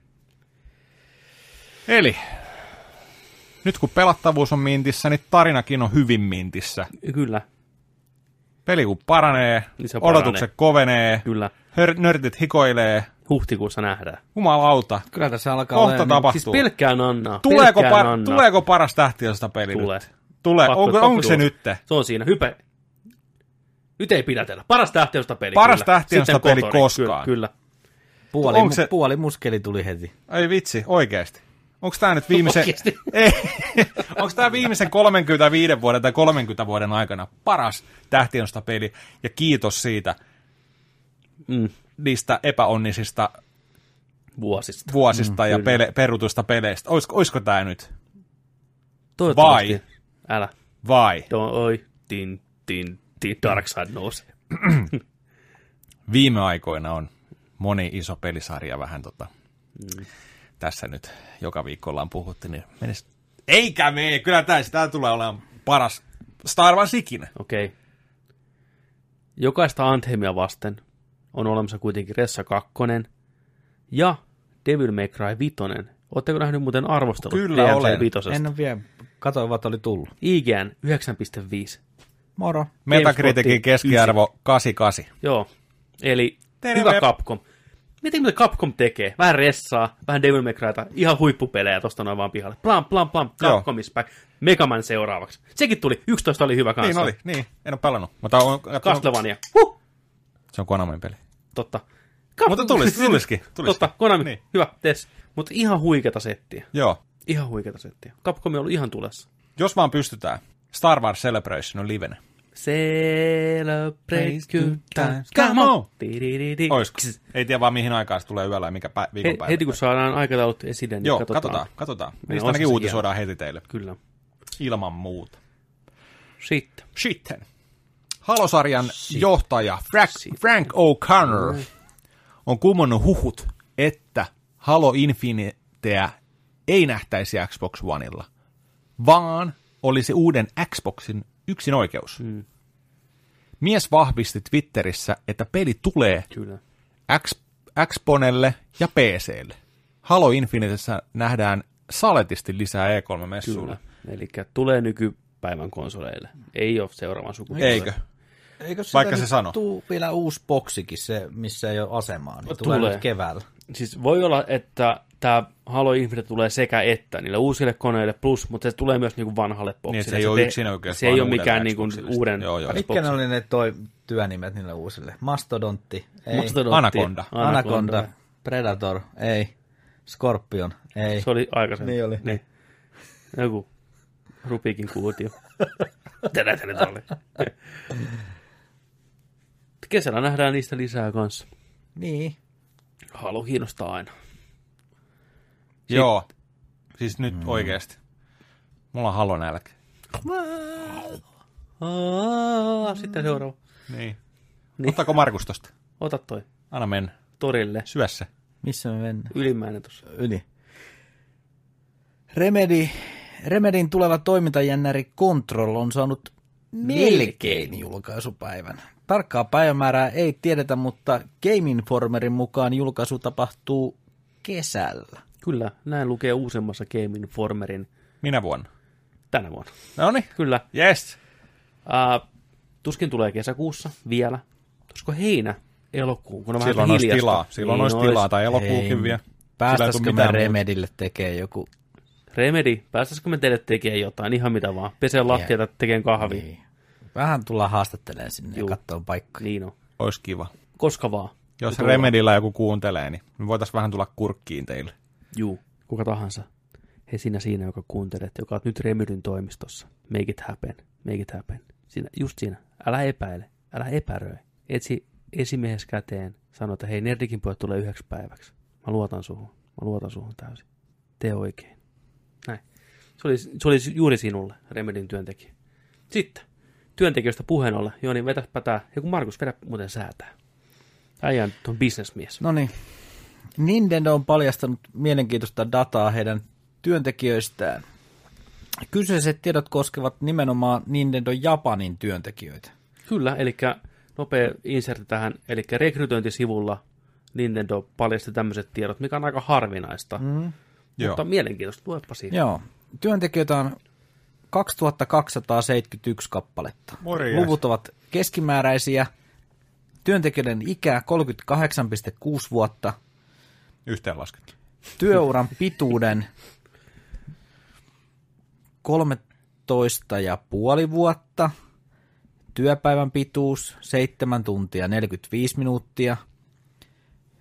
Eli nyt kun pelattavuus on mintissä, niin tarinakin on hyvin mintissä. Kyllä. Peli kun paranee, niin odotukset paranee. kovenee, Kyllä. Hör- nörtit hikoilee. Huhtikuussa nähdään. Jumalauta. Kyllä tässä alkaa kohta olemaan. tapahtuu. Siis pelkkään Annaa. Tuleeko, pelkkään par- Annaa. tuleeko paras tähtiöstä peli Tulee. nyt? Tulee. Pakko, onko pakko onko se tulla. nyt? Se on siinä. Hype. Nyt ei pidätellä. Paras tähtiöstä peli. Paras kyllä. tähtiöstä Sitten peli Kotori. koskaan. Kyllä. kyllä. Puoli, Onko se... puoli muskeli tuli heti. Ei vitsi, oikeasti. Onko tämä nyt viimeisen... Ei. Onko tämä viimeisen kolmenkymmentäviiden vuoden tai kolmenkymmenen vuoden aikana paras tähtiönostapeli? Ja kiitos siitä mm. niistä epäonnisista vuosista, vuosista mm, ja pele, perutuista peleistä. Olisiko, olisiko tämä nyt? Vai? Älä. Vai? Oi, tin, tin, tin, Darkside nousee. Viime aikoina on moni iso pelisarja vähän tota... Mm. Tässä nyt joka viikko ollaan puhuttu, niin menis... Eikä mene, kyllä tämä, tämä tulee olemaan paras Star Wars ikinä. Okei. Okay. Jokaista Anthemia vasten on olemassa kuitenkin Ressa kaksi ja Devil May Cry viisi. Oletteko nähnyt muuten arvostelut? Kyllä olen. En ole vielä, katoin, vad oli tullut. I G N yhdeksän pilkku viisi. Moro. Metacriticin keskiarvo kahdeksankymmentäkahdeksan. Joo, eli Terve. Hyvä Capcom. Mietin, mitä Capcom tekee. Vähän ressaa, vähän Devil May Cryta, ihan huippupelejä tosta noin vaan pihalle. Plam, plam, plam, Capcom is back. Mega Man seuraavaksi. Sekin tuli. yksitoista oli hyvä kanssa. Niin oli, niin. En ole pelannut. Mutta on, Castlevania. Huh! Se on Konamin peli. Totta. Cap- Mutta tulis, tulisikin. tulisikin. Totta, Konami. Niin. Hyvä, tes. Mutta ihan huikeata settiä. Joo. Ihan huikeata settiä. Capcom on ollut ihan tulessa. Jos vaan pystytään. Star Wars Celebration on livenä. Celebrate good times. Come on! Oisko? Ei tiedä vaan mihin aikaan se tulee yöllä ja mikä pä- viikonpäivä. He, heti kun saadaan aikataulut esille, niin Joo, katsotaan. katsotaan. katsotaan. Niistä ainakin uutisoidaan heti teille. Kyllä. Ilman muuta. Sitten. Sitten. Halo-sarjan johtaja Frank, Frank O'Connor mm. on kummonnut huhut, että Halo Infinitea ei nähtäisi Xbox Oneilla, vaan olisi uuden Xboxin yksin oikeus. Mm. Mies vahvisti Twitterissä, että peli tulee Kyllä. X, Xponelle ja P C:lle. Halo Infinitessä nähdään saletisti lisää E kolme-messuilla. Eli tulee nykypäivän konsoleille. Ei ole seuraavan sukupolven. Eikö? Eikö Vaikka se sano. Tuu vielä uusi boksikin, se, missä ei ole asemaa, niin tulee, tulee nyt keväällä. Siis voi olla, että tämä Halo Infinite tulee sekä että niille uusille koneille plus, mutta se tulee myös niinku vanhalle boksille. Niin, se ei ole yksin oikeastaan. Se ei ole mikään niinku uuden joo, joo. Mitkä ne oli ne toi työnimet niille uusille? Mastodontti? Ei. Mastodontti. Anaconda. Anaconda. Anaconda. Predator? Ei. Scorpion? Ei. Se oli aikaisemmin. Niin oli. Niin. Joku Rubikin kuutio. Tätä se nyt oli. Kesällä nähdään niistä lisää kanssa. Niin. Halo kiinnostaa aina. Sitten. Joo. Siis nyt mm. oikeasti. Mulla on Halo nälkä. Sitten seuraava. Niin. niin. Ottaako Markus tosta? Ota toi. Anna mennä. Torille. Syö se. Missä me mennään? Ylimmäinen tuossa. Yli. Remedy, Remedin tuleva toimintajännäri Control on saanut melkein julkaisupäivän. Tarkkaa päivämäärää ei tiedetä, mutta Game Informerin mukaan julkaisu tapahtuu kesällä. Kyllä, näin lukee uusemmassa Game Informerin. Minä vuonna? Tänä vuonna. Noniin. Kyllä. Yes. Uh, tuskin tulee kesäkuussa vielä. Tusko heinä, elokuun, kun on silloin vähän hiljasta. Tilaa. Silloin niin olisi tilaa, tai elokuukin vielä. Päästäisikö me Remedille tekee joku... Remedy, päästäisikö me teille tekee jotain, ihan mitä vaan. Pesee lattiata, tekee kahvia. Niin. Vähän tullaan haastattelemaan sinne Juh. ja katsoa paikkoja. Niin on. Olisi kiva. Koska vaan. Jos Remedyllä joku kuuntelee, niin me voitaisiin vähän tulla kurkkiin teille. Juu, kuka tahansa. He sinä siinä, joka kuuntelet, joka on nyt Remedyn toimistossa. Make it happen, make it happen. Siinä, just siinä. Älä epäile, älä epäröi. Etsi esimies käteen, sano, että hei, Nerdikin pojat tulee yhdeksi päiväksi. Mä luotan suhun, mä luotan suhun täysin. Tee oikein. Näin. Se oli, se oli juuri sinulle, Remedyn työntekijä. Sitten, työntekijöistä puheen ollen, Joni, vetäpä tää, joku Markus, vedä muuten säätää. Äijä on bisnesmies. No niin. Nintendo on paljastanut mielenkiintoista dataa heidän työntekijöistään. Kyseiset tiedot koskevat nimenomaan Nintendo Japanin työntekijöitä. Kyllä, eli nopea insertti tähän, eli rekrytointisivulla Nintendo paljasti tämmöiset tiedot, mikä on aika harvinaista, mm. mutta Joo. mielenkiintoista, luepa siitä. Joo, työntekijöitä on kaksituhattakaksisataaseitsemänkymmentäyksi kappaletta. Morjes. Luvut ovat keskimääräisiä. Työntekijöiden ikä kolmekymmentäkahdeksan pilkku kuusi vuotta. Yhteenlaskettu. Työuran pituuden kolmetoista ja puoli vuotta. Työpäivän pituus seitsemän tuntia neljäkymmentäviisi minuuttia.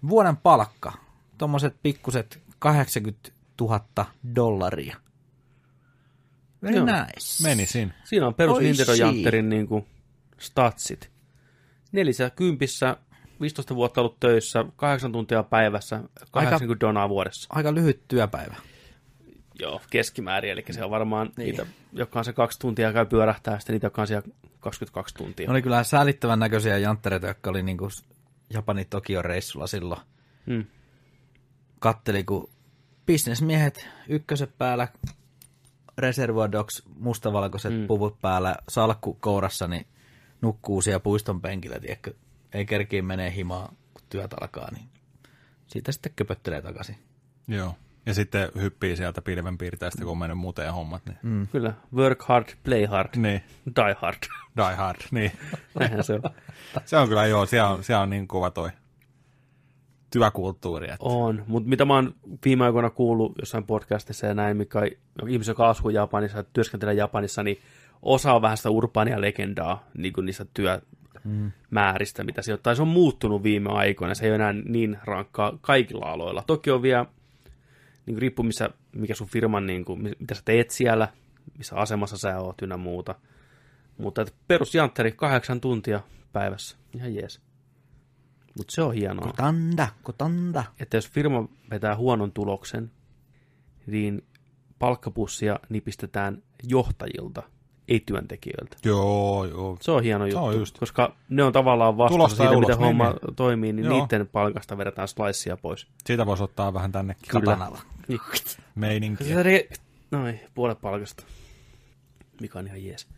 Vuoden palkka. Tuommoiset pikkuset kahdeksankymmentätuhatta dollaria. Very Joo. nice. Menisin. Siinä on perus Oi Nintendo sii. Jantterin niin kuin statsit. Nelisä kympissä, viisitoista vuotta ollut töissä, kahdeksan tuntia päivässä, kahdeksankymmentä donaa vuodessa. Aika lyhyt työpäivä. Joo, keskimäärin, eli se on varmaan niin. Niitä, jotka on se kaksi tuntia käy pyörähtää, sitten niitä, jotka on siellä kaksikymmentäkaksi tuntia. Ne oli kyllä säälittävän näköisiä janttereita, jotka oli niinku Japanin Tokio-reissulla silloin. Hmm. Katteli, kun bisnesmiehet ykköset päällä, Reservoir Dogs mustavalkoiset Hmm. puvut päällä, salkku kourassa, niin nukkuu siellä puiston penkillä, tiedätkö? Ei kerkiin menee himaa, kun työt alkaa, niin siitä sitten köpöttelee takaisin. Joo. Ja sitten hyppii sieltä pilvenpiirtäjästä, kun on mennyt muteen hommat. Niin. Mm. Kyllä, work hard, play hard, Niin. die hard. Die hard, niin. Näinhän se on. Se on kyllä joo, siellä on, siellä on niin kova toi työkulttuuri. Että... On, mutta mitä mä oon viime aikoina kuullut jossain podcastissa ja näin, mikä ihmiset, joka asuu Japanissa ja työskentelee Japanissa, niin osa on vähän sitä urbaania legendaa niin kuin niistä työmääristä, mitä sieltä tai se on muuttunut viime aikoina. Se ei ole enää niin rankkaa kaikilla aloilla. Toki on vielä, niin kuin riippuu missä, mikä sun firman, niin kuin, mitä sä teet siellä, missä asemassa sä oot ynnä muuta. Mutta perusjantteri kahdeksan tuntia päivässä, ihan jees. Mutta se on hienoa. Kotanda, kotanda. Että jos firma vetää huonon tuloksen, niin palkkapussia nipistetään johtajilta, ei työntekijöiltä. Joo, joo. Se on hieno Se on juttu, just. koska ne on tavallaan vastuussa Tulosta siitä, ulos, miten niin, homma niin. toimii, niin Joo. niiden palkasta vedetään slicea pois. Siitä voisi ottaa vähän tännekin. Katanalla. Meininkiä. Noin, puolet palkasta. Mikä on ihan jees.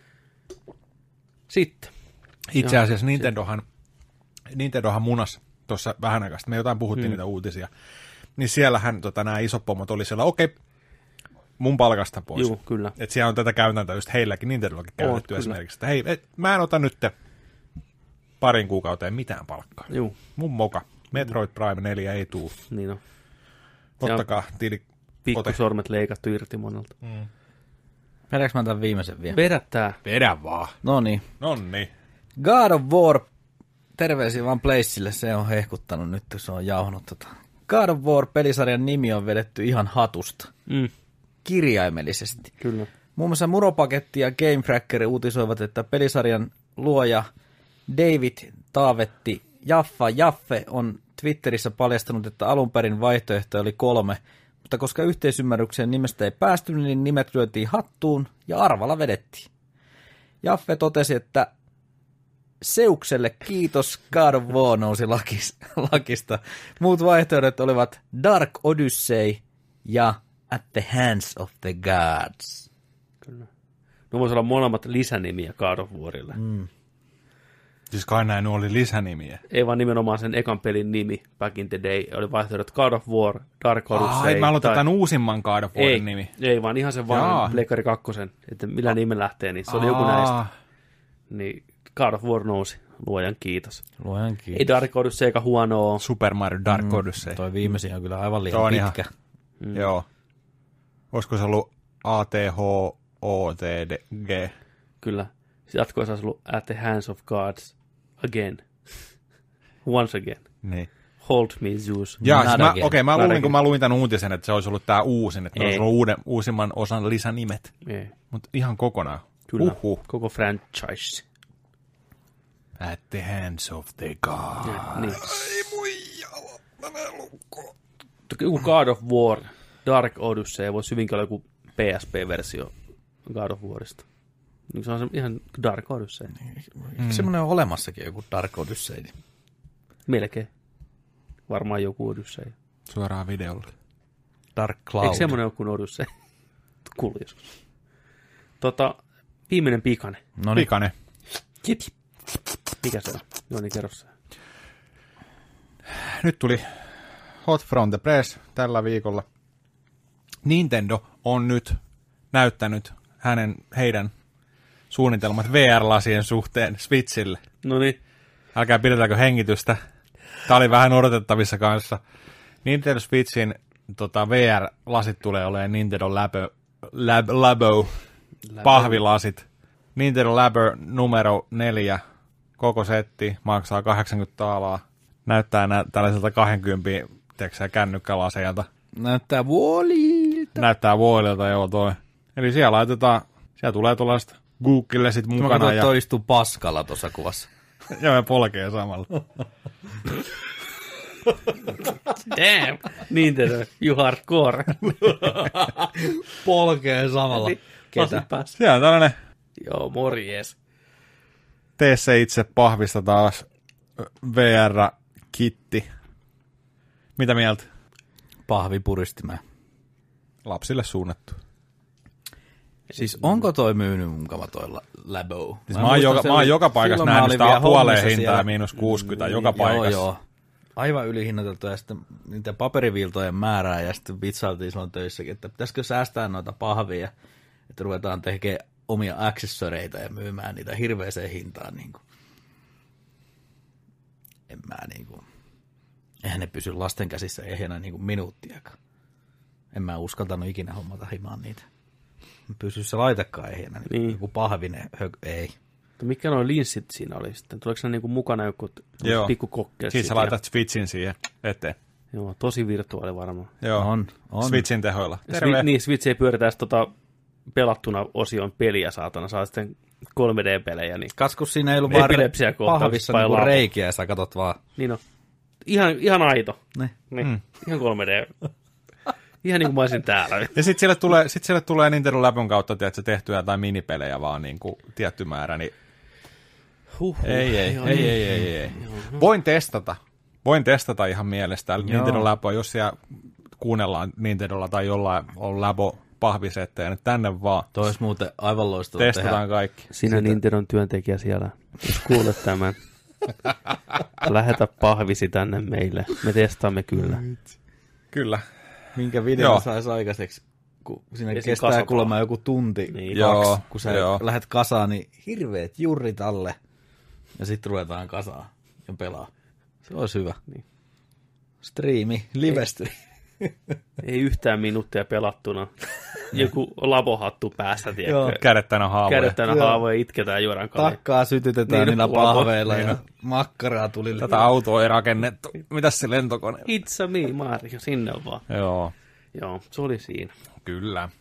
Sitten. Itse Joo, asiassa Nintendohan, Nintendohan munas tuossa vähän aikaa sitten, me jotain puhuttiin hmm. niitä uutisia, niin siellähän tota, nämä isot pomot oli siellä, okei, okay, mun palkasta pois. Juu, kyllä. Että siellä on tätä käytäntöä just heilläkin, Nintendollakin käytetty On, esimerkiksi, että hei, et, mä en ota nyt parin kuukauteen mitään palkkaa. Juu, Mun moka. Metroid Prime neljä ei tuu. niin on. Ottakaa tili. Pikkusormet leikattu irti monelta. Mm. Vedäks mä tämän viimeisen vielä? Vedättää. Vedä vaan. No niin. Nonni. God of War, terveisiä vaan Placeille, se on hehkuttanut nyt, kun se on jauhanut tota. God of War-pelisarjan nimi on vedetty ihan hatusta. Mm, Kirjaimellisesti. kyllä. Muun muassa Muropaketti ja Game Tracker uutisoivat, että pelisarjan luoja David Taavetti Jaffa Jaffe on Twitterissä paljastanut, että alun perin vaihtoehto oli kolme, mutta koska yhteisymmärrykseen nimestä ei päästy, niin nimet lyötiin hattuun ja arvalla vedettiin. Jaffe totesi, että Seukselle kiitos, God of War nousi lakis, lakista. Muut vaihtoehdot olivat Dark Odyssey ja At the Hands of the Gods. Kyllä. No voisi olla molemmat lisänimiä God of Warille. Mm. Siis kai näin oli lisänimiä. Ei vaan nimenomaan sen ekan pelin nimi, Back in the Day. Oli vaihtoehdot God of War, Dark Odyssey. Ai, mä aloitan tai... tämän uusimman God of Warin ei, nimi. ei, vaan ihan sen Jaa. vanhan Pleikkari kakkosen, että millä nimen lähtee, niin se oli joku näistä. Niin God of War nousi, luojan kiitos. Luojan kiitos. Ei Dark Odyssey eikä huonoa. Super Mario Dark Mm, Odyssey. Toi viimeisin on kyllä aivan liian Toi on pitkä. ihan- Joo. Olisiko se ollut A T H O T D G? Kyllä. Jatkoissa olisi ollut At the Hands of Gods again. Once again. Niin. Hold me, Zeus. Jaa, siis Not mä, again. okei, mä Not luulin, again. kun mä luin tämän uutisen, että se olisi ollut tää uusin, että Ei. olisi ollut uuden, uusimman osan lisänimet. Ei. Mutta ihan kokonaan. Kyllä. Uhuh. Koko franchise. At the hands of the god. Ja, niin. Ei muijalla, mä menen lukkoon. Joku God of War, Dark Odyssey, voisi hyvinkin olla joku P S P-versio God of Warista. Niin se on se ihan Dark Odyssey. Mm. Semmoinen on olemassakin joku Dark Odyssey. niin Melkein. Varmaan joku Odyssey. Suoraan videolle. Dark Cloud. Eikö semmoinen ole kuin Odyssey? Kuuluu joskus. Tota, viimeinen pikane. No niin. Pikainen. Mikä se on? Joo niin, kerro se. Nyt tuli Hot from the Press tällä viikolla. Nintendo on nyt näyttänyt hänen, heidän suunnitelmat V R-lasien suhteen Switchille. No niin. Älkää pidetäänkö hengitystä. Tämä oli vähän odotettavissa kanssa. Nintendo Switchin tota, V R-lasit tulee olemaan Nintendo Labo, Lab, Labo pahvilasit. Nintendo Labo numero neljä, koko setti, maksaa kahdeksankymmentä taalaa. näyttää nä- tällaiselta kaksikymmentä teksää kännykkälaseilta. Näyttää vuolilta. Näyttää vuolilta, joo toi. Eli siellä laitetaan, siellä tulee tuollaista Googlelle sit mukana. Mä katsoin, ja... toi istuu paskalla tuossa kuvassa. Joo, ja polkee samalla. Damn! Nintendo, you hardcore. Polkee samalla. Ketä? Siellä on tällainen, Joo, morjes. tee se itse pahvista taas, V R-kitti. Mitä mieltä? Pahvipuristimeen. Lapsille suunnattu. Siis onko toi myynyt mukava toi Labo? Siis mä, mä oon joka, mä oon joka paikassa nähnyt sitä puoleen hintaa ja miinus kuusikymmentä mm, joka paikassa. Joo, joo. Aivan ylihinnoiteltu ja sitten niitä paperiviltojen määrää ja sitten vitsailtiin silloin töissäkin, että pitäisikö säästää noita pahvia, että ruvetaan tekemään omia accessoreita ja myymään niitä hirveäseen hintaan. Niin kuin. En mä niin kuin. Eihän ne pysy lasten käsissä ehjänä niin kuin minuuttiakaan. En mä uskaltanut ikinä hommata himaan niitä. Pysy se laitekaan ehjänä, niin niin. Joku pahvinen, hök, ei. Mikä nuo linssit siinä oli sitten? Tuleeko ne niinku mukana joku pikkukokkeet? Siis sä laitat Switchin siihen eteen. Joo, tosi virtuaali varmaan. Joo, on, on. Switchin tehoilla. Terve. Niin, Switch ei pyöritä tota pelattuna osion peliä, saatana. Saa sitten kolme D-pelejä. Niin Kaskus siinä ei ollut vaan pahvissa niinku reikiä ja sä katot vaan. Niin on. Ihan, ihan aito. Ne. Niin. Mm. Ihan kolme D. Ihan niin kuin mä olisin täällä. Ja sitten siellä tulee, sit siellä tulee Nintendo Labon kautta tiedätkö, tehtyä jotain minipelejä vaan niin kuin tietty määrä, niin huh, huh. ei, ei, Joo, ei, niin. ei, ei, ei. Voin testata. Voin testata ihan mielestä. Nintendo Labo, jos siellä kuunnellaan Nintendolla tai jollain on Labo pahvisettejä, niin tänne vaan. Toi olisi muuten aivan loistava testataan tehdä. Kaikki. Sinä Sitä... Nintendon työntekijä siellä, jos kuulet tämän, lähetä pahvisi tänne meille. Me testaamme kyllä. Kyllä. Minkä video saisi aikaiseksi, kun siinä Esim kestää kasapaa. Kuulemma joku tunti, niin, joo, kaksi, kun sä joo. lähdet kasaan, niin hirveät jurrit alle, ja sitten ruvetaan kasaan ja pelaa. Se olisi hyvä. Niin. Striimi, livestream. Ei, ei yhtään minuuttia pelattuna. Joku labohattu päässä, tiedätkö? Kädet tänä haavoja. Kädet tänä haavoja, itketään juoran kalle. Takkaa sytytetään niin, niillä pahveilla niin, ja makkaraa tuli. Tätä autoa ei rakennettu. Mitäs se lentokone? It's a me, Mario, sinne vaan. Joo. Joo, se oli siinä. Kyllä.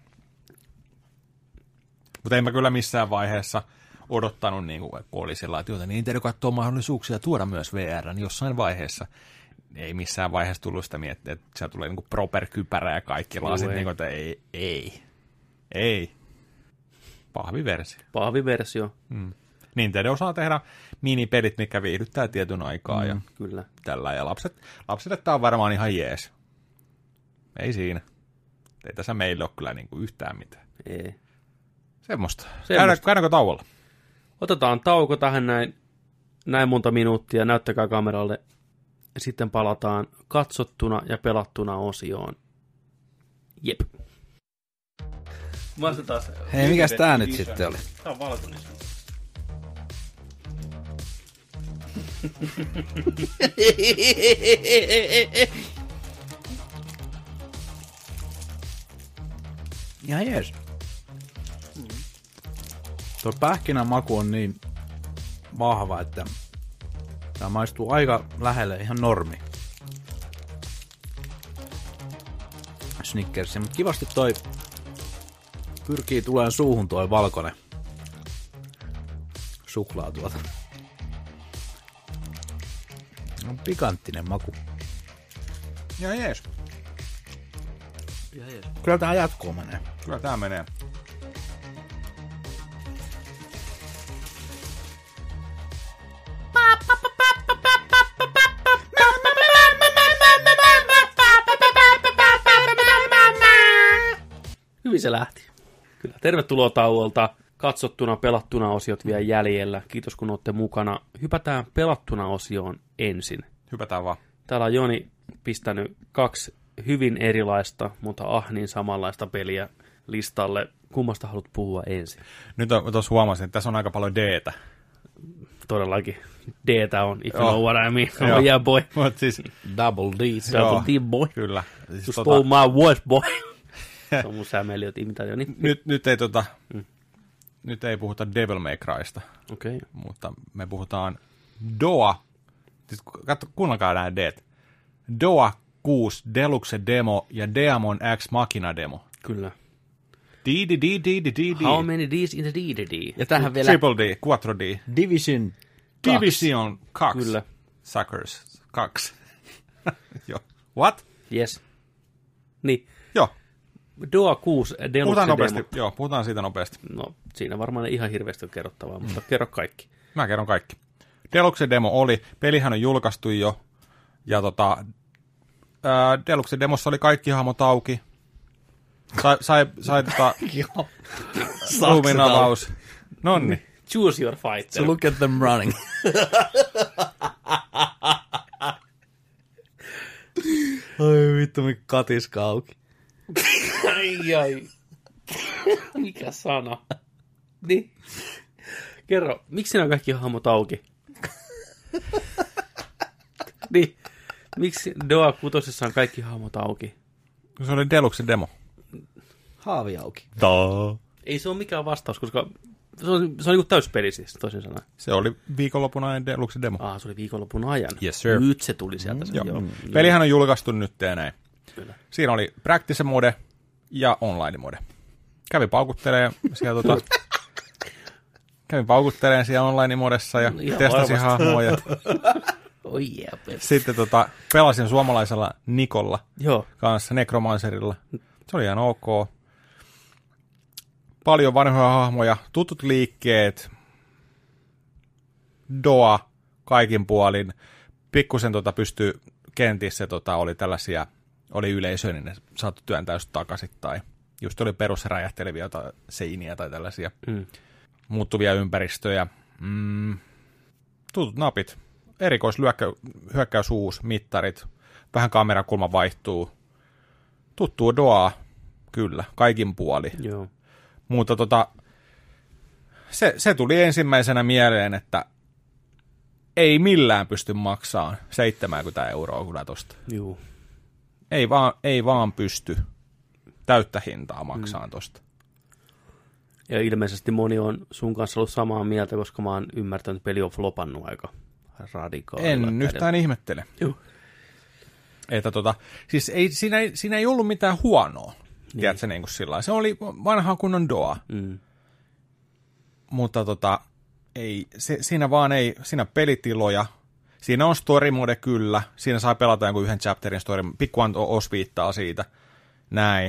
Mutta en mä kyllä missään vaiheessa odottanut, niin kuin, kun oli sillä lailla, että Nintendo katsoo mahdollisuuksia tuoda myös V R, niin jossain vaiheessa ei missään vaiheessa tullut sitä miettiä, että siellä tulee niin kuin proper kypärä ja kaikki lasit, niin kuin, että ei, ei, ei. Pahviversio. Pahviversio. Mm. Nintendo osaa tehdä minipelit, mikä viihdyttää tietyn aikaa mm, ja kyllä. Tällä. Ja lapset, lapsille tämä on varmaan ihan jees. Ei siinä. Ei tässä meille ole kyllä niin kuin yhtään mitään. Ei. Semmosta. Semmosta. Käydään, käydäänkö tauolla? Otetaan tauko tähän näin, näin monta minuuttia. Näyttäkää kameralle. Sitten palataan katsottuna ja pelattuna osioon. Jep. Taas hei, mikäs tää nyt sitten oli? Tää on valkoinen. Ihan jees. Mm. Tuo pähkinän maku on niin vahva, että tämä maistuu aika lähelle ihan normi. Snickersia, mutta kivasti toi pyrkii tulemaan suuhun toi valkoinen suklaa tuolta. On pikanttinen maku. Ja jees. Ja jees. Kyllä tää jatkoon menee. Kyllä tää menee. Hyvin se lähti. Kyllä. Tervetuloa tauolta. Katsottuna, pelattuna osiot vielä jäljellä. Kiitos kun olette mukana. Hypätään pelattuna osioon ensin. Hypätään vaan. Täällä on Joni pistänyt kaksi hyvin erilaista, mutta ah niin samanlaista peliä listalle. Kummasta haluat puhua ensin? Nyt tuossa huomasin, että tässä on aika paljon D-tä. Todellakin. D-tä on, if you know what I mean. Oh yeah boy. Mut siis, double D. Double D boy. Kyllä. Siis you stole tota... my voice boy. Se on mun sämeliöt imitaatio. Niin. Nyt, nyt, ei, tota, mm. nyt ei puhuta Devil May Crysta, okay. mutta me puhutaan D O A Siis katso, kuunnelkaa nämä D:t. D O A kuusi Deluxe Demo ja Demon X Machina Demo. Kyllä. D, D, D, D, D, D, D. How many D's in the D, D, D? Ja tähän vielä Triple D, Quattro D. Division Division kaksi. Kyllä. Suckers kaksi. Joo. What? Yes. Niin. Joo. D O A kuusi Deluxe Puhutaan Demo. nopeasti. Joo, puhutaan siitä nopeasti. No, siinä varmaan ei ihan hirveästi on kerrottavaa, mutta kerro kaikki. Mä kerron kaikki. Deluxe Demo oli. Pelihän on julkaistu jo. Ja tota... Ää, Deluxe Demossa oli kaikki hahmot auki. Sai, sai, sai tota... ruumiin avaus. Nonni. Choose your fighter. So look at them running. Ai vittu, mikä katiska auki. ai ai. Mikä sana? Niin. Kerro, miksi siinä on kaikki hahmot auki? Niin. Miksi D O A kuusi on kaikki hahmot auki? Se oli Deluxe Demo. Haavi auki. Taa. Ei se ole mikään vastaus, koska se on, se on niin täyspeli siis, toisin sanoen. Se oli viikonlopun ajan Deluxe Demo. Ah, se oli viikonlopun ajan. Yes, sir. Nyt se tuli sieltä. Mm, Se, joo. joo. Pelihän on julkaistu nyt ja näin. Kyllä. Siinä oli practice mode ja online mode. Kävin paukutteleen siellä tota... Kävin paukutteleen siellä online modessa ja Ihan testasin varmasti. hahmoja. Oi oh, yeah, Sitten tota, pelasin suomalaisella Nikolla Joo. kanssa, Necromancerilla. Se oli ihan ok. Paljon vanhoja hahmoja, tutut liikkeet, D O A kaikin puolin. Pikkusen tota pystyy, kentissä tota, oli tällaisia, oli yleisöä, niin ne saattoi työntää just takaisin. Tai just oli perusräjähteleviä tai seiniä tai tällaisia Mm. muuttuvia ympäristöjä. Mm, tutut napit. Erikoishyökkäysuus, mittarit, vähän kamerakulma vaihtuu. Tuttuu D O A, kyllä, kaikin puoli. Joo. Mutta tota, se, se tuli ensimmäisenä mieleen, että ei millään pysty maksamaan seitsemänkymmentä euroa kyllä tosta. Joo. Ei vaan, ei vaan pysty täyttä hintaa maksamaan mm. tosta. Ja ilmeisesti moni on sun kanssa ollut samaa mieltä, koska mä oon ymmärtänyt, että peli on flopannut aika radikaalilla. En yhtään ihmettele. Joo. Että tota, siis ei, siinä, ei, siinä ei ollut mitään huonoa. Niin. Tiedätkö, niin kuin sillä se oli vanha kunnon D O A. Mm. Mutta tota, ei, se, siinä vaan ei, siinä pelitiloja, siinä on story mode kyllä, siinä saa pelata jonkun yhden chapterin story, pikkuan osviittaa siitä, näin.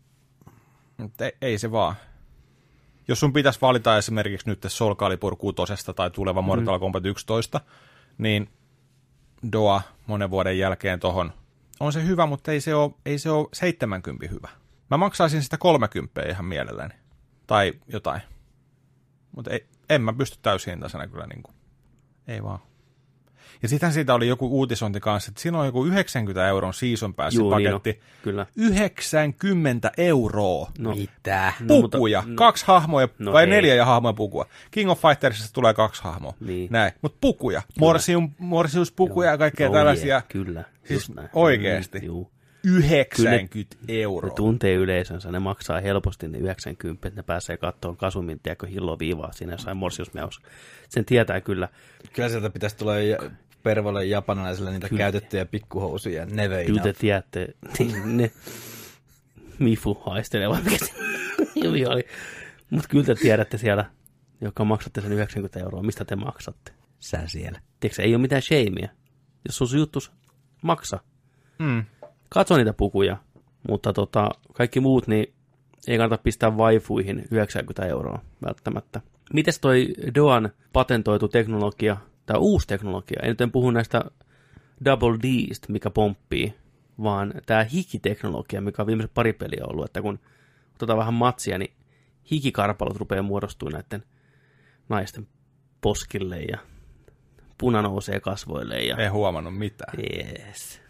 Mutta ei, ei se vaan. Jos sun pitäisi valita esimerkiksi nyt Soul Calibur kuusi tai tuleva Mortal Kombat yksitoista, niin D O A monen vuoden jälkeen tohon on se hyvä, mutta ei se ole, ei se ole seitsemänkymmentä hyvä. Mä maksaisin sitä kolmekymmentä ihan mielelläni. Tai jotain. Mutta en mä pysty täyshintaisena kyllä niin kuin. Ei vaan. Ja sitten siitä oli joku uutisointi kanssa, että siinä on joku yhdeksänkymmentä euron season pass paketti. Niin kyllä. yhdeksänkymmentä euroa. No. Mitä? Pukuja. No, mutta, kaksi hahmoja, no vai hei. neljä ja hahmoja pukua. King of Fightersissa tulee kaksi hahmoa. Niin. Näin. Mutta pukuja. Morsium, Morsius-pukuja ja kaikkea oh, tällaisia. Yeah, kyllä. Siis näin. oikeesti. Mm, juu. yhdeksänkymmentä Ne euroa. tuntee yleisönsä, ne maksaa helposti ne yhdeksänkymmentä, että ne pääsee kattoon Kasumin, tiedätkö, hilloviivaa siinä jossain morsiusmeossa. Sen tietää kyllä. Kyllä sieltä pitäisi tulla ja- pervolle japanilaisille niitä Kyllä. käytettyjä pikkuhousuja. Never Kyllä te enough. tiedätte, ne Mifu haistelee, vai mikä se nimi oli. Mutta kyllä te tiedätte siellä, joka maksatte sen yhdeksänkymmentä euroa, mistä te maksatte. Sä siellä. Tiedätkö, ei ole mitään shameä. Jos on se juttus, maksa. Mm. Katso niitä pukuja, mutta tota, kaikki muut, niin ei kannata pistää waifuihin yhdeksänkymmentä euroa välttämättä. Mites toi D O A:n patentoitu teknologia, tai uusi teknologia, en nyt en puhu näistä Double D:stä, mikä pomppii, vaan tämä hikiteknologia, mikä on viimeiset pari peliä ollut, että kun otetaan vähän matsia, niin hikikarpalot rupeaa muodostumaan näiden naisten poskille ja puna nousee kasvoille. Ja... En huomannut mitään. Yes.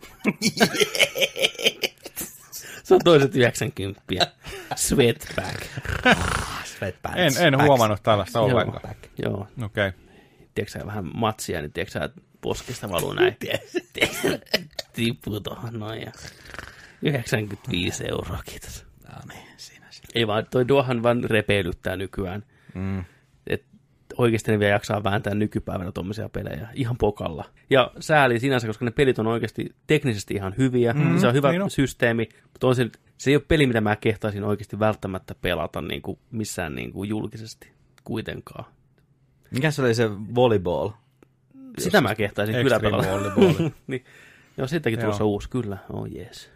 Se on toiset yhdeksänkymmentä. Sweatback. Sweatpants. En, en huomannut tällaista ollenkaan. Joo. Okei. Okay. Tiedätkö sä vähän matsia, niin tiedätkö sä, että poskista valuu näin. Tippuu tuohon noin. Ja yhdeksänkymmentäviisi euroa, kiitos. No niin, siinä siinä. Ei vaan, toi Dohan vaan repeilyttää nykyään. Mm. Et oikeasti ne vielä jaksaa vääntää nykypäivänä tuommoisia pelejä ihan pokalla. Ja sääli sinänsä, koska ne pelit on oikeasti teknisesti ihan hyviä, mm, se on hyvä niin systeemi, mutta on se, se ei ole peli, mitä mä kehtaisin oikeasti välttämättä pelata niin kuin missään niin kuin julkisesti kuitenkaan. Mikä se oli se volleyball? Sitä mä kehtaisin kyllä pelata. Niin. Joo, sittenkin tulossa uusi, kyllä. Oh jees.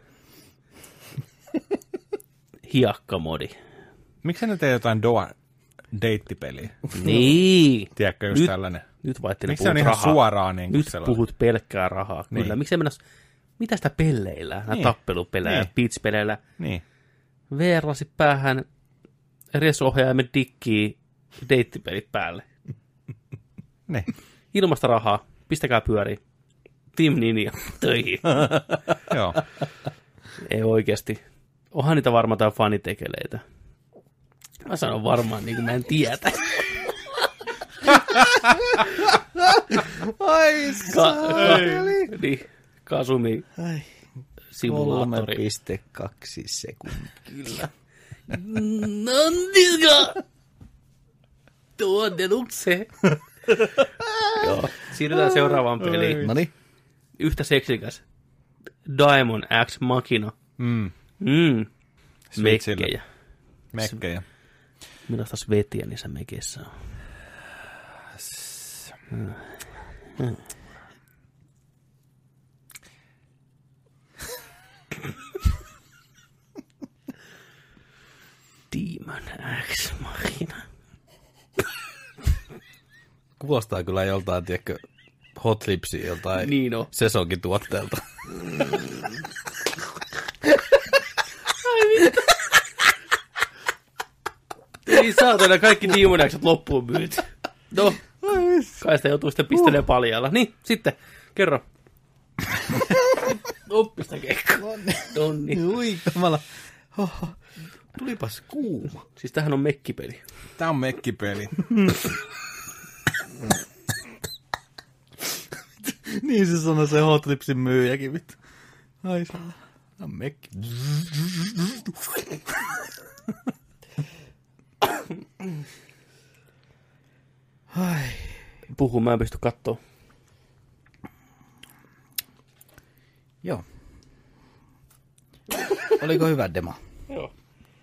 Hiakkamodi. Miksi ne tee jotain Doa-deittipeliä? Niin. Tiedätkö, just nyt, tällainen? Nyt vaihtele miksi se on ihan rahaa. suoraan niin kuin nyt sellainen? Puhut pelkkää rahaa, kyllä. Niin. Miksi mennä... Mitä sitä pelleillä? Nämä niin. tappelupelejä, niin. Beats-peleillä. Niin. V R-lasi päähän, resohjaimen dikkiin, deittipelit päälle. Niin. Ilmasta rahaa, pistäkää pyöriin. Team Ninja töihin. Joo. Ei oikeasti. Onhan niitä varmaan tai fanitekeleitä. Mä sanon varmaan, niin kuin mä en tiedä. Ai Ka- ka- niin, Kasumi Ai. simulaattori. kolme pilkku kaksi sekuntia. Kyllä. Nandiska! Tuonne lukse. Joo, siirrytään seuraavaan peliin. Noniin. Yhtä seksikäs. Daemon X Machina. Mm. Mm. Switchillä. Mekkejä. Mekkejä. Millaista svetiä niissä mekeissä on? Mm. Mm. Demon X Machina. Kuulostaa kyllä joltain, tiedätkö, Hot Lipsia joltain Niin on. sesonkin tuotteelta. Ei saatana, kaikki Demon X:t loppuun myyt. No, kai sitä joutuu sitten pistelemään paljalla. Niin, sitten, kerro. Oppista kekko. Nonni. Ui, kamala. Oho. Tulipas kuuma. Siis tämähän on mekkipeli. Tää on mekkipeli. Niin se sanoi se Hot Lipsin myyjäkin, vittu. Ai saa. Tää on mekki. Ai. Puhu, mä en pysty kattoo. Joo. Oliko hyvä demo? Joo.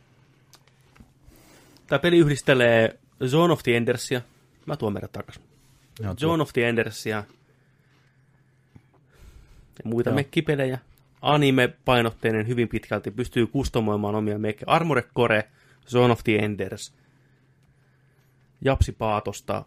Tämä peli yhdistelee Zone of the Endersia. Mä tuon meidät takas. Joo, Zone of the Endersia. Ja muita Joo. mekkipelejä. Anime-painotteinen hyvin pitkälti. Pystyy kustomoimaan omia mekkejä. Armored Core, Zone of the Enders. Japsi Paatosta.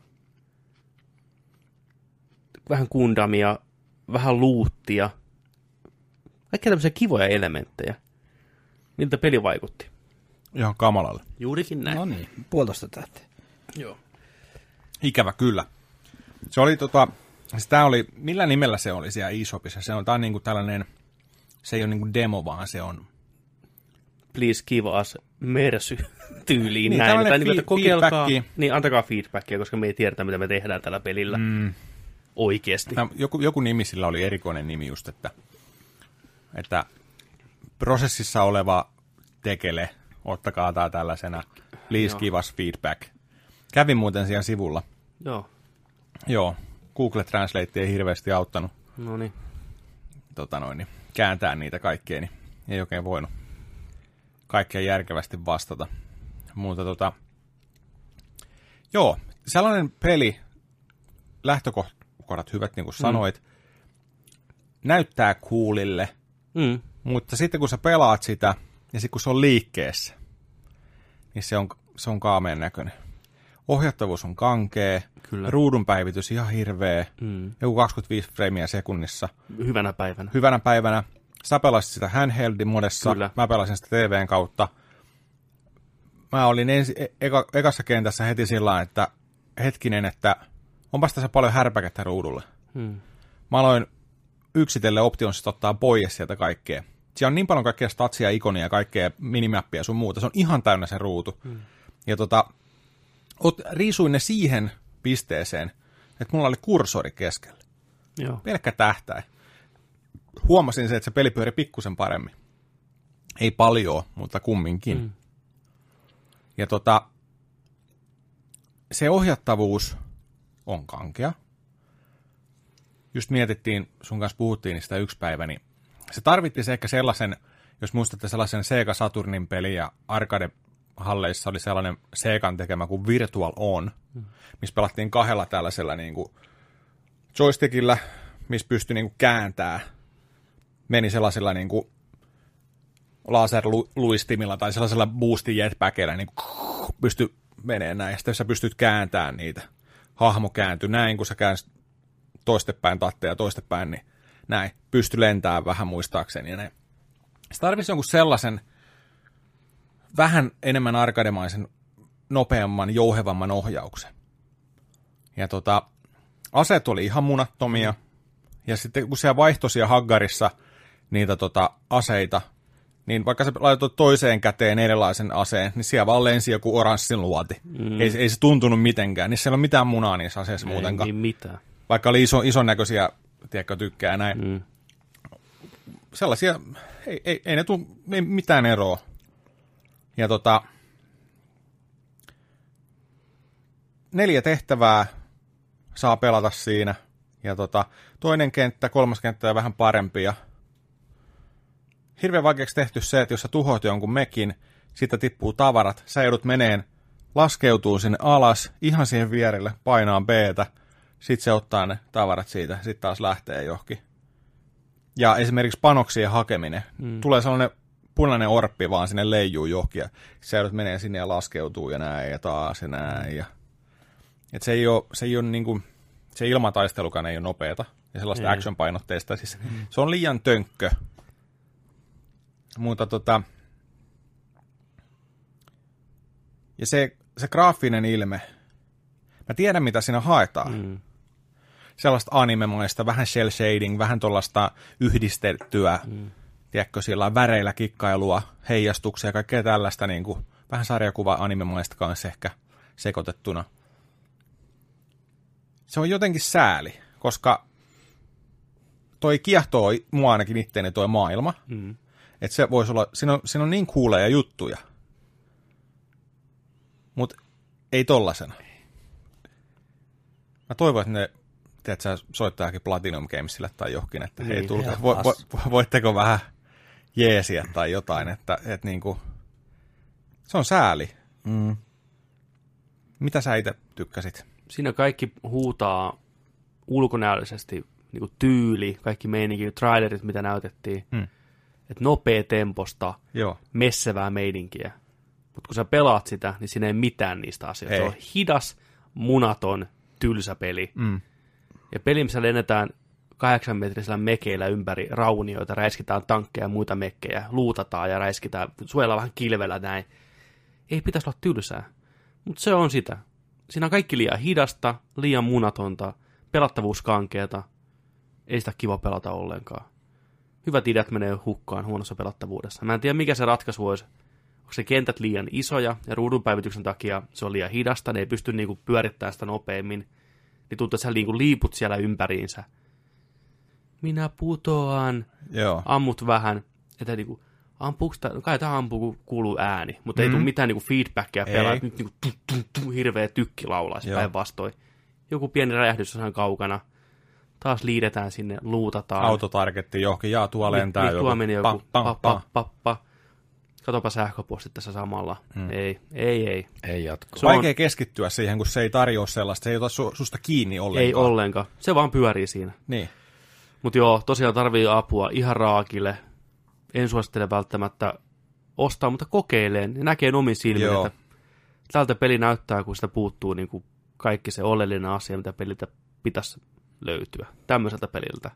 Vähän kundamia. Vähän luuttia. Kaikkia tämmöisiä kivoja elementtejä. Miltä peli vaikutti? Ihan kamalalle. Juurikin näin. No niin, puolitoista tähteä. Joo. Ikävä kyllä. Se oli tota, siis tää oli, millä nimellä se oli siellä eShopissa? Se on, tää on niinku tällainen, se ei ole niinku demo, vaan se on... Please give us mercy tyyliin Niin, näin. tällainen Tai niin, että feed- kokeilkaa, feedbacki. niin antakaa feedbackia, koska me ei tiedetä, mitä me tehdään tällä pelillä Mm, oikeasti. Mä- Joku, joku nimi sillä oli erikoinen nimi just, että, että prosessissa oleva tekele, ottakaa tää tällaisena, please Joo. give us feedback. Kävin muuten siellä sivulla. Joo, Joo, Google Translate ei hirveästi auttanut no niin. tota noin, niin kääntää niitä kaikkea, niin ei oikein voinut kaikkea järkevästi vastata. Mutta tota, joo, sellainen peli, lähtökohdat hyvät, niin kuin sanoit, mm. näyttää coolille, Mm. mutta sitten kun sä pelaat sitä, ja sitten kun se on liikkeessä, niin se on, se on kaameen näköinen. Ohjattavuus on kankea, Kyllä. ruudun päivitys ihan hirveä, Mm. joku kaksikymmentäviisi freimiä sekunnissa. Hyvänä päivänä. Hyvänä päivänä. Sä pelasit sitä handheld-modessa, Kyllä. mä pelasin sitä T V:n kautta. Mä olin ensi, e- eka, ekassa kentässä heti sillä että hetkinen, että onpas tässä paljon härpäkettä ruudulle. Mm. Mä aloin yksitellen optionsit ottaa pois sieltä kaikkea. Siellä on niin paljon kaikkea statsia, ikonia, kaikkea minimappia ja sun muuta. Se on ihan täynnä se ruutu. Mm. Ja tota, ot, riisuin ne siihen pisteeseen, että mulla oli kursori keskellä. Joo. Pelkkä tähtäin. Huomasin se, että se peli pyöri pikkusen paremmin. Ei paljon, mutta kumminkin. Mm. Ja tota, se ohjattavuus on kankea. Just mietittiin, sun kanssa puhuttiin niistä yksi päivä, niin se tarvittiin ehkä sellaisen, jos muistatte sellaisen Sega Saturnin peli ja arcade-halleissa oli sellainen Segan tekemä kuin Virtual On, mm. missä pelattiin kahdella tällaisella niin kuin joystickillä, missä pystyi niin kuin kääntämään. Meni sellaisella niin kuin laserluistimilla tai sellaisella boostin jetpackilla, niin pystyi menee näin. Sitten sä pystyt kääntämään niitä. Hahmo kääntyi näin, kun sä käänsit toistepäin tatteja toistepäin, niin näin. Pysty lentämään vähän muistaakseni. Ja näin. Se tarvitsisi jonkun sellaisen vähän enemmän arkademaisen, nopeamman, jouhevamman ohjauksen. Ja tota, aseet oli ihan munattomia. Ja sitten kun siellä vaihtoi siellä haggarissa niitä tota, aseita, niin vaikka sä laitoit toiseen käteen erilaisen aseen, niin siellä vaan lensi joku oranssin luoti. Mm. Ei, ei se tuntunut mitenkään. Niissä ei ole mitään munaa niissä aseissa ei, muutenkaan. Ei mitään. Vaikka oli iso, ison näköisiä, tiedätkö, tykkää näin. Mm. Sellaisia, ei, ei, ei ne tule ei mitään eroa. Ja tota, neljä tehtävää saa pelata siinä. Ja tota, toinen kenttä, kolmas kenttä on vähän parempi. Ja hirveän vaikeaksi tehty se, että jos sä tuhoat jonkun mekin, siitä tippuu tavarat, sä joudut meneen, laskeutuu sinne alas, ihan siihen vierelle, painaa B:tä, sit se ottaa ne tavarat siitä, sit taas lähtee johonkin. Ja esimerkiksi panoksien hakeminen, mm. tulee sellainen punainen orppi vaan sinne leijuu johonkin, ja sä joudut menee sinne ja laskeutuu ja näin, ja taas ja näin. Ja et se ei ole, se ei ole niinku, se ilmataistelukaan ei ole nopeata, ja sellaista ei. action-painotteista, siis mm. se on liian tönkkö. Mutta tota, ja se, se graafinen ilme, mä tiedän mitä siinä haetaan. Mm. Sellaista animemaista, vähän shell shading, vähän tuollaista yhdistettyä, mm. tiedätkö, sillä väreillä kikkailua, heijastuksia ja kaikkea tällaista, niin kuin, vähän sarjakuva animemaista kanssa ehkä sekoitettuna. Se on jotenkin sääli, koska toi kiehtoo mua ainakin itteeni toi maailma. Mm. Että se voisi olla, siinä on, siinä on niin cooleja juttuja, mutta ei tollasena. Mä toivon, että ne, tiedät sä, soittaakin Platinum Gamesille tai johonkin, että niin, hei, tulkaa, vo, vo, voitteko vähän jeesiä tai jotain, että et niinku, se on sääli. Mm. Mitä sä itse tykkäsit? Siinä kaikki huutaa ulkonäöllisesti, niinku tyyli, kaikki meininki, trailerit, mitä näytettiin. Hmm. Että nopea temposta, Joo. messevää meidinkiä. Mutta kun sä pelaat sitä, niin siinä ei mitään niistä asioista. Ei. Se on hidas, munaton, tylsä peli. Mm. Ja peli, missä lennetään kahdeksan metrisellä mekeillä ympäri raunioita, räiskitään tankkeja ja muita mekkejä, luutataan ja räiskitään, suojellaan vähän kilvellä näin. Ei pitäisi olla tylsää, mutta se on sitä. Siinä on kaikki liian hidasta, liian munatonta, pelattavuus kankeata. Ei sitä kiva pelata ollenkaan. Hyvät ideat menee hukkaan huonossa pelattavuudessa. Mä en tiedä, mikä se ratkaisu olisi. Onko se kentät liian isoja ja ruudunpäivityksen takia se on liian hidasta, ne ei pysty niinku pyörittämään sitä nopeammin. Niin tuntuu, että sä niinku liiput siellä ympäriinsä. Minä putoan. Joo. Ammut vähän. Että niinku, ampuuko tämä? Kai tämä ampuu, kun kuuluu ääni. Mutta mm. ei tule mitään niinku feedbackia pelaa. Nyt niinku tu, tu, tu, hirveä tykki laulaisi päinvastoin. Joku pieni räjähdys on kaukana. Taas liidetään sinne, luutataan. Autotargetti johonkin, jaa, tuo lentää niin, joku. Tuo meni joku, pa, pa, pa, pa. Katopa sähköpostit tässä samalla. Mm. Ei, ei, ei. Ei jatko. Se on vaikea keskittyä siihen, kun se ei tarjoa sellaista, se ei ota su, susta kiinni ollenkaan. Ei ollenkaan, se vaan pyörii siinä. Niin. Mutta joo, tosiaan tarvii apua ihan raakille. En suosittele välttämättä ostaa, mutta kokeileen. Ja näkee omin silmin, joo. että tältä peli näyttää, kun sitä puuttuu niin kuin kaikki se oleellinen asia, mitä peliltä pitäisi löytyä. Tämmöiseltä peliltä.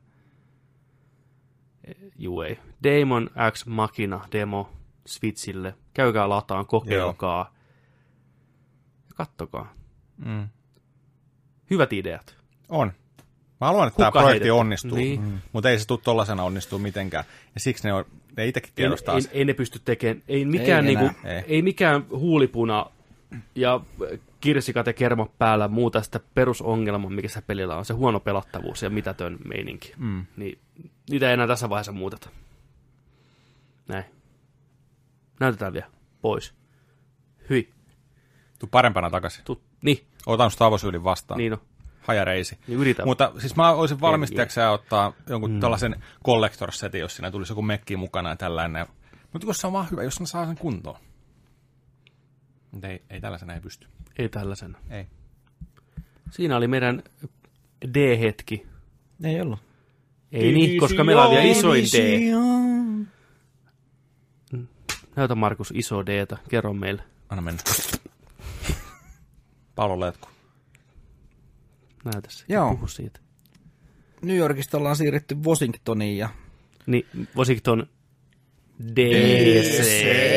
Juu ei. Daemon X Machina demo Switchille. Käykää lataan, kokeilkaa. Ja kattokaa. Mm. Hyvät ideat. On. Mä haluan, että Kuka tämä projekti heitettä? onnistuu, niin. mm. mutta ei se tule tollasena onnistua mitenkään. Ja siksi ne, on, ne itsekin tiedostaa. Ei, ei, ei ne pysty tekemään. Ei mikään, ei, niinku, ei. ei mikään huulipuna ja kirsikat ja kermat päällä muuta sitä perusongelmaa, mikä se pelillä on. Se huono pelattavuus ja mitätön meininki. Mm. Niin, niitä ei enää tässä vaiheessa muuteta. Näin. Näytetään vielä. Pois. Hyi. Tuu parempana takaisin. Tuu. Niin. Otan sitä avosyylin vastaan. Niin on. Hajareisi. Niin yritän. Mutta siis mä olisin valmis tiiäksä ottaa jonkun mm. tällaisen collector-setin, jos siinä tulisi joku mekki mukana ja tällainen. Mutta jos se on vaan hyvä, jos mä saan sen kuntoon. Mutta ei, ei tällaisena ei pysty. Ei tällaisena. Ei. Siinä oli meidän D-hetki. Ei ollut. Ei niin, koska meillä on vielä isoin D. Näytä Markus iso D:tä. Kerro meille. Anna mennä. Pallonletku. Näytä se. Joo. Puhu siitä. New Yorkista ollaan siirretty Washingtoniin ja... Niin, Washington D C.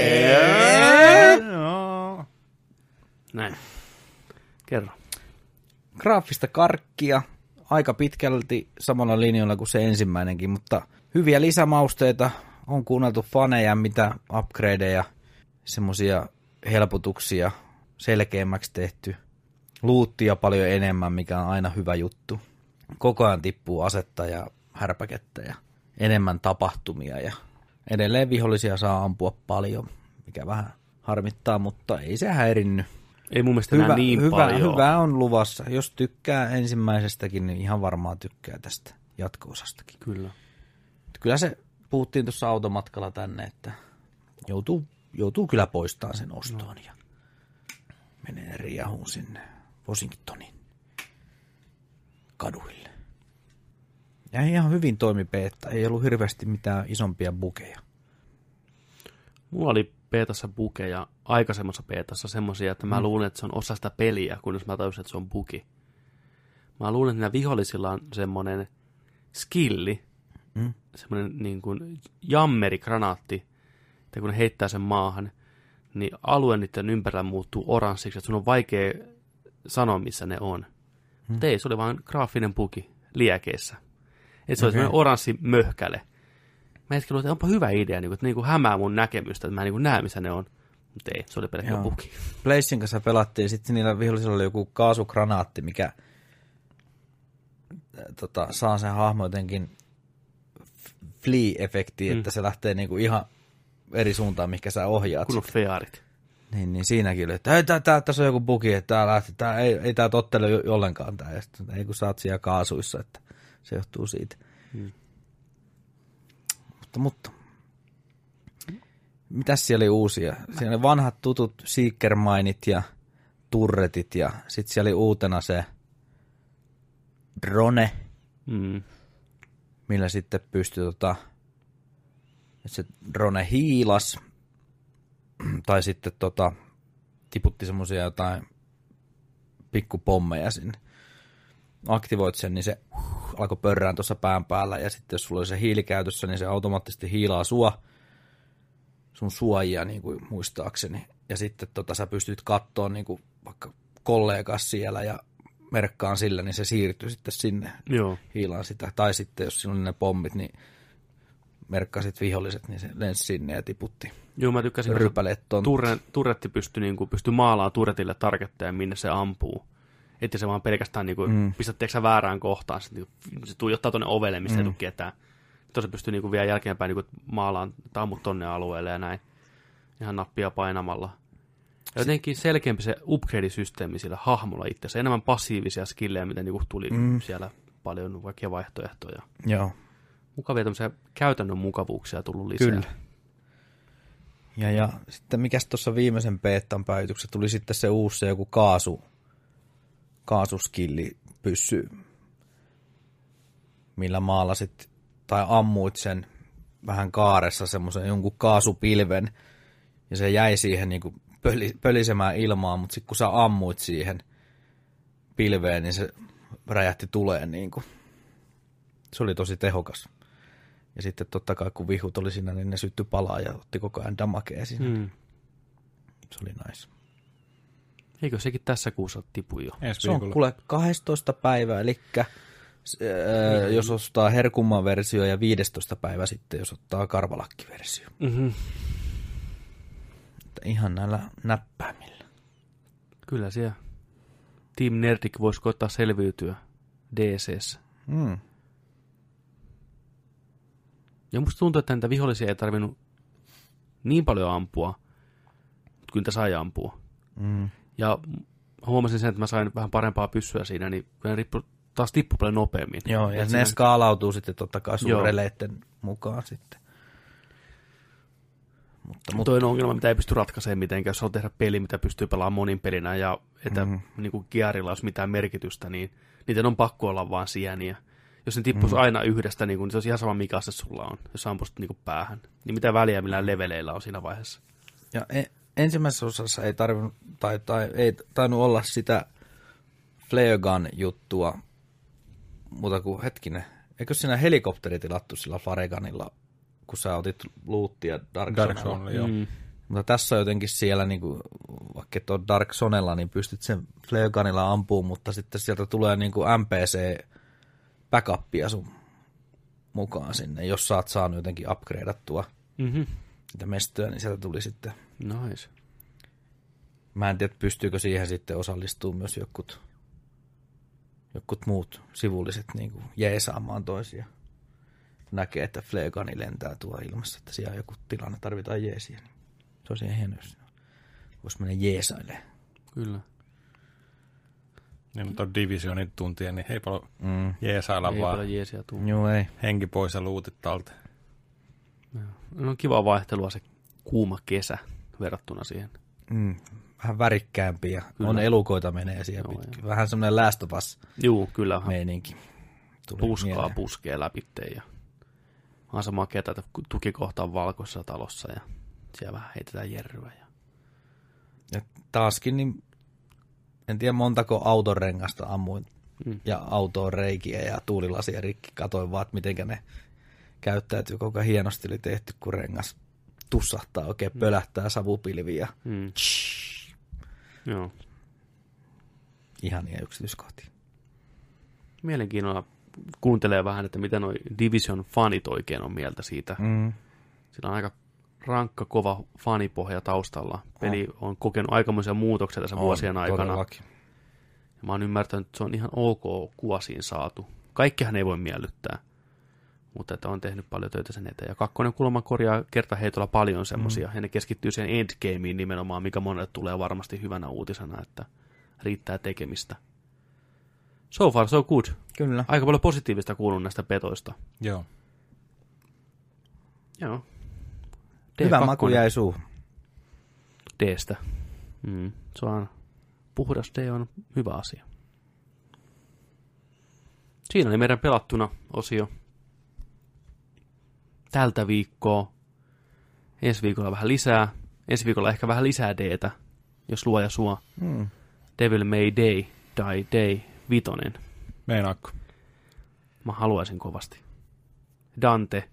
Näin. Kerro. Graafista karkkia. Aika pitkälti samalla linjoilla kuin se ensimmäinenkin, mutta hyviä lisämausteita. On kuunneltu faneja, mitä upgradeja, semmoisia helpotuksia, selkeämmäksi tehty. Luuttia paljon enemmän, mikä on aina hyvä juttu. Koko ajan tippuu asetta ja härpäkettä ja enemmän tapahtumia. Ja edelleen vihollisia saa ampua paljon, mikä vähän harmittaa, mutta ei se häirinny. Ei mun mielestä hyvä, enää niin hyvä, paljon. Hyvä on luvassa. Jos tykkää ensimmäisestäkin, niin ihan varmaan tykkää tästä jatko-osastakin. Kyllä. Kyllä se puhuttiin tuossa automatkalla tänne, että joutuu, joutuu kyllä poistamaan sen ostoon no. ja menee riahuun sinne Washingtonin kaduille. Ja ihan hyvin toimi beta. Ei ollut hirveästi mitään isompia bukeja. Mulla oli beetassa bukeja, aikaisemmassa beetassa semmosia, että mä mm. luulen, että se on osa sitä peliä, kunnes mä tajusin, että se on buki. Mä luulen, että nämä vihollisilla on semmoinen skilli, mm. semmoinen niin kuin jammerigranaatti, että kun ne heittää sen maahan, niin alue niiden ympärillä muuttuu oranssiksi, että sun on vaikea sanoa, missä ne on. Mm. Mutta ei, se oli vaan graafinen buki liekeissä. Että se okay. oli semmoinen oranssi möhkäle. Mä hetken luulen, että onpa hyvä idea, että ne hämää mun näkemystä, että mä en näe, missä ne on. Mutta ei, se oli pelkkä buki. Blazein kanssa pelattiin, sitten niillä vihollisilla oli joku kaasugranaatti, mikä tota, saa sen hahmo jotenkin flee-efektiin, mm. että se lähtee niinku ihan eri suuntaan, mihinkä sä ohjaat. Kun on fearit. Niin, niin siinäkin oli, että ei, tää, tää, tässä on joku bugi, että tää lähti, tää, ei, ei tää tottele ollenkaan tää, ja sitten, ei kun sä oot siellä kaasuissa, että se johtuu siitä. Mm. Mutta, mutta, mitäs siellä oli uusia? Siellä oli vanhat tutut Seeker-mainit ja turretit, ja sitten siellä oli uutena se drone, mm. millä sitten pystyi tota, se drone hiilas, tai sitten tota, tiputti semmoisia jotain pikkupommeja sinne. Aktivoit sen, niin se alkoi pörrään tuossa pään päällä, ja sitten jos sulla oli se hiili käytössä, niin se automaattisesti hiilaa sua, sun suojia niin kuin muistaakseni. Ja sitten tota, sä pystyt kattoon niin kuin vaikka kollegas siellä ja merkkaan sillä, niin se siirtyy sitten sinne Joo. hiilaan sitä. Tai sitten jos siinä oli ne pommit, niin merkkasit viholliset, niin se lensi sinne ja tiputti. Joo, mä tykkäsin, kun turre, turretti pystyi niin pystyi maalaamaan turretille targetteja, minne se ampuu. Että se vaan pelkästään niin kuin, mm. pistät sä väärään kohtaan, se, niin se tuijottaa tuonne ovelle, missä mm. ei tule ketään. Tuossa pystyy niin kuin vielä jälkeenpäin niin maalaan, tammut tonne alueelle ja näin. Ihan nappia painamalla. Ja jotenkin selkeämpi se upgrade-systeemi sillä hahmolla itse. Enemmän passiivisia skillejä, mitä niin kuin tuli mm. siellä paljon vaikka vaihtoehtoja. Joo. Mukavia tämmöisiä käytännön mukavuuksia tullut lisää. Kyllä. Ja, ja sitten mikäs tuossa viimeisen beetan päivityksessä tuli sitten se uusi se joku kaasu, kaasuskilli pyssy, millä maalasit tai ammuit sen vähän kaaressa semmoisen jonkun kaasupilven, ja se jäi siihen niin kuin pöli, pölisemään ilmaan, mutta sitten kun sä ammuit siihen pilveen, niin se räjähti tuleen. Niin kuin. Se oli tosi tehokas. Ja sitten totta kai kun vihut oli siinä, niin ne syttyi palaa ja otti koko ajan damakea siinä. Hmm. Se oli nice. Eikö sekin tässä kuussa tipu jo? Se on kuule kahdestoista päivää, eli äh, mm-hmm. jos ostaa herkumman versio ja viidestoista päivä sitten, jos ottaa karvalakkiversio. Mm-hmm. Ihan näillä näppäimillä. Kyllä siellä Team Nerdic voisi koittaa selviytyä D C:ssä. Mm. Ja musta tuntuu, että näitä vihollisia ei tarvinnut niin paljon ampua, mutta kyllä niitä sai ampua. Mm. Ja huomasin sen, että mä sain vähän parempaa pyssyä siinä, niin ne rippu, taas tippui paljon nopeammin. Joo, ja Et ne siinä... skaalautuu sitten totta kai suureleitten mukaan sitten. Mutta, mutta... Toinen ongelma, mitä ei pysty ratkaisemaan mitenkään, jos haluaa tehdä peli, mitä pystyy pelaamaan monin pelinä, ja että mm-hmm. niin kuin Gearilla olisi mitään merkitystä, niin niiden on pakko olla vaan sieniä. Jos ne tippuisi mm-hmm. aina yhdestä, niin, kuin, niin se olisi ihan sama, mikä se sulla on, jos ampuisit niin kuin päähän. Niin mitä väliä millään leveleillä on siinä vaiheessa. Ja e- ensimmäisessä osassa ei tarvinnut, tai, tai ei tainnut olla sitä flare gun juttua, mutta kuin hetkinen, eikö siinä helikopteri tilattu sillä flare gunilla, kun sä otit luuttia Dark, Dark Zonella. Joo. Mm. Mutta tässä on jotenkin siellä, niin kuin, vaikka et ole Dark Zonella, niin pystyt sen flare gunilla ampumaan, mutta sitten sieltä tulee niin kuin M P C backupia sun mukaan sinne, jos sä oot saanut jotenkin upgradeattua mm-hmm. sitä mestoja, niin sieltä tuli sitten. Nice. Mä en tiedä, pystyykö siihen sitten osallistumaan myös jokut, jokut muut sivulliset niin kuin jeesaamaan toisia. Näkee, että flare gun lentää tuo ilmassa, että siellä on joku tilanne, tarvitaan jeesiä. Niin se on siihen hieno, jos voisi mennä jeesailemaan. Kyllä. Niin, mutta on Divisionin tuntien, niin ei paljon mm. jeesailla ei vaan. Ei paljon jeesiä tule. Joo, ei. Henki pois ja luutit talteen. No on kiva vaihtelua se kuuma kesä verrattuna siihen. Mm. Vähän värikkäämpi ja kyllä. On elukoita menee siellä no, pitkin. Vähän semmoinen Last of Us Juu, kyllä. meininki. Puskaa mieleen. Puskee läpitteen ja on se makeata, että tukikohta on valkoisessa talossa ja siellä vähän heitetään jerryä. Ja... ja taaskin, niin en tiedä montako autorengasta ammuin mm. ja autoon reikiä ja tuulilasia rikki. Katoin vaan, että mitenkä ne käyttäytyy, kuinka hienosti oli tehty, kun rengas tussahtaa oikein, mm. pölähtää savupilviä. Mm. Joo. Ihania yksityiskohtia. Mielenkiinnolla kuuntelee vähän, että mitä noi Division-fanit oikein on mieltä siitä. Mm. Sillä on aika rankka, kova fanipohja taustalla. Peli on kokenut aikamoisia muutoksia tässä on, vuosien aikana. Todellakin. Mä oon ymmärtänyt, että se on ihan ok kuosiin saatu. Kaikkihan ei voi miellyttää, mutta että on tehnyt paljon töitä sen eteen. Ja kakkonen kulma korjaa kertaheitolla paljon semmosia, mm. ja ne keskittyy siihen endgameen nimenomaan, mikä monelle tulee varmasti hyvänä uutisena, että riittää tekemistä. So far, so good. Kyllä. Aika paljon positiivista kuulun näistä petoista. Joo. Joo. D Hyvä maku jäi suuhun. D:stä. Mm. Se on puhdas D on hyvä asia. Siinä oli meidän pelattuna osio tältä viikkoa. Ensi viikolla vähän lisää. Ensi viikolla ehkä vähän lisää D:tä, jos luoja suo. Mm. Devil May Day, Die Day, vitonen. Meinaatko? Mä haluaisin kovasti. Dante.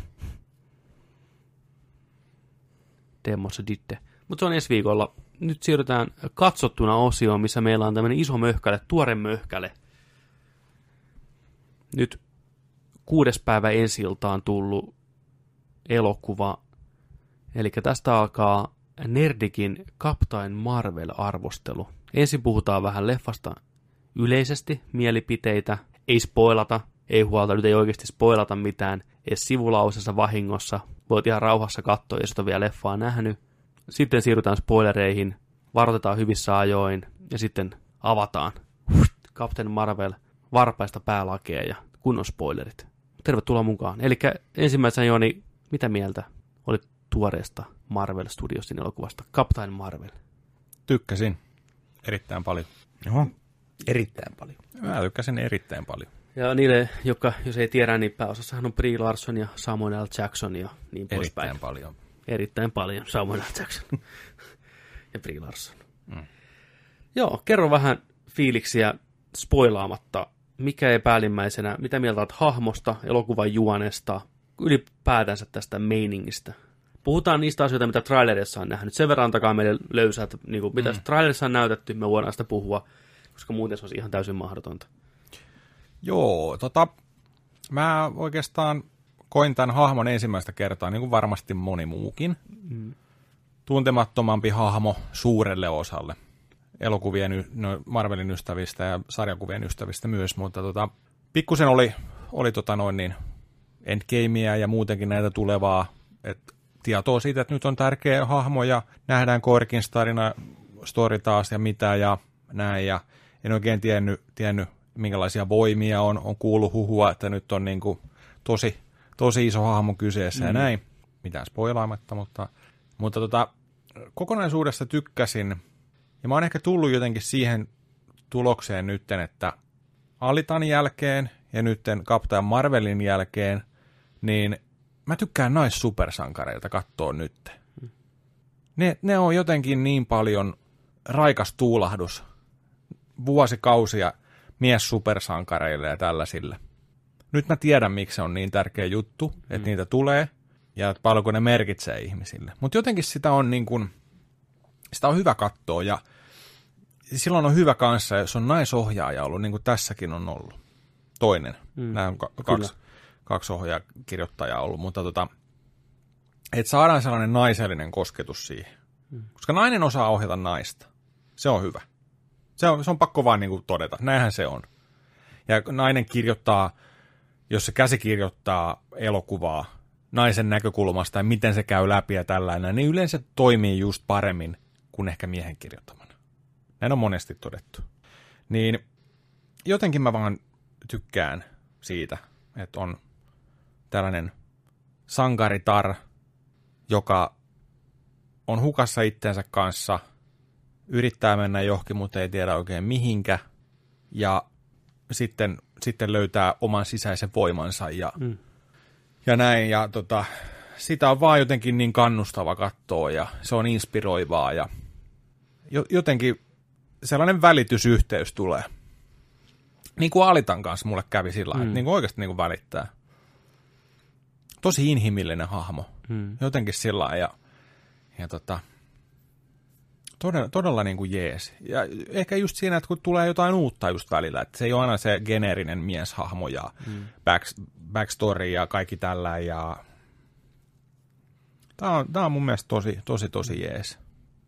Demossa ditte. Mutta se on ensi viikolla. Nyt siirrytään katsottuna osioon, missä meillä on tämmöinen iso möhkäle, tuore möhkäle. Nyt kuudes päivä ensi-iltaan tullut elokuva. Eli tästä alkaa Nerdikin Captain Marvel-arvostelu. Ensin puhutaan vähän leffasta yleisesti, mielipiteitä, ei spoilata, ei huolta, nyt ei oikeasti spoilata mitään, edes sivulausessa vahingossa. Voit ihan rauhassa katsoa, jos et ole vielä leffaa nähnyt. Sitten siirrytään spoilereihin, varoitetaan hyvissä ajoin ja sitten avataan Captain Marvel varpaista päälakeja ja kunnon spoilerit. Tervetuloa mukaan. Eli ensimmäisenä Jooni, mitä mieltä olit tuoreesta Marvel Studiosin elokuvasta Captain Marvel? Tykkäsin erittäin paljon. Oho, erittäin paljon. Mä tykkäsin erittäin paljon. Ja niille, jotka, jos ei tiedä, niin pääosassahan on Brie Larson ja Samuel L. Jackson ja niin poispäin. Erittäin paljon. Erittäin paljon Samuel L. Jackson ja Brie Larson. Mm. Joo, kerro vähän fiiliksiä spoilaamatta. Mikä ei päällimmäisenä, mitä mieltä olet hahmosta, elokuvan juonesta, ylipäätänsä tästä meiningistä? Puhutaan niistä asioita, mitä trailerissa on nähnyt. Sen verran antakaa meille löysää, että niin kuin, mitä mm. trailerissa on näytetty, me voidaan sitä puhua, koska muuten se olisi ihan täysin mahdotonta. Joo, tota, mä oikeastaan koin tämän hahmon ensimmäistä kertaa, niin kuin varmasti moni muukin. Mm. Tuntemattomampi hahmo suurelle osalle. Elokuvien, no Marvelin ystävistä ja sarjakuvien ystävistä myös, mutta tota, pikkusen oli, oli tota noin niin endgamea ja muutenkin näitä tulevaa, että tietoa siitä, että nyt on tärkeä hahmo ja nähdään Korkins tarina, story taas ja mitä, ja näin, ja en oikein tiennyt, tiennyt minkälaisia voimia on, on kuullut huhua, että nyt on niin kuin tosi, tosi iso hahmo kyseessä mm. ja näin, mitään spoilaamatta, mutta, mutta tota, kokonaisuudessa tykkäsin, ja mä oon ehkä tullut jotenkin siihen tulokseen nytten, että Alitan jälkeen ja nytten Captain Marvelin jälkeen, niin mä tykkään naissupersankareilta katsoa nyt. Ne, ne on jotenkin niin paljon raikas tuulahdus vuosikausia mies-supersankareille ja tällaisille. Nyt mä tiedän, miksi se on niin tärkeä juttu, että mm. niitä tulee ja paljonko ne merkitsee ihmisille. Mutta jotenkin sitä on, niin kun, sitä on hyvä katsoa ja silloin on hyvä kanssa, jos on naisohjaaja ollut, niin kuin tässäkin on ollut. Toinen. Mm. Nämä on kaksi, kaksi ohjaajakirjoittajaa ollut, mutta tota, että saadaan sellainen naisellinen kosketus siihen. Mm. Koska nainen osaa ohjata naista. Se on hyvä. Se on, se on pakko vaan niin kuin todeta. Näinhän se on. Ja nainen kirjoittaa, jos se käsikirjoittaa elokuvaa naisen näkökulmasta ja miten se käy läpi ja tällainen, niin yleensä toimii just paremmin kuin ehkä miehen kirjoittamana. Näin on monesti todettu. Niin jotenkin mä vaan tykkään siitä, että on tällainen sankaritar, joka on hukassa itsensä kanssa, yrittää mennä johonkin, mutta ei tiedä oikein mihinkä, ja sitten, sitten löytää oman sisäisen voimansa ja, mm. ja näin, ja tota, sitä on vaan jotenkin niin kannustava katsoa, ja se on inspiroivaa, ja jotenkin sellainen välitysyhteys tulee. Niin kuin Alitan kanssa mulle kävi sillä lailla, mm. että niin kuin oikeasti niin kuin välittää. Tosi inhimillinen hahmo. Mm. Jotenkin sillä lailla, ja, ja tota, todella, todella niin kuin jees. Ja ehkä just siinä, että kun tulee jotain uutta just välillä, että se ei ole aina se geneerinen mieshahmo ja mm. back, backstory ja kaikki tällä. Ja Tämä on, tämä on mun mielestä tosi, tosi, tosi jees.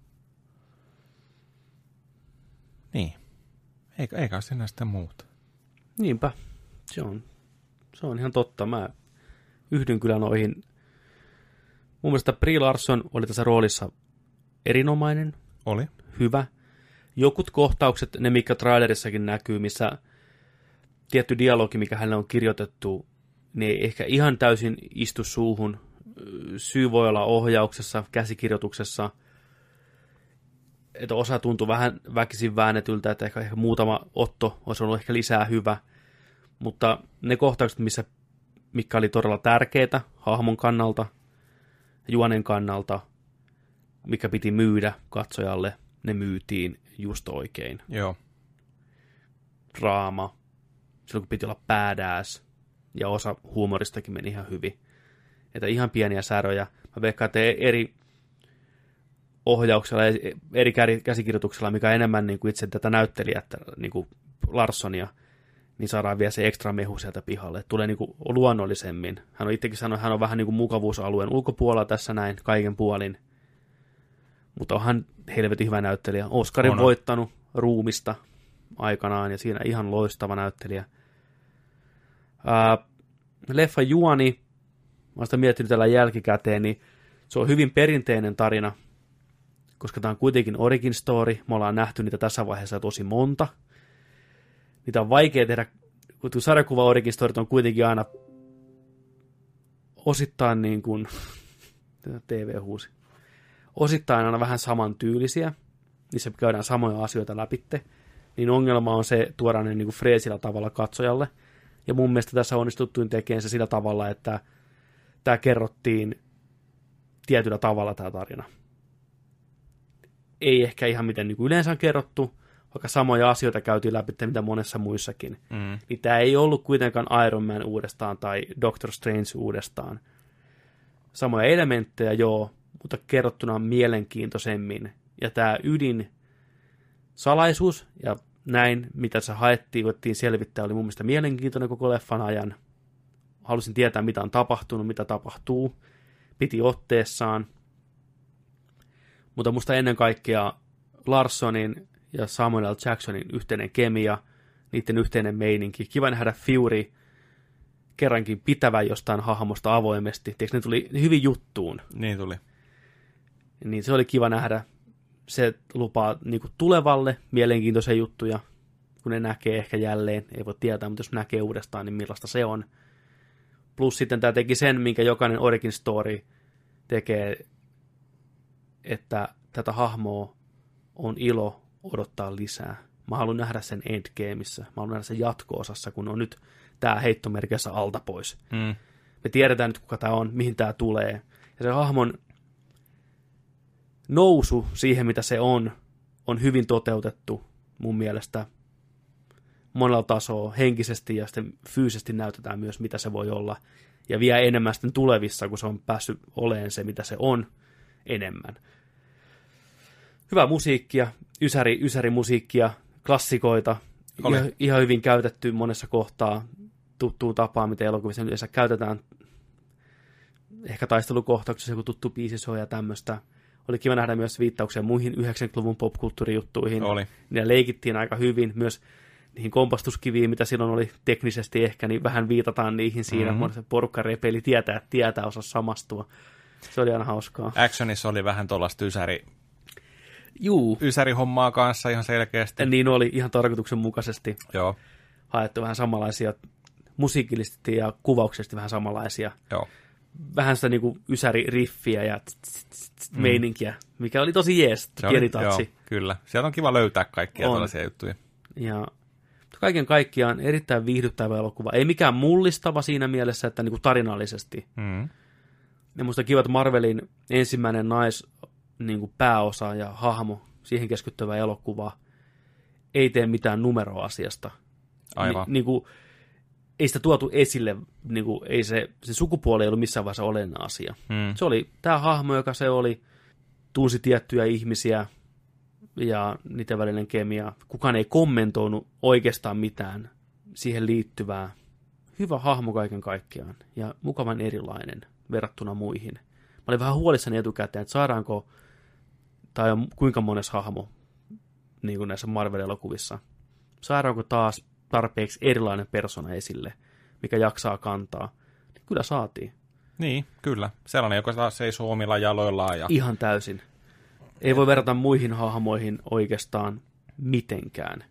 Niin. Eikä, eikä siinä sitten muuta. Niinpä. Se on, se on ihan totta. Mä yhdyn kyllä noihin. Mun mielestä Brie Larson oli tässä roolissa erinomainen. Oli. Hyvä. Jokut kohtaukset, ne mikä trailerissakin näkyy, missä tietty dialogi, mikä hänelle on kirjoitettu, ne ei ehkä ihan täysin istu suuhun. Syy voi olla ohjauksessa, käsikirjoituksessa. Että osa tuntui vähän väkisin väännetyltä, että ehkä, ehkä muutama otto olisi ollut ehkä lisää hyvä. Mutta ne kohtaukset, missä, mikä oli todella tärkeitä hahmon kannalta, juonen kannalta, mikä piti myydä katsojalle, ne myytiin just oikein. Joo. Draama, silloin kun piti olla badass, ja osa huumoristakin meni ihan hyvin. Että ihan pieniä säröjä. Mä veikkaan, että eri ohjauksella ja eri käsikirjoituksella, mikä on enemmän niin kuin itse tätä näyttelijää, niin kuin Larssonia, niin saadaan vielä se ekstra mehu sieltä pihalle. Tulee niin kuin luonnollisemmin. Hän on itsekin sanonut, että hän on vähän niin kuin mukavuusalueen ulkopuolella tässä näin, kaiken puolin. Mutta onhan helvetin hyvä näyttelijä. Oscarin on voittanut Ruumista aikanaan, ja siinä ihan loistava näyttelijä. Ää, leffa juoni, mä oon sitä miettinyt tällä jälkikäteen, niin se on hyvin perinteinen tarina, koska tämä on kuitenkin origin story. Me ollaan nähty niitä tässä vaiheessa tosi monta. Niitä on vaikea tehdä, kun sarjakuva origin storyt on kuitenkin aina osittain niin kuin T V-huusi. Osittain aina vähän samantyylisiä. Niissä käydään samoja asioita läpitte. Niin ongelma on se tuoda ne niin kuin freesillä tavalla katsojalle. Ja mun mielestä tässä onnistuttuin tekemään se sillä tavalla, että tämä kerrottiin tietyllä tavalla tämä tarina. Ei ehkä ihan miten niin kuin yleensä on kerrottu, vaikka samoja asioita käytiin läpi, mitä monessa muissakin. Mm. Niin tämä ei ollut kuitenkaan Iron Man uudestaan tai Doctor Strange uudestaan. Samoja elementtejä, joo, mutta kerrottuna mielenkiintoisemmin. Ja tämä ydin salaisuus ja näin, mitä se haettiin, voittiin selvittää, oli mun mielestä mielenkiintoinen koko leffan ajan. Halusin tietää, mitä on tapahtunut, mitä tapahtuu. Piti otteessaan. Mutta musta ennen kaikkea Larssonin ja Samuel L. Jacksonin yhteinen kemia, niiden yhteinen meininki. Kiva nähdä Fury kerrankin pitävä jostain hahmosta avoimesti. Tiedätkö, ne tuli hyvin juttuun. Niin tuli. Niin se oli kiva nähdä. se lupaa niin kuin tulevalle mielenkiintoisia juttuja, kun ne näkee ehkä jälleen, ei voi tietää, mutta jos näkee uudestaan, niin millaista se on. Plus sitten tämä teki sen, minkä jokainen Origin Story tekee, että tätä hahmoa on ilo odottaa lisää. Mä haluan nähdä sen endgameissa, mä haluan nähdä sen jatko-osassa, kun on nyt tämä heittomerkissä alta pois. Mm. Me tiedetään nyt, kuka tämä on, mihin tämä tulee. Ja se hahmon nousu siihen, mitä se on, on hyvin toteutettu mun mielestä monella tasoa henkisesti ja sitten fyysisesti näytetään myös, mitä se voi olla. Ja vielä enemmän sitten tulevissa, kun se on päässyt oleen se, mitä se on, enemmän. Hyvää musiikkia, ysäri, ysärimusiikkia, klassikoita, ihan, ihan hyvin käytetty monessa kohtaa, tuttuun tapaan, miten elokuvissa yleensä käytetään. Ehkä taistelukohtauksessa joku tuttu biisi soi ja tämmöistä. Oli kiva nähdä myös viittauksia muihin yhdeksänkymmentäluvun popkulttuurijuttuihin. Oli. Ne leikittiin aika hyvin, myös niihin kompastuskiviin, mitä silloin oli teknisesti ehkä, niin vähän viitataan niihin siinä. Mm-hmm. Porukka repeili tietää, että tietää osaa samastua. Se oli aina hauskaa. Actionissa oli vähän tuollaista ysäri, Juu. ysäri-hommaa kanssa ihan selkeästi. Ja niin oli ihan tarkoituksenmukaisesti. Joo. Haettu vähän samanlaisia, musiikillisesti ja kuvauksesti vähän samanlaisia. Joo. Vähän sitä niinku ysäri-riffiä ja mm. meininkiä, mikä oli tosi jees, pieni tatsi. Joo, kyllä. Sieltä on kiva löytää kaikkia on. Tällaisia juttuja. Ja kaiken kaikkiaan erittäin viihdyttävä elokuva. Ei mikään mullistava siinä mielessä, että niinku tarinallisesti. Mm. Ja musta kiva, että Marvelin ensimmäinen nais niinku pääosa ja hahmo, siihen keskittyvä elokuva, ei tee mitään numeroa asiasta. Aivan. Ni, niinku, ei sitä tuotu esille, niinku, ei se, se sukupuoli ei ollut missään vaiheessa olennainen asia. Mm. Se oli tämä hahmo, joka se oli, tunsi tiettyjä ihmisiä ja niiden välinen kemia. Kukaan ei kommentoinut oikeastaan mitään siihen liittyvää. Hyvä hahmo kaiken kaikkiaan ja mukavan erilainen verrattuna muihin. Mä olin vähän huolissani etukäteen, että saadaanko, tai kuinka mones hahmo niin kuin näissä Marvel-elokuvissa, saadaanko taas tarpeeksi erilainen persona esille, mikä jaksaa kantaa. Kyllä saatiin. Niin, kyllä. Sellainen, joka taas seisoo omilla jaloillaan. Ja... Ihan täysin. Ei voi verrata muihin hahmoihin oikeastaan mitenkään.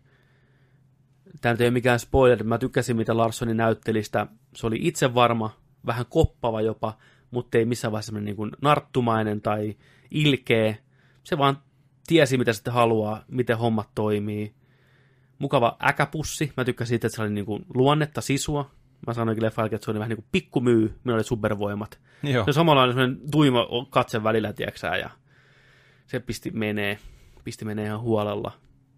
Tämä nyt ei ole mikään spoiler. Mä tykkäsin, mitä Larssoni näytteli sitä. Se oli itse varma, vähän koppava jopa, mutta ei missään vaiheessa semmoinen niin kuin narttumainen tai ilkeä. Se vaan tiesi, mitä sitten haluaa, miten hommat toimii. Mukava äkäpussi. Mä tykkäsin siitä, että se oli niin kuin luonnetta, sisua. Mä sanoinkin leffalkin, että se oli vähän niin kuin pikkumyy. Minulla oli supervoimat. Joo. Se on samanlainen semmoinen tuima katse välillä, tiiäksä, ja se pisti menee, pisti menee ihan huolella.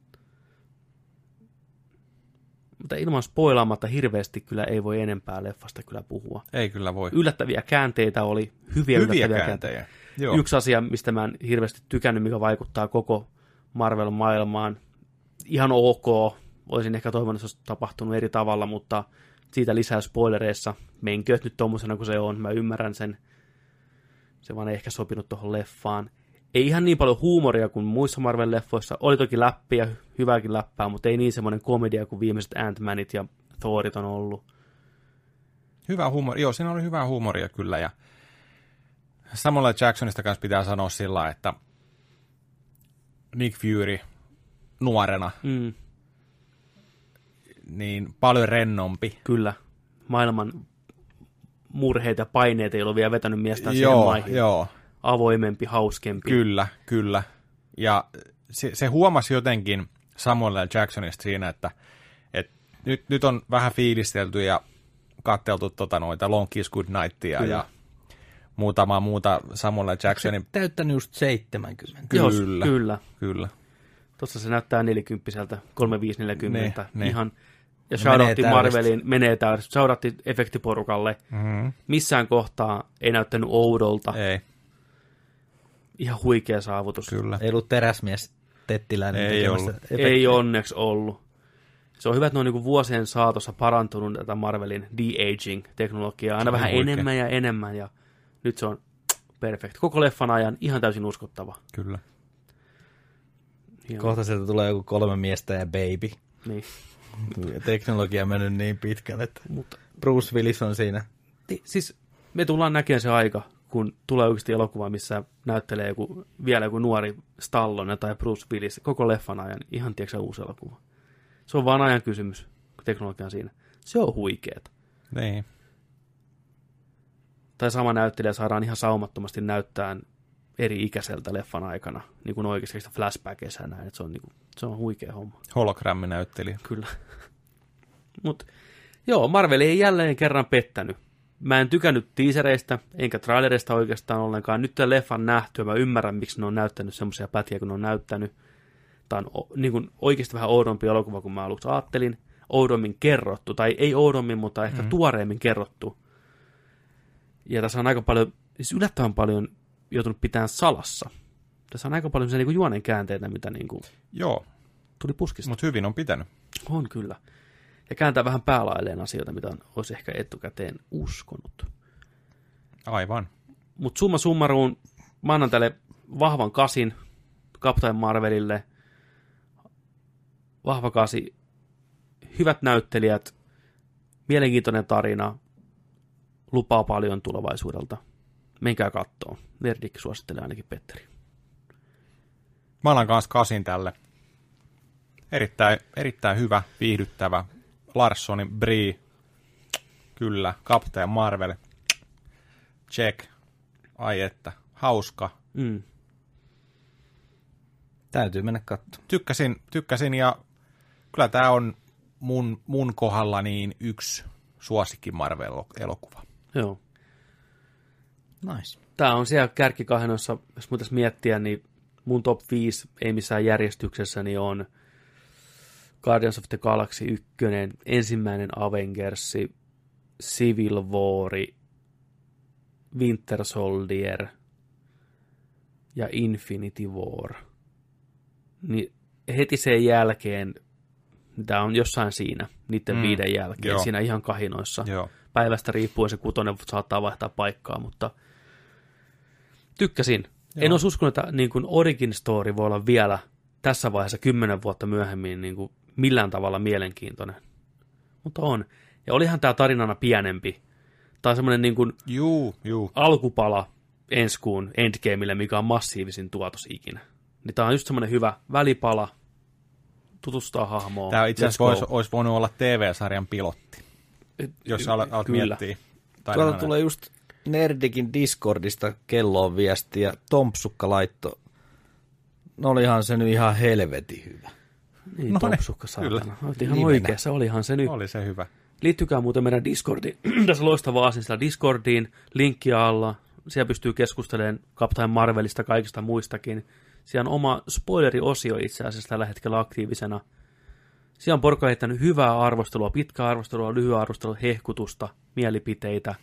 Mutta ilman spoilaamatta hirveästi kyllä ei voi enempää leffasta kyllä puhua. Ei kyllä voi. Yllättäviä käänteitä oli, hyviä, hyviä yllättäviä käänteitä. käänteitä. Joo. Yksi asia, mistä mä en hirveästi tykännyt, mikä vaikuttaa koko Marvel-maailmaan. Ihan ok, olisin ehkä toivonut, että se olisi tapahtunut eri tavalla, mutta siitä lisää spoilereissa. Menkööt nyt tommosena kuin se on, mä ymmärrän sen. Se vaan ei ehkä sopinut tuohon leffaan. Ei ihan niin paljon huumoria kuin muissa Marvel-leffoissa. Oli toki läppiä, hyvääkin läppää, mutta ei niin semmoinen komedia kuin viimeiset Ant-Manit ja Thorit on ollut. Hyvä huumori. Joo, siinä oli hyvää huumoria kyllä. Ja Samuel Jacksonista kanssa pitää sanoa sillä, että Nick Fury nuorena Mm. niin paljon rennompi. Kyllä. Maailman murheita ja paineita ei ollut vielä vetänyt miestään siihen Joo, maihin. joo. Avoimempi, hauskempi. Kyllä, kyllä. Ja se, se huomasi jotenkin Samuel L. Jacksonista siinä, että, että nyt, nyt on vähän fiilistelty ja katteltu tota noita Long Kiss Good Nightia kyllä. Ja muutamaa muuta Samuel L. Jacksonin. Se täyttänyt just seitsemänkymmentä. Kyllä, Joo, kyllä. kyllä. Tuossa se näyttää nelikymppiseltä, kolmekymmentäviisi neljäkymmentä. Ne, ne. Ihan, ja shoutoutti Marvelin, menee täydellisesti. Shoutoutti efektiporukalle. Mm-hmm. Missään kohtaa ei näyttänyt oudolta. Ei. Ihan huikea saavutus. Kyllä. Ei ollut teräsmies Tettiläinen ei tekemässä ollut. efektiä. Ei onneksi ollut. Se on hyvä, että ne on niin kuin vuosien saatossa parantunut tätä Marvelin de-aging-teknologiaa. Aina vähän huikea. enemmän ja enemmän. Ja nyt se on perfect. Koko leffan ajan ihan täysin uskottava. Kyllä. Hieno. Kohta sieltä tulee joku kolme miestä ja baby. Niin. Teknologia on mennyt niin pitkälle, että Mutta Bruce Willis on siinä. Ti- siis me tullaan näkemään se aika, kun tulee oikeasti elokuva, missä näyttelee joku, vielä joku nuori Stallone tai Bruce Willis koko leffan ajan, ihan tiedätkö uusi elokuva. Se on vaan ajan kysymys, kun teknologia on siinä. Se on huikeeta. Niin. Tai sama näyttelijä saadaan ihan saumattomasti näyttää eri ikäiseltä leffan aikana, niin kuin oikeasti flashbackeissa näin, että se on, niin kuin, se on huikea homma. Hologramminäyttelijä. Kyllä. Mutta joo, Marvel ei jälleen kerran pettänyt. Mä en tykännyt teasereista, enkä trailereista oikeastaan ollenkaan. Nyt tämän leffan nähtyä, mä ymmärrän, miksi ne on näyttänyt semmoisia pätkiä, kun ne on näyttänyt. Tämä on niin kuin oikeasti vähän oudompi elokuva, kuin mä aluksi ajattelin. Oudommin kerrottu, tai ei oudommin, mutta ehkä mm-hmm. tuoreemmin kerrottu. Ja tässä on aika paljon, siis yllättävän paljon joutunut pitämään salassa. Tässä on aika paljon niin kuin juonen käänteitä, mitä niin kuin Joo. tuli puskista. Mutta hyvin on pitänyt. On kyllä. Ja kääntää vähän päälailleen asioita, mitä olisi ehkä etukäteen uskonut. Aivan. Mutta summa summaruun, mä annan tälle vahvan kasin Captain Marvelille. Vahva kasi, hyvät näyttelijät, mielenkiintoinen tarina, lupaa paljon tulevaisuudelta. Menkää kattoo. Verdik suosittelee ainakin Petteri. Mä annan kanssa kasin tälle. Erittäin, erittäin hyvä, viihdyttävä. Larssonin Brie. Kyllä. Captain Marvel. Check. Ai että. Hauska. Mm. Täytyy mennä katsomaan. Tykkäsin, tykkäsin ja kyllä tää on mun, mun kohdalla niin yksi suosikki Marvel-elokuva. Joo. Nice. Tää on siellä kärkikahinoissa, jos muitais miettiä, niin mun top viisi, ei missään järjestyksessä, niin on Guardians of the Galaxy yksi, ensimmäinen Avengersi, Civil War, Winter Soldier ja Infinity War. Niin heti sen jälkeen, tämä on jossain siinä, niiden mm, viiden jälkeen, joo. Siinä ihan kahinoissa. Joo. Päivästä riippuen se kutonen saattaa vaihtaa paikkaa, mutta tykkäsin. Joo. En olisi uskonut, että niin kuin origin story voi olla vielä tässä vaiheessa kymmenen vuotta myöhemmin niin kuin millään tavalla mielenkiintoinen. Mutta on. Ja olihan tämä tarinana pienempi. Tämä on semmoinen niin kuin juu, juu. alkupala ensi kuun Endgameille, mikä on massiivisin tuotos ikinä. Niin tämä on just semmoinen hyvä välipala, tutustaa hahmoon. Tämä itse asiassa olisi, olisi voinut olla T V-sarjan pilotti, jos alat, alat miettiä. Tuolta tulee just Nerdikin Discordista kelloon viestiä. Tompsukka laitto. No olihan se nyt ihan helvetin hyvä. Niin, no Tompsukka saatana. Olet ihan oikein, se olihan se nyt. Oli se hyvä. Liittykää muuten meidän Discordiin. Tässä loistavaa asiaa Discordiin, linkki alla. Siellä pystyy keskustelemaan Captain Marvelista, kaikista muistakin. Siellä on oma spoileriosio itse asiassa tällä hetkellä aktiivisena. Siellä on porukka heittänyt hyvää arvostelua, pitkää arvostelua, lyhyen arvostelua, hehkutusta, mielipiteitä.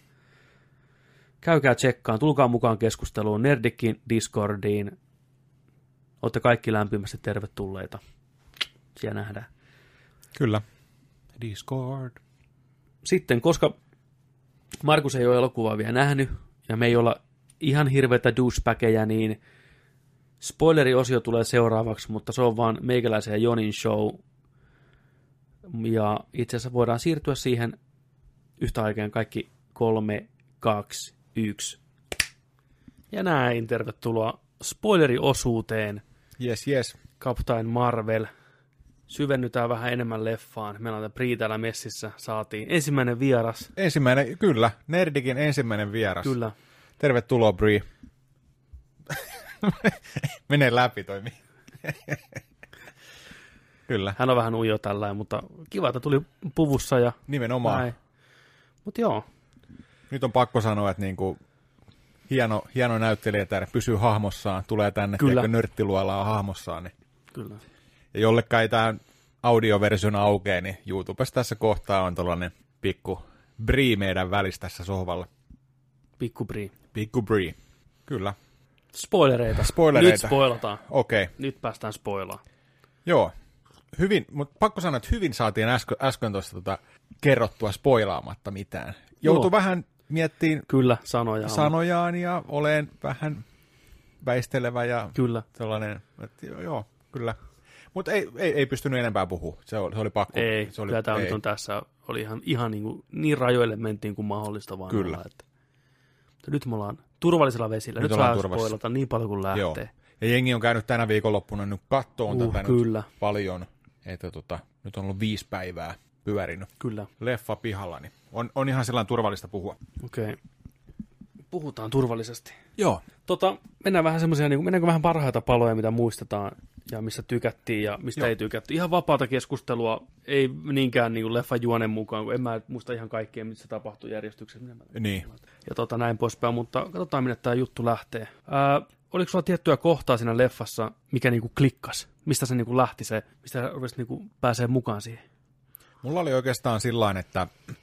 Käykää tsekkaan, tulkaa mukaan keskusteluun Nerdikin Discordiin. Olette kaikki lämpimästi tervetulleita. Siellä nähdään. Kyllä. Discord. Sitten, koska Markus ei ole elokuvaa vielä nähnyt, ja me ei olla ihan hirveitä douchebageja, niin spoileriosio tulee seuraavaksi, mutta se on vaan meikäläisen ja Jonin show. Ja itse asiassa voidaan siirtyä siihen yhtä aikaan kaikki kolme, kaksi, yksi. Ja näin, tervetuloa spoileriosuuteen. Yes, yes. Captain Marvel. Syvennytään vähän enemmän leffaan. Meillä on Brie täällä messissä. Saatiin ensimmäinen vieras. Ensimmäinen, kyllä. Nerdikin ensimmäinen vieras. Kyllä. Tervetuloa, Brie. Mene läpi, toimi. Kyllä. Hän on vähän ujo tällä, mutta kiva, että tuli puvussa. Ja nimenomaan. Mutta joo. Nyt on pakko sanoa, että niinku hieno, hieno näyttelijä täällä pysyy hahmossaan, tulee tänne, tiedätkö, nörttiluolaa hahmossaan. Niin. Kyllä. Ja jollekka ei tämä audioversion aukee, niin YouTubessa tässä kohtaa on tällainen pikku Brie meidän välissä tässä sohvalla. Pikku Brie. Pikku Brie, kyllä. Spoilereita. Spoilereita. Nyt spoilataan. Okei. Okay. Nyt päästään spoilaan. Joo. Hyvin, mutta pakko sanoa, että hyvin saatiin äsken, äsken tuosta tota kerrottua spoilaamatta mitään. Joutui Joo. vähän miettimään kyllä, sanojaan. sanojaan ja olen vähän väistelevä ja kyllä. sellainen, että joo, kyllä. Mutta ei, ei, ei pystynyt enempää puhua, se oli, se oli pakko. Ei, se oli, kyllä tämä nyt on tässä, oli ihan, ihan niin, kuin, niin rajoille mentiin kuin mahdollista vaan. Kyllä. Olla, että, että nyt me ollaan turvallisilla vesillä. Nyt, Nyt saa spoilata niin paljon kuin lähtee. Joo. Ja jengi on käynyt tänä viikonloppuna nyt kattoon Uh, tätä kyllä. nyt paljon. Että tota, nyt on ollut viisi päivää pyörinyt Kyllä. leffa pihalla, niin on, on ihan sellainen turvallista puhua. Okei. Okay. Puhutaan turvallisesti. Joo. Tota, mennään vähän semmoisia, niin mennäänkö vähän parhaita paloja, mitä muistetaan ja missä tykättiin ja mistä Joo. ei tykätty. Ihan vapaata keskustelua, ei niinkään niin kuin leffan juonen mukaan, kun en mä muista ihan kaikkea, missä tapahtui järjestyksessä. Niin. Ja tota, näin poispäin, mutta katsotaan, minne tämä juttu lähtee. Ää, oliko sulla tiettyä kohtaa siinä leffassa, mikä niin kuin klikkasi? Mistä se niin kuin lähti se, mistä rupesi niin kuin pääsee mukaan siihen? Mulla oli oikeastaan sillain, että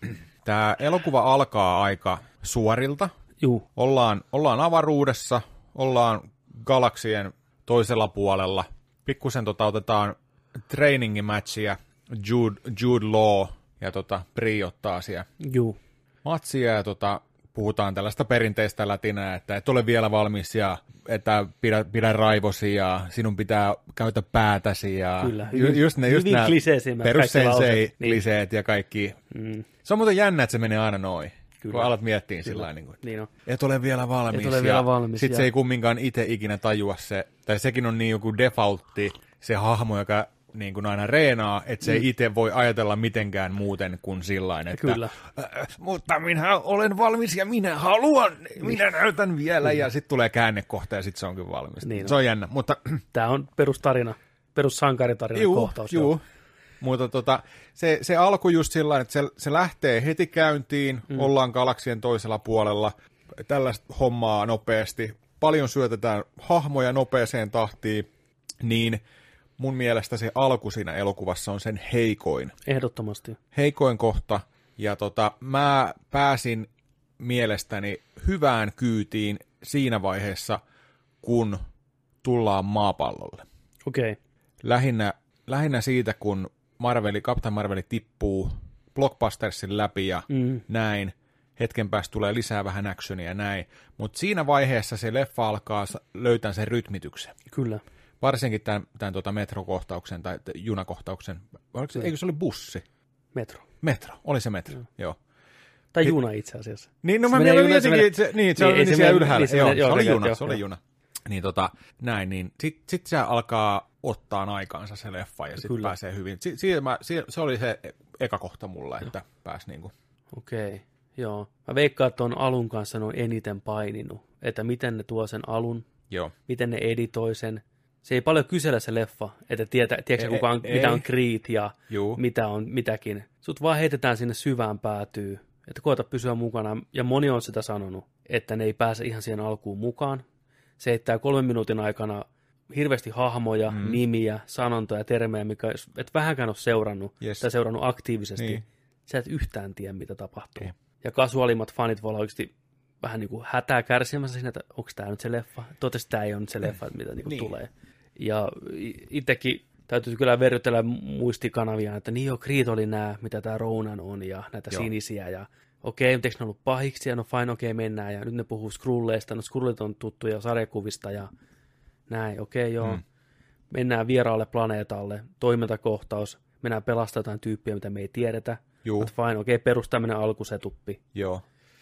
tämä elokuva alkaa aika suorilta. Juu. Ollaan, ollaan avaruudessa, ollaan galaksien toisella puolella. Pikkusen tota, otetaan training-matchia, Jude, Jude Law ja tota, Brie ottaa siellä Juu. matsia ja tota, puhutaan tällaista perinteistä lätinää, että et ole vielä valmis ja että pidä, pidä raivosi ja sinun pitää käytä päätäsi ja Kyllä, hyvin, ju, just ne, just nämä perussensei-kliseet ja kaikki. Mm. Se on muuten jännä, että se menee aina noin. Kyllä. Kun alat miettiä sillä niin kuin, niin on. et ole vielä valmis. Et ole vielä valmis. Sitten ja... se ei kumminkaan itse ikinä tajua se, tai sekin on niin joku defaultti, se hahmo, joka niin kuin aina reenaa, että se mm. ei itse voi ajatella mitenkään muuten kuin sillain, että Kyllä. Äh, mutta minä olen valmis ja minä haluan, minä näytän vielä, mm. ja sitten tulee käännekohta ja sitten se onkin valmis. Niin se on jännä, mutta... Tämä on perustarina, perussankaritarina juu, kohtaus. Juu, mutta tota, se, se alku just sillä että se, se lähtee heti käyntiin, mm. ollaan galaksien toisella puolella, tällaista hommaa nopeasti, paljon syötetään hahmoja nopeeseen tahtiin, niin mun mielestä se alku siinä elokuvassa on sen heikoin. Ehdottomasti. Heikoin kohta, ja tota, mä pääsin mielestäni hyvään kyytiin siinä vaiheessa, kun tullaan maapallolle. Okei. Okay. Lähinnä, lähinnä siitä, kun Marveli, Captain Marveli tippuu Blockbustersin läpi ja mm. näin. Hetken päästä tulee lisää vähän actionia ja näin. Mutta siinä vaiheessa se leffa alkaa löytää sen rytmityksen. Kyllä. Varsinkin tämän, tämän tuota metrokohtauksen tai junakohtauksen. Se, eikö se oli bussi? Metro. Metro, oli se metro, no. Joo. Tai juna itse asiassa. Niin, no mä mietinkin, että se, niin, se niin, oli siellä ylhäällä. Niin, joo, joo, se oli joo, juna, joo, se oli joo. juna. Niin tota, näin, niin sit, sit se alkaa ottaa aikaansa se leffa ja sitten pääsee hyvin. Si, si, mä, si, se oli se eka kohta mulla, että joo. pääsi niinku. Okei, okay, joo. Mä veikkaan, että on alun kanssa on eniten paininut, että miten ne tuo sen alun, joo. miten ne editoi sen. Se ei paljon kysellä se leffa, että tietää, tiedätkö, kuka on, mitä on Creed ja Juu. mitä on mitäkin. Sut vaan heitetään sinne syvään päätyyn, että koeta pysyä mukana. Ja moni on sitä sanonut, että ne ei pääse ihan siihen alkuun mukaan. Se heittää kolmen minuutin aikana hirveästi hahmoja, mm. nimiä, sanontoja, termejä, mikä et vähänkään ole seurannut yes. tai seurannut aktiivisesti. Niin. Sä et yhtään tiedä, mitä tapahtuu. Ei. Ja kasuaalimmat fanit voi olla oikeasti vähän niin kuin hätää kärsimässä siinä, että onko tämä nyt se leffa. Toivottavasti tämä ei ole nyt se leffa, mitä niin kuin niin. tulee. Ja itsekin täytyy kyllä verrytellä muistikanavia, että niin jo, Creed oli nämä, mitä tämä Ronan on, ja näitä Joo. sinisiä, ja okei, okay, eikö ne ollut pahiksi, ja no fine, okei, okay, mennään, ja nyt ne puhuu Skrulleista, no Skrullit on tuttuja sarjakuvista, ja näin, okei, okay, joo, mm. mennään vieraalle planeetalle, toimintakohtaus, mennään pelastamaan jotain tyyppiä, mitä me ei tiedetä, mutta fine, okei, okay, perus tämmöinen alkusetuppi. Joo.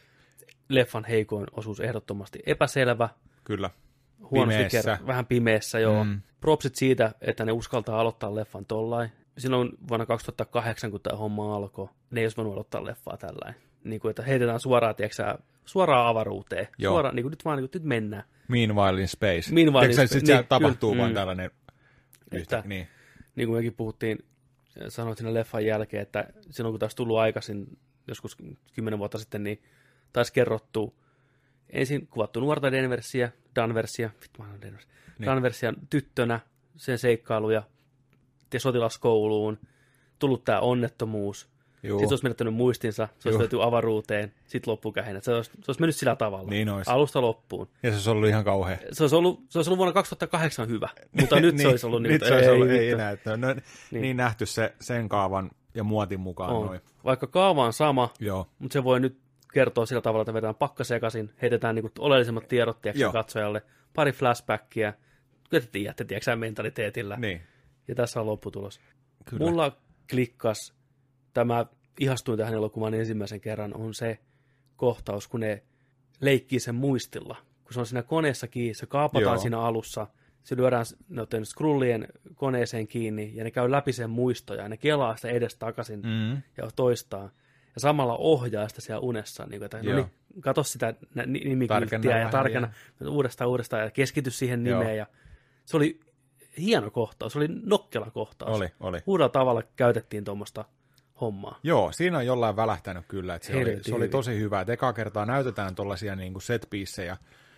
Leffan heikoin osuus ehdottomasti epäselvä. Kyllä. Huonosti ker- vähän pimeässä, joo. Mm. Propsit siitä, että ne uskaltaa aloittaa leffan tollain. Silloin vuonna kaksituhattakahdeksan, kun tämä homma alkoi, ne ei olisi voinut aloittaa leffaa tällain. Niin kuin, että heitetään suoraan, tiedätkö, suoraan avaruuteen. Suoraan, niin kuin, nyt vaan niin kuin, nyt mennään. Meanwhile in space. Meanwhile in space. Sitten niin, tapahtuu kyllä, vaan mm. tällainen yhtä. Niin. niin kuin mekin puhuttiin, sanoin siinä leffan jälkeen, että silloin kun taas tullut aikaisin, joskus kymmenen vuotta sitten, niin taisi kerrottu ensin kuvattu nuorta Denversiä, Danversia, vittu mä annan Denversia, niin. Danversia tyttönä, sen seikkailuja, sotilaskouluun, tullut tää onnettomuus, Juu. sitten se olisi menettänyt muistinsa, se olisi löytynyt avaruuteen, sitten loppukähin, se olisi, se olisi mennyt sillä tavalla, niin alusta loppuun. Ja se olisi ollut ihan kauhea. Se olisi ollut, se olisi ollut vuonna kaksituhattakahdeksan hyvä, mutta nyt niin, se olisi ollut niin, nyt se olisi ollut, ei, ei enää, että no, niin. niin nähty se, sen kaavan ja muotin mukaan. Noin. Vaikka kaava on sama, Joo. mutta se voi nyt kertoo sillä tavalla, että vedetään pakka sekaisin, heitetään niinku oleellisemmat tiedot katsojalle, pari flashbackia, kyllä te tiedätte, tiedätkö mentaliteetillä. Niin. Ja tässä on lopputulos. Kyllä. Mulla klikkas, tämä ihastuin tähän elokuvan ensimmäisen kerran, on se kohtaus, kun ne leikkii sen muistilla. Kun se on siinä koneessa kiinni, se kaapataan Joo. siinä alussa, se lyödään noiden skrullien koneeseen kiinni, ja ne käy läpi sen muistoja, ja ne kelaa sitä edes takaisin Mm. ja toistaa. Ja samalla ohjaa sitä siellä unessa, niin kuin, että no niin, katso sitä nimikylttiä ja tarkenna ja. uudestaan uudestaan ja keskity siihen nimeen. Joo. Ja se oli hieno kohtaus, se oli nokkela kohtaus. Oli, oli. Uudella tavalla käytettiin tuommoista hommaa. Joo, siinä on jollain välähtänyt kyllä, että se, oli, se oli tosi hyvä. Et ekaa kertaa näytetään tuollaisia niin kuin set-piecejä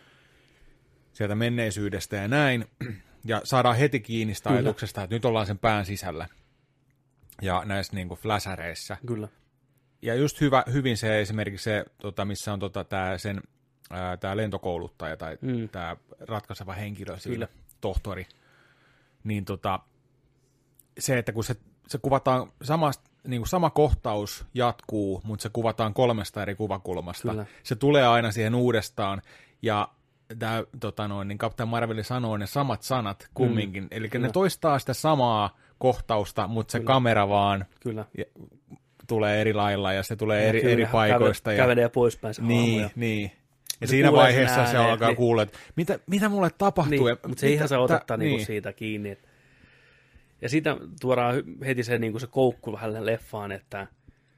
sieltä menneisyydestä ja näin, ja saadaan heti kiinni sitä ajatuksesta, että nyt ollaan sen pään sisällä ja näissä niin kuin fläsäreissä. Kyllä. Ja just hyvä, hyvin se esimerkiksi se, tota, missä on tota, tää sen, ää, tää lentokouluttaja tai mm. tämä ratkaiseva henkilö, siinä, tohtori, niin tota, se, että kun se, se kuvataan, sama, niin kuin sama kohtaus jatkuu, mutta se kuvataan kolmesta eri kuvakulmasta. Kyllä. Se tulee aina siihen uudestaan, ja tämä tota noin, niin Captain Marvel sanoo ne samat sanat kumminkin, mm. eli Kyllä. ne toistaa sitä samaa kohtausta, mutta se Kyllä. kamera vaan Kyllä. tulee eri lailla, ja se tulee ja eri, eri paikoista. Käve, ja kävelee poispäin se niin, aamu. niin. Ja siinä vaiheessa ääneen, se alkaa niin. kuulla, että mitä, mitä mulle tapahtuu. Niin, ja, mutta se ihan se otetta niin. niin. siitä kiinni. Että... Ja siitä tuodaan heti se, niin se koukku vähän leffaan, että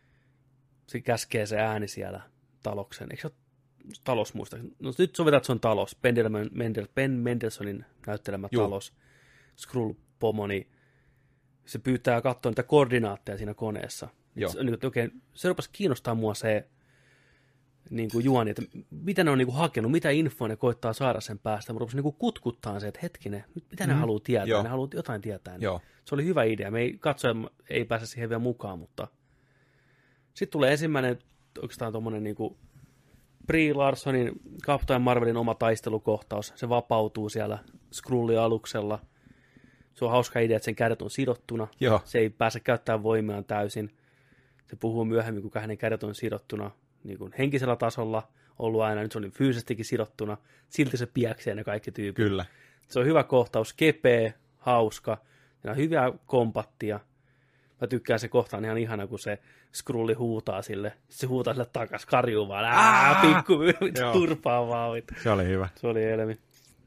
se käskee se ääni siellä taloksen. Eikö se ole talos muista? No nyt sovitaan, että se on talos. Ben, Mendel, Ben Mendelsonin näyttelemä Juh. talos. Skrull-pomo, niin se pyytää katsoa niitä koordinaatteja siinä koneessa. Se, niin, okay, se rupesi kiinnostaa mua se niin kuin juoni, että mitä ne on niin kuin hakenut, mitä infoa ne koittaa saada sen päästä. Mä rupesin niin kuin kutkuttaa se, että hetkinen, mitä mm. ne haluaa tietää, Joo. ne haluaa jotain tietää. Niin se oli hyvä idea. Me ei katsoja ei pääse siihen vielä mukaan, mutta sitten tulee ensimmäinen oikeastaan tuommoinen niin kuin Brie Larsonin Captain Marvelin oma taistelukohtaus. Se vapautuu siellä Skrulli-aluksella. Se on hauska idea, että sen kädet on sidottuna. Joo. Se ei pääse käyttämään voimiaan täysin. Se puhuu myöhemmin, kun hänen kädet on sidottuna niin kuin henkisellä tasolla ollut aina. Nyt se on fyysisestikin sidottuna. Silti se piäksee ne kaikki tyypit. Kyllä. Se on hyvä kohtaus. Kepeä, hauska. Siinä on hyviä kompattia. Mä tykkään se kohtaan ihan ihana, kun se Skrulli huutaa sille. Se huutaa sille takas, karjuu vaan. Ää, pikku, turpaa vaan. Se oli hyvä. Se oli elmi.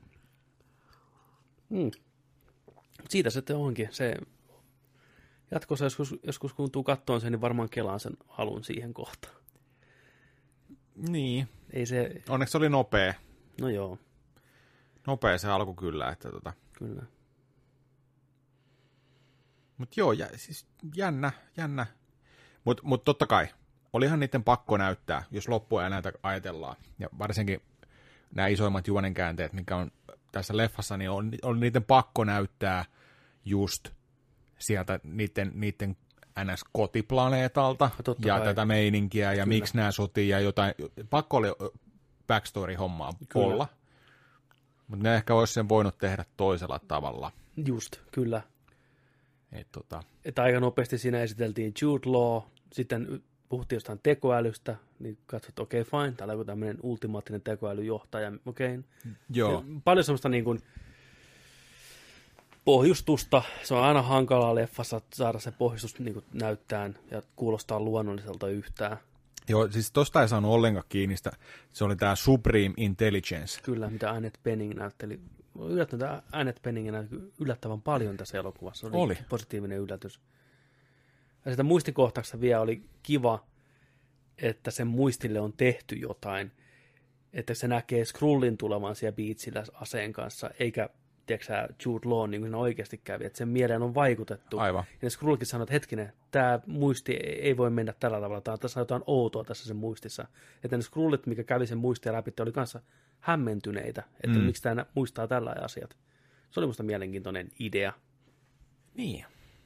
Hmm. Siitä se onkin. Se jatkossa joskus, joskus kun tuu kattoon sen, niin varmaan kelaan sen alun siihen kohtaan. Niin. Ei se... Onneksi se oli nopea. No joo. Nopea se alku kyllä. Että tota... Kyllä. Mutta joo, jä, siis jännä, jännä. Mutta mut totta kai, olihan niiden pakko näyttää, jos loppua ja näitä ajatellaan. Ja varsinkin nämä isoimmat juonenkäänteet, mikä on tässä leffassa, niin on, on niiden pakko näyttää just sieltä niiden, niiden N S-kotiplaneetalta totta ja kai. Tätä meininkiä ja Kyllä. miksi nämä sotii ja jotain. Pakko oli backstory-hommaa Kyllä. olla. Mutta ne ehkä olisi sen voinut tehdä toisella tavalla. Just, kyllä. Et, tota... Että aika nopeasti siinä esiteltiin Jude Law, sitten puhuttiin jostain tekoälystä, niin katsot, että okei, okay, fine, täällä on joku tämmöinen ultimaattinen tekoälyjohtaja, okei. Okay. Joo. Paljon semmoista niin kuin pohjustusta, se on aina hankalaa leffassa saada se pohjustus niin kuin näyttää ja kuulostaa luonnolliselta yhtään. Joo, siis tosta ei saanut ollenkaan kiinni sitä, se oli tämä Supreme Intelligence. Kyllä, mitä Annette Bening näytteli. Yllättävän Annette Bening näytteli yllättävän paljon tässä elokuvassa. Se oli, oli. positiivinen yllätys. Ja sitä muistikohtauksesta vielä oli kiva, että sen muistille on tehty jotain, että se näkee Skrullin tulevan siellä biitsillä aseen kanssa, eikä tiedätkö Jude Law niin kuin oikeasti kävi, että sen mieleen on vaikutettu. Aivan. Ja Skrullkin sanoi, että hetkinen, tämä muisti ei voi mennä tällä tavalla, tämä on tässä jotain outoa tässä sen muistissa. Että ne Skrullit, mikä kävi sen muistia läpi, oli kanssa hämmentyneitä, että mm. miksi tämä muistaa tällä asiat. Se oli musta mielenkiintoinen idea. Niin.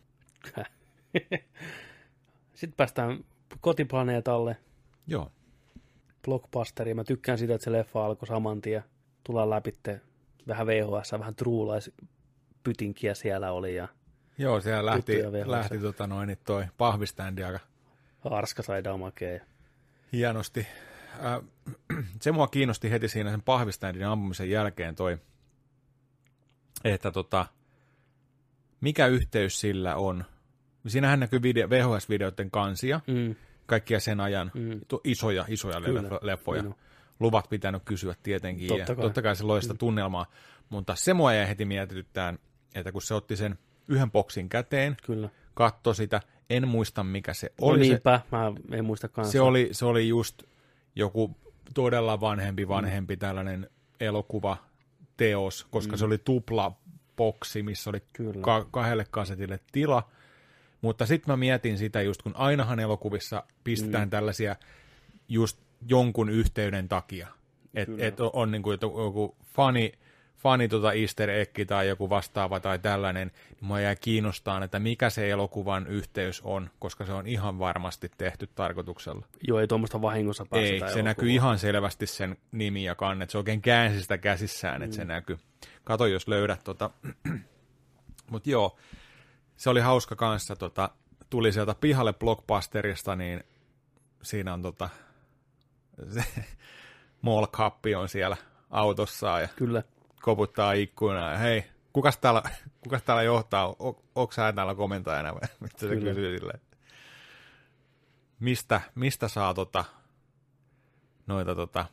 Sitten päästään kotiplaneetalle. Joo. Blockbusteri. Mä tykkään siitä, että se leffa alkoi saman tien. Tullaan läpi vähän V H S, vähän truulaispytinkiä siellä oli. Ja joo, siellä lähti, lähti tota noin, toi pahviständi aika arska sai damakea. Hienosti. Äh, se mua kiinnosti heti siinä sen pahviständin ampumisen jälkeen toi, että tota, mikä yhteys sillä on. Siinähän näkyy video, V H S-videoiden kansia, mm. kaikkia sen ajan mm. isoja, isoja Kyllä. leffoja. Kyllä. luvat pitänyt kysyä tietenkin, Totta ja kai. totta kai se loi sitä tunnelmaa, mutta se mua jäi heti mietityttään, että kun se otti sen yhden boksin käteen, Kyllä. katso sitä, en muista mikä se No oli. niinpä, se, mä en muista kanssa. Se oli, se oli just joku todella vanhempi, vanhempi mm. tällainen elokuvateos, koska mm. se oli tupla boksi, missä oli ka- kahdelle kasetille tila. Mutta sitten mä mietin sitä just, kun ainahan elokuvissa pistetään mm. tällaisia just jonkun yhteyden takia. Että et on, on niin kuin joku fani, fani tota easter egg tai joku vastaava tai tällainen, niin mua jää kiinnostaan, että mikä se elokuvan yhteys on, koska se on ihan varmasti tehty tarkoituksella. Joo, ei tuommoista vahingossa päästä. Ei, se elokuvaa. Näkyy ihan selvästi sen nimi ja kannet. Se oikein käänsi sitä käsissään, että mm. se näkyy. Kato, jos löydät tota. Mutta joo, se oli hauska kanssa. Tota, tuli sieltä pihalle Blockbusterista, niin siinä on tota, se Mall Cup on siellä autossaan ja Kyllä. koputtaa ikkunaa. Ja hei, kukas täällä, kukas täällä johtaa? O, onko sä täällä komentajana? Mitä se kysyy silleen? Mistä, mistä saa tota, noita tota,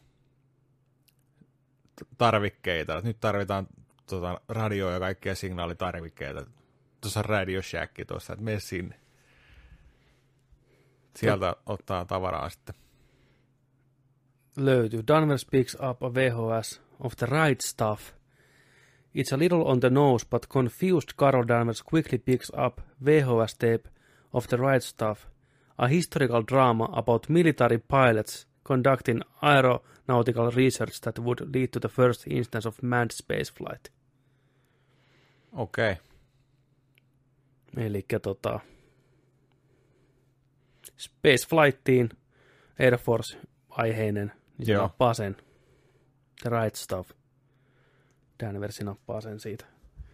tarvikkeita? Nyt tarvitaan tota, radio- ja kaikkia signaalitarvikkeita. Tuossa on Radio Shack tuossa, että mene sinne. Sieltä to- ottaa tavaraa sitten. Löytyy. Danvers picks up a V H S of the right stuff. It's a little on the nose, but confused Carol Danvers quickly picks up V H S tape of the right stuff. A historical drama about military pilots conducting aeronautical research that would lead to the first instance of manned spaceflight. Okei. Okay. Elikkä tota, spaceflightiin Air Force-aiheinen, niin se Joo. nappaa sen. The right stuff. Danvers nappaa sen siitä.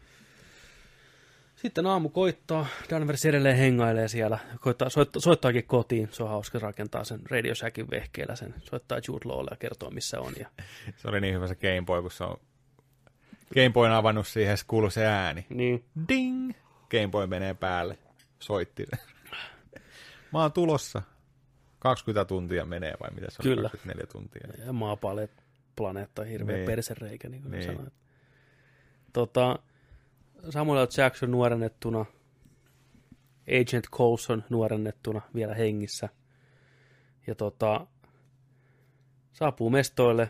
Sitten aamu koittaa. Danvers edelleen hengailee siellä. Koittaa, soittaa, soittaakin kotiin. Se on hauska rakentaa sen Radio Shackin vehkeellä sen. Soittaa Jude Lawlle ja kertoo missä on. Ja... Se oli niin hyvä se Game Boy, kun se on Game Boyn avannut siihen, kuului se ääni. Niin. Ding! Game Boy menee päälle. Soitti. Mä oon tulossa. kaksikymmentä tuntia menee vai mitä se on? Kyllä. kaksikymmentäneljä tuntia. Ja maapallo planeetta on hirveä Niin. persereikä, niin kuin Niin. sanoit. Tota, Samuel Jackson nuorennettuna, Agent Coulson nuorennettuna vielä hengissä. Ja tota, saapuu mestoille.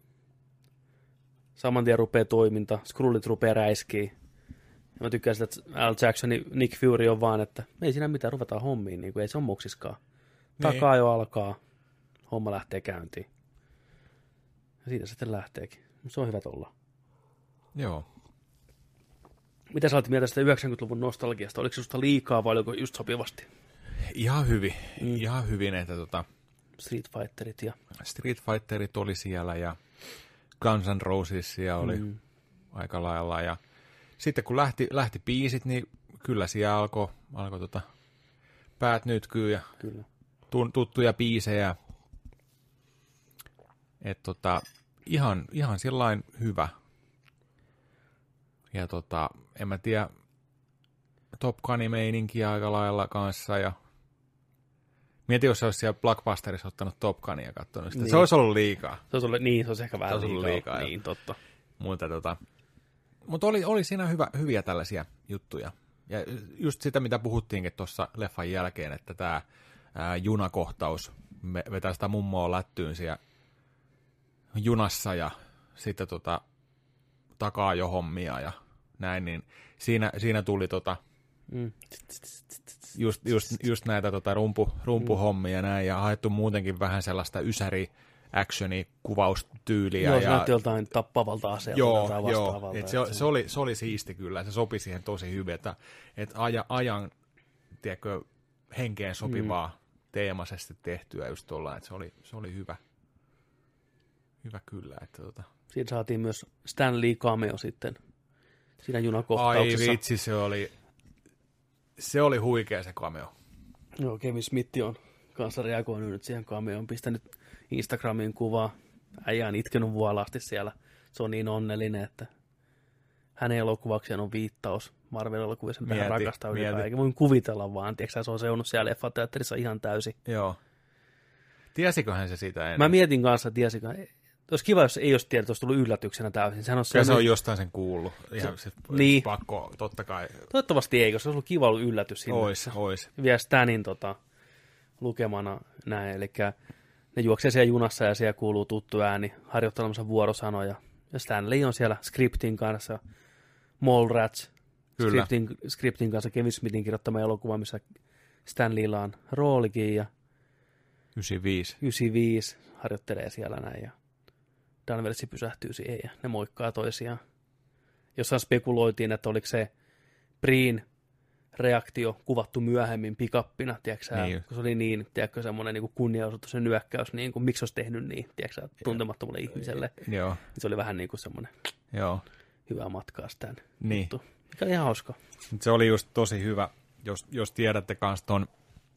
Saman tien rupeaa toiminta, Skrullit rupeaa räiskiä. Ja mä tykkään sitä, että Al Jacksonin Nick Fury on vaan, että ei siinä mitään, ruvetaan hommiin, niin kuin ei se ole moksiskaan. Takaa jo alkaa, homma lähtee käyntiin. Ja siitä sitten lähteekin. Se on hyvä olla. Joo. Mitä sä olet mieltä sitä yhdeksänkymmentäluvun nostalgiasta? Oliko se susta liikaa vai oliko just sopivasti? Ihan hyvin. Mm. Ihan hyvin, että tota, Street Fighterit ja... Street Fighterit oli siellä ja Guns N' Rosesia oli mm. aika lailla. Ja sitten kun lähti, lähti biisit, niin kyllä siellä alkoi alko tota, päät nytkyy ja Kyllä. tuttuja biisejä. Et tota, ihan, ihan sillain hyvä. Ja tota, en mä tiedä, Top Gun-meininkiä aika lailla kanssa. Ja mietin, jos se olisi siellä Blockbusterissa ottanut Top Gunia ja katsonut sitä. Niin. Se olisi ollut liikaa. Se olisi ollut, niin, se olisi ehkä vähän Se olisi ollut liikaa. liikaa, Niin, totta. Mutta tota, mutta oli, oli siinä hyvä, hyviä tällaisia juttuja. Ja just sitä, mitä puhuttiinkin tuossa leffan jälkeen, että tämä ää, junakohtaus me vetää sitä mummoa lättyyn siellä junassa ja sitten tota, takaa jo hommia ja näin, niin siinä, siinä tuli tota, Mm. just, just, just näitä tota rumpu, rumpuhommia ja näin, ja haettu muutenkin vähän sellaista ysäri actioni kuvaustyyliä. Joo, se ja näytti joltain tappavalta aseelta joo, tai joo, vastaavalta. et se, se, oli, se oli siisti kyllä, se sopi siihen tosi hyvin, että, että aja, ajan tiedätkö, henkeen sopivaa mm. teemaisesti tehtyä just tuolla, että se oli, se oli hyvä. Hyvä kyllä. Että tota. Siinä saatiin myös Stan Lee cameo sitten siinä junakohtauksessa. Ai vitsi, se oli, se oli huikea se cameo. Joo, Kevin Smith on kanssa reagoinut nyt siihen cameoon, pistänyt Instagramiin kuvaa. Äijä on itkenut vuolaasti siellä. Se on niin onnellinen, että hänen elokuvakseen on viittaus. Marvel-elokuvia sen vähän rakastaa ylipäätään. Eikä voin kuvitella vaan. Tiedätkö, se on seunut siellä leffateatterissa ihan täysin. Joo. Tiesiköhän se sitä ennen? Mä mietin kanssa, tiesikö. olisi kiva, jos ei olisi tiedä, että olisi tullut yllätyksenä täysin. Sehän on se, se on jostain sen kuullut. Ihan se, niin. Pakko, totta kai. Toivottavasti ei, koska se olisi ollut kiva ollut yllätys sinne. Ois, ois. Vielä Stanin tota, lukemana näin, eli ne juoksee siellä junassa ja siellä kuuluu tuttu ääni harjoittelemassa vuorosanoja. Ja Stanley on siellä skriptin kanssa, Mallrats skriptin, skriptin kanssa, Kevin Smithin kirjoittama elokuva, missä Stanleylla on roolikin ja yhdeksänkymmentäviisi. yhdeksänkymmentäviisi harjoittelee siellä näin ja Danversi pysähtyy siihen ja ne moikkaa toisiaan. Jossain spekuloitiin, että oliko se Breen reaktio kuvattu myöhemmin pikappina, tiedätkö, niin. Kun se oli niin, tiedätkö, semmoinen niin kunnianosoitus ja nyökkäys, niin kuin, miksi olisi tehnyt niin, tiedätkö, tuntemattomalle ihmiselle. Joo. Se oli vähän niin kuin semmoinen Joo. hyvä matkaa sitä niin. juttu, mikä oli ihan hauska. Se oli just tosi hyvä, jos, jos tiedätte kans ton,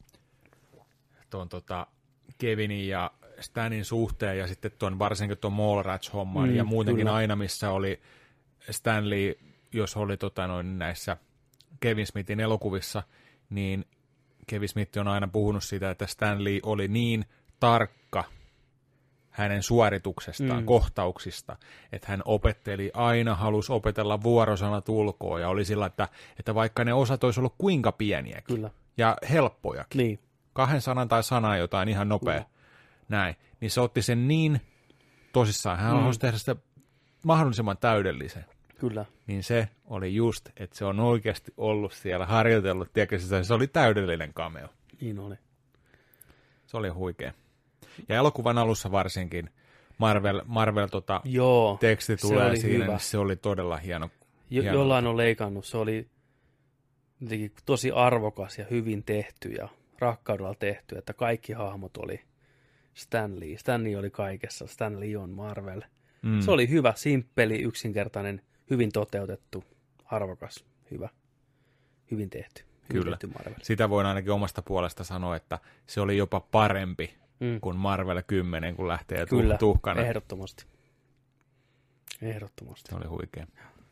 ton tota Kevinin ja Stanin suhteen ja sitten tuon varsinkin tuon Mallrats-homman mm, ja muutenkin kyllä. Aina, missä oli Stanley, jos oli tota noin näissä Kevin Smithin elokuvissa, niin Kevin Smith on aina puhunut siitä, että Stanley oli niin tarkka hänen suorituksestaan, mm. kohtauksista, että hän opetteli, aina halusi opetella vuorosanat ulkoa ja oli sillä, että, että vaikka ne osat olisi ollut kuinka pieniäkin kyllä. Ja helppojakin, niin. kahden sanan tai sanan jotain ihan nopea, kyllä. Näin, niin se otti sen niin tosissaan, hän mm. halusi tehdä sitä mahdollisimman täydellisen. Kyllä. Niin se oli just, että se on oikeasti ollut siellä harjoitellut, tiedätkö, se oli täydellinen cameo. Niin oli. Se oli huikea. Ja elokuvan alussa varsinkin Marvel, Marvel tota, Joo, teksti tulee siinä, niin se oli todella hieno. Jo, hieno. Jollain on leikannut, se oli jotenkin tosi arvokas ja hyvin tehty ja rakkaudella tehty, että kaikki hahmot oli Stan Lee. Stan Lee oli kaikessa, Stan Lee on Marvel. Mm. Se oli hyvä, simppeli, yksinkertainen, hyvin toteutettu, arvokas, hyvä, hyvin tehty. Hyvin Kyllä, tehty Marvel. Sitä voin ainakin omasta puolesta sanoa, että se oli jopa parempi mm. kuin Marvel kymmenen, kun lähtee Kyllä, tuhkana. ehdottomasti. Ehdottomasti. Se oli huikea.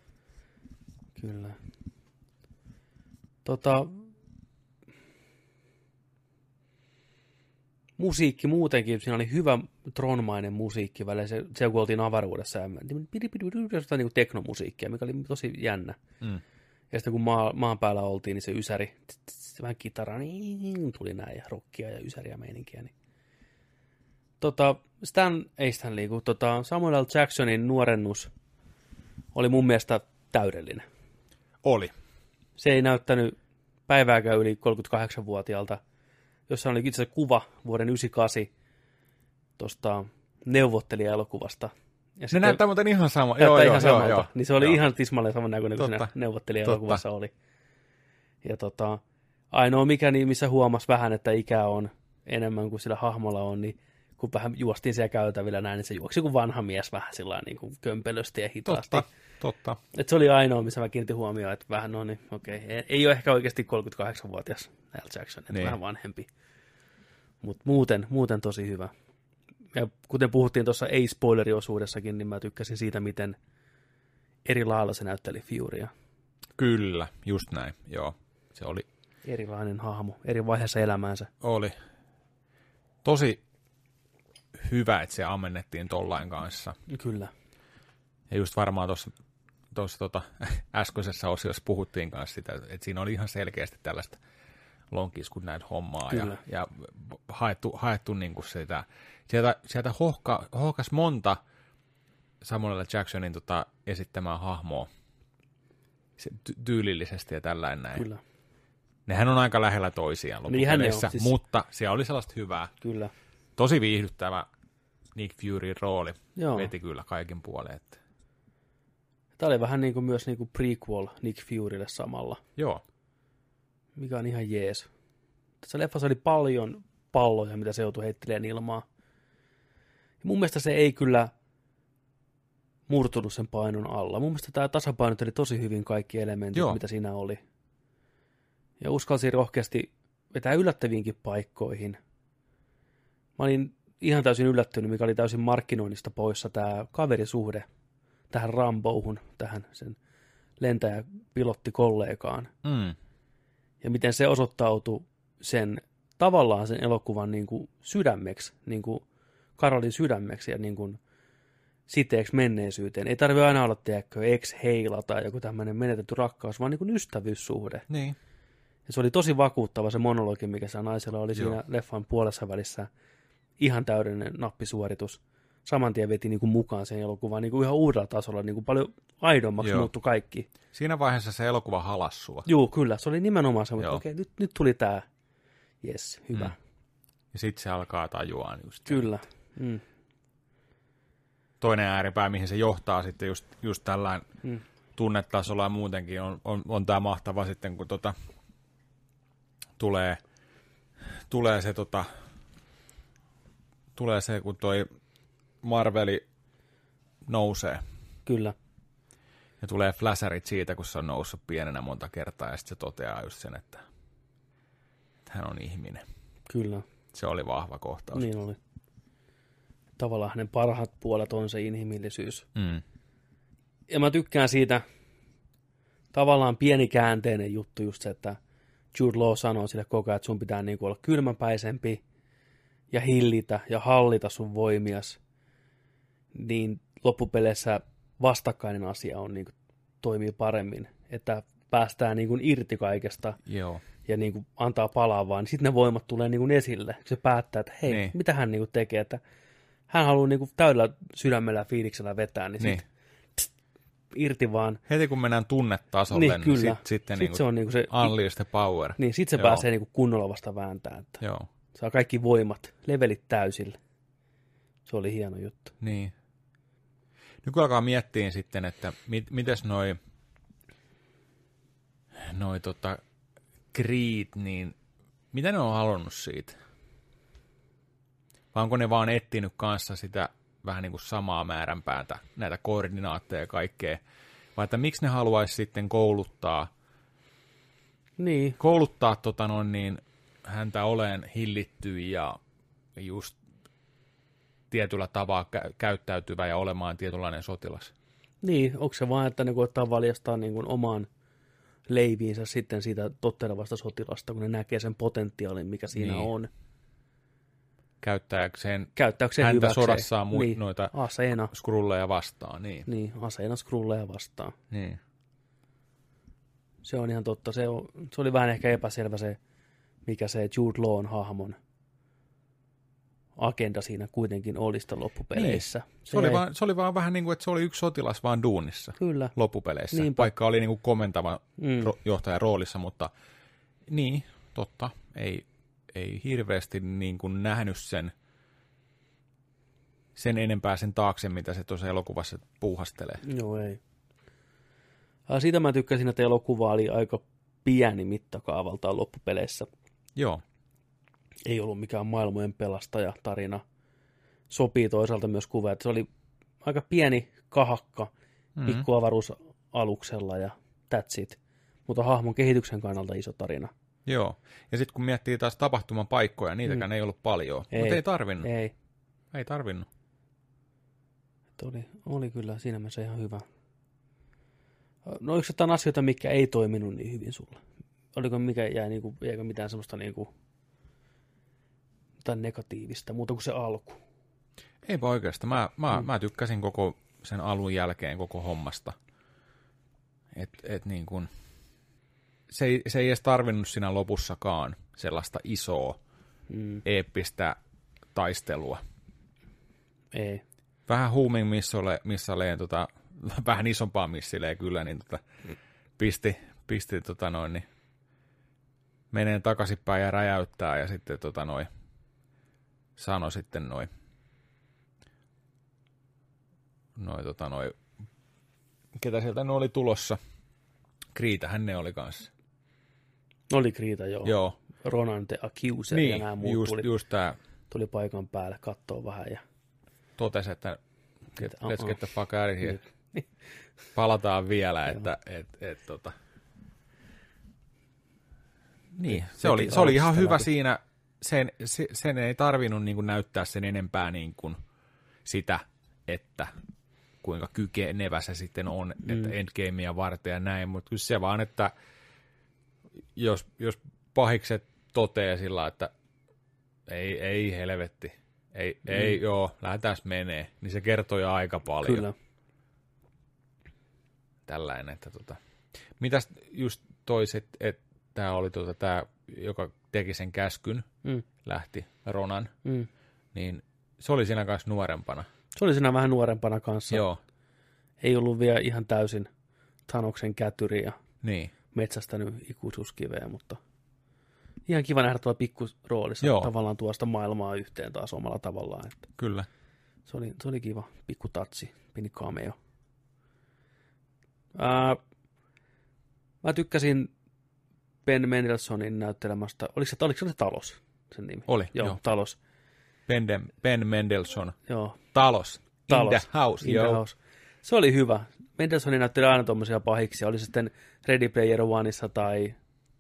Kyllä. Tota, musiikki muutenkin, siinä oli hyvä tronmainen musiikki välillä, se, se kun oltiin avaruudessa, ja jotain niin teknomusiikkia, mikä oli tosi jännä. Mm. Ja sitten kun maa, maan päällä oltiin, niin se ysäri, vähän kitara, niin tuli näin, ja rockia ja ysäriä meininkiä. Niin. Tota, Stan, ei Stanley, kun tota, Samuel L. Jacksonin nuorennus oli mun mielestä täydellinen. Oli. Se ei näyttänyt päivääkään yli kolmekymmentäkahdeksanvuotiaalta, jossa oli itse kuva vuoden yhdeksänkymmentäkahdeksan tuosta neuvottelijaelokuvasta. Ja ne näyttää muuten ihan sama. Näyttää joo, ihan joo, samalta. joo, niin se oli joo. ihan tismalleen saman näköinen kuin siinä neuvottelijaelokuvassa oli. Ja tota, ainoa mikä, niin missä huomasi vähän, että ikää on enemmän kuin sillä hahmolla on, niin kun vähän juostiin siellä käytävillä näin, niin se juoksi kuin vanha mies vähän sillä niin kuin kömpelösti ja hitaasti. Totta, totta. Et se oli ainoa, missä mä kiinnitin huomioon, että vähän no niin, okei. Ei, ei ole ehkä oikeasti kolmekymmentäkahdeksanvuotias L. Jackson, että niin. Vähän vanhempi. Mutta muuten, muuten tosi hyvä. Ja kuten puhuttiin tuossa ei-spoileriosuudessakin, niin mä tykkäsin siitä, miten eri lailla se näytteli Furya. Kyllä, just näin, joo. Se oli erilainen hahmo, eri vaiheessa elämäänsä. Oli. Tosi hyvä, että se ammennettiin tollain kanssa. Kyllä. Ja just varmaan tuossa tuossa tota, äskeisessä osiossa puhuttiin kanssa sitä, että siinä oli ihan selkeästi tällaista lonkiskun näitä hommaa ja, ja haettu, haettu niin kuin sitä, sieltä, sieltä hohka, hohkas monta Samuel L. Jacksonin tota, esittämää hahmoa se, ty- tyylillisesti ja tällainen näin. Kyllä. Nehän on aika lähellä toisiaan loppupeleissä, niin siis mutta siellä oli sellaista hyvää. Kyllä. Tosi viihdyttävä Nick Furyn rooli. Joo. Veti kyllä kaiken puoleen. Että... Tämä oli vähän niin kuin myös niin kuin prequel Nick Furylle samalla. Joo. Mikä on ihan jees. Tässä leffassa oli paljon palloja, mitä se joutui heittelemään ilmaa. Ja mun mielestä se ei kyllä murtunut sen painon alla. Mun mielestä tämä tasapainotteli tosi hyvin kaikki elementit, Joo. mitä siinä oli. Ja uskalsi rohkeasti vetää yllättäviinkin paikkoihin. Mä olin ihan täysin yllättynyt, mikä oli täysin markkinoinnista poissa tämä kaverisuhde tähän Rambouhun, tähän sen lentäjäpilottikollegaan. Mm. Ja miten se osoittautui sen tavallaan sen elokuvan niin kuin sydämeksi, niin kuin Karolin sydämeksi ja niin kuin siteeksi menneisyyteen. Ei tarvitse aina olla, tiedäkö, ex-heila tai joku tämmöinen menetetty rakkaus, vaan niin kuin ystävyyssuhde. Niin. Ja se oli tosi vakuuttava se monologi, mikä se naisella oli Joo. siinä leffan puolessa välissä. Ihan täydellinen nappisuoritus. Saman tien veti niin kuin mukaan sen elokuvan niin kuin ihan uudella tasolla, niin kuin paljon aidommaksi Joo. muuttui kaikki. Siinä vaiheessa se elokuva halasi sua. Joo, kyllä. Se oli nimenomaan se, että okei, nyt, nyt tuli tämä. Jes, hyvä. Mm. Ja sitten se alkaa tajua just. Kyllä. Mm. Toinen ääripää, mihin se johtaa sitten just, just tällään mm. tunnetasolla ja muutenkin, on, on, on tämä mahtava sitten, kun tota, tulee, tulee se tota, tulee se, kun toi Marveli nousee. Kyllä. Ja tulee flasherit siitä, kun se on noussut pienenä monta kertaa, ja sitten se toteaa just sen, että, että hän on ihminen. Kyllä. Se oli vahva kohtaus. Niin oli. Tavallaan hänen parhaat puolet on se inhimillisyys. Mm. Ja mä tykkään siitä tavallaan pieni käänteinen juttu just se, että Jude Law sanoo sille koko ajan, että sun pitää niinku olla kylmäpäisempi ja hillitä ja hallita sun voimias. Niin loppupeleissä vastakkainen asia on niinku, toimii paremmin. Että päästään niinku irti kaikesta. Joo. Ja niinku antaa palaa vaan. Sitten ne voimat tulee niinku esille. Se päättää, että hei, niin. mitä hän niinku tekee, että hän haluaa niinku täydellä sydämellä ja fiiliksellä vetää, niin, niin. sitten irti vaan. Heti kun mennään tunnetasolle, niin, niin sitten sit sit niinku se on niinku se unleash the power. Niin, sitten se Joo. pääsee niinku kunnolla vasta vääntää. Että Joo. saa kaikki voimat, levelit täysille. Se oli hieno juttu. Niin. Nyt kun alkaa miettiä sitten, että mit, mites noi, noi tota Creed, niin mitä ne on halunnut siitä? Vai onko ne vaan etsinyt kanssa sitä vähän niin kuin samaa määränpäätä, näitä koordinaatteja ja kaikkea? Vai että miksi ne haluaisi sitten kouluttaa, niin. kouluttaa tota noin, niin häntä oleen hillitty ja just tietyllä tavalla kä- käyttäytyvä ja olemaan tietynlainen sotilas? Niin, onko se vaan, että ne koettaa valjastaa niin kuin omaan leiviinsä sitten siitä tottelevasta sotilasta, kun ne näkee sen potentiaalin, mikä siinä niin. on. Käyttääkseen, Käyttääkseen häntä hyväkseen. sodassaan mu- niin. noita aseena. skrulleja vastaan. Niin, niin aseena skrulleja vastaan. Niin. Se on ihan totta. Se, on, se oli vähän ehkä epäselvä se, mikä se Jude Lawn hahmon agenda siinä kuitenkin oli sitä loppupeleissä. Niin. Se, se, oli vaan, se oli vaan vähän niin kuin, että se oli yksi sotilas vaan duunissa Kyllä. loppupeleissä, Niinpä. vaikka oli niin kuin komentava mm. ro- johtajan roolissa, mutta niin, totta, ei, ei hirveästi niin kuin nähnyt sen, sen enempää sen taakse, mitä se tuossa elokuvassa puuhastelee. Joo, ei. Ja siitä mä tykkäsin, että elokuva oli aika pieni mittakaavaltaan loppupeleissä. Joo. Ei ollut mikään maailmojen pelastaja tarina. Sopii toisaalta myös kuva, että se oli aika pieni kahakka mm-hmm. pikkuavaruusaluksella ja that's it. Mutta hahmon kehityksen kannalta iso tarina. Joo, ja sitten kun miettii taas tapahtuman paikkoja, niitäkään mm. ei ollut paljon, ei, mutta ei tarvinnut. Ei. Ei tarvinnut. Että oli, oli kyllä siinä mielessä ihan hyvä. No yksi jotain asioita, mikä ei toiminut niin hyvin sulla? Oliko mikä jäi niinku, jäikö mitään semmoista niinku, jotain negatiivista, muuta kuin se alku? Eipä oikeastaan. Mä, mä, mm. mä tykkäsin koko sen alun jälkeen koko hommasta. Et, et niin kun, se, ei, se ei edes tarvinnut siinä lopussakaan sellaista isoa, mm. eeppistä taistelua. Ei. Vähän huumin missolle, missaleen, tota, vähän isompaa missileen kyllä, niin tota, pisti, pisti tota noin, niin menee takaisinpäin ja räjäyttää ja sitten tota noin, sano sitten noin, noin tota noin, ketä sieltä ne oli tulossa? Kriitähän ne oli kanssa. Oli Kriita, joo. Joo. Ronan the Accuser niin, ja nämä muut just, tuli, just tää. tuli paikan päälle katsoa vähän. Ja totesi, että get, uh-uh. let's get the fuck out of here. Palataan vielä, että et, et, tota. Niin, se oli, se oli ihan hyvä läpi. Siinä. Sen, se, sen ei tarvinnut niin kuin näyttää sen enempää niin kuin sitä, että kuinka kykenevä se sitten on, mm. että endgamea varten ja näin, mutta kyllä se vaan, että jos, jos pahikset toteaa sillä, että ei, ei helvetti, ei, mm. ei joo, lähdetään menee, niin se kertoo jo aika paljon. Kyllä. Tällainen, että tota. Mitäs just toiset, että tämä oli tota, tämä, joka teki sen käskyn, mm. lähti Ronan, mm. niin se oli siinä kanssa nuorempana. Se oli siinä vähän nuorempana kanssa. Joo. Ei ollut vielä ihan täysin Thanoksen kätyri ja niin. metsästänyt ikuisuuskiveä, mutta ihan kiva nähdä tuolla pikkuroolissa Joo. tavallaan tuosta maailmaa yhteen taas omalla tavallaan. Että kyllä. Se oli, se oli kiva, pikku tatsi, pieni cameo. Ää, mä tykkäsin Ben Mendelsohnin näyttelemästä, oliko se, oliko se Talos sen nimi? Oli, joo. joo. Talos. Ben, de, Ben Mendelsohn. Joo. Talos. Talos. In the house. In the house. Se oli hyvä. Mendelsohn näytteli aina tuommoisia pahiksia, oli se sitten Ready Player Oneissa tai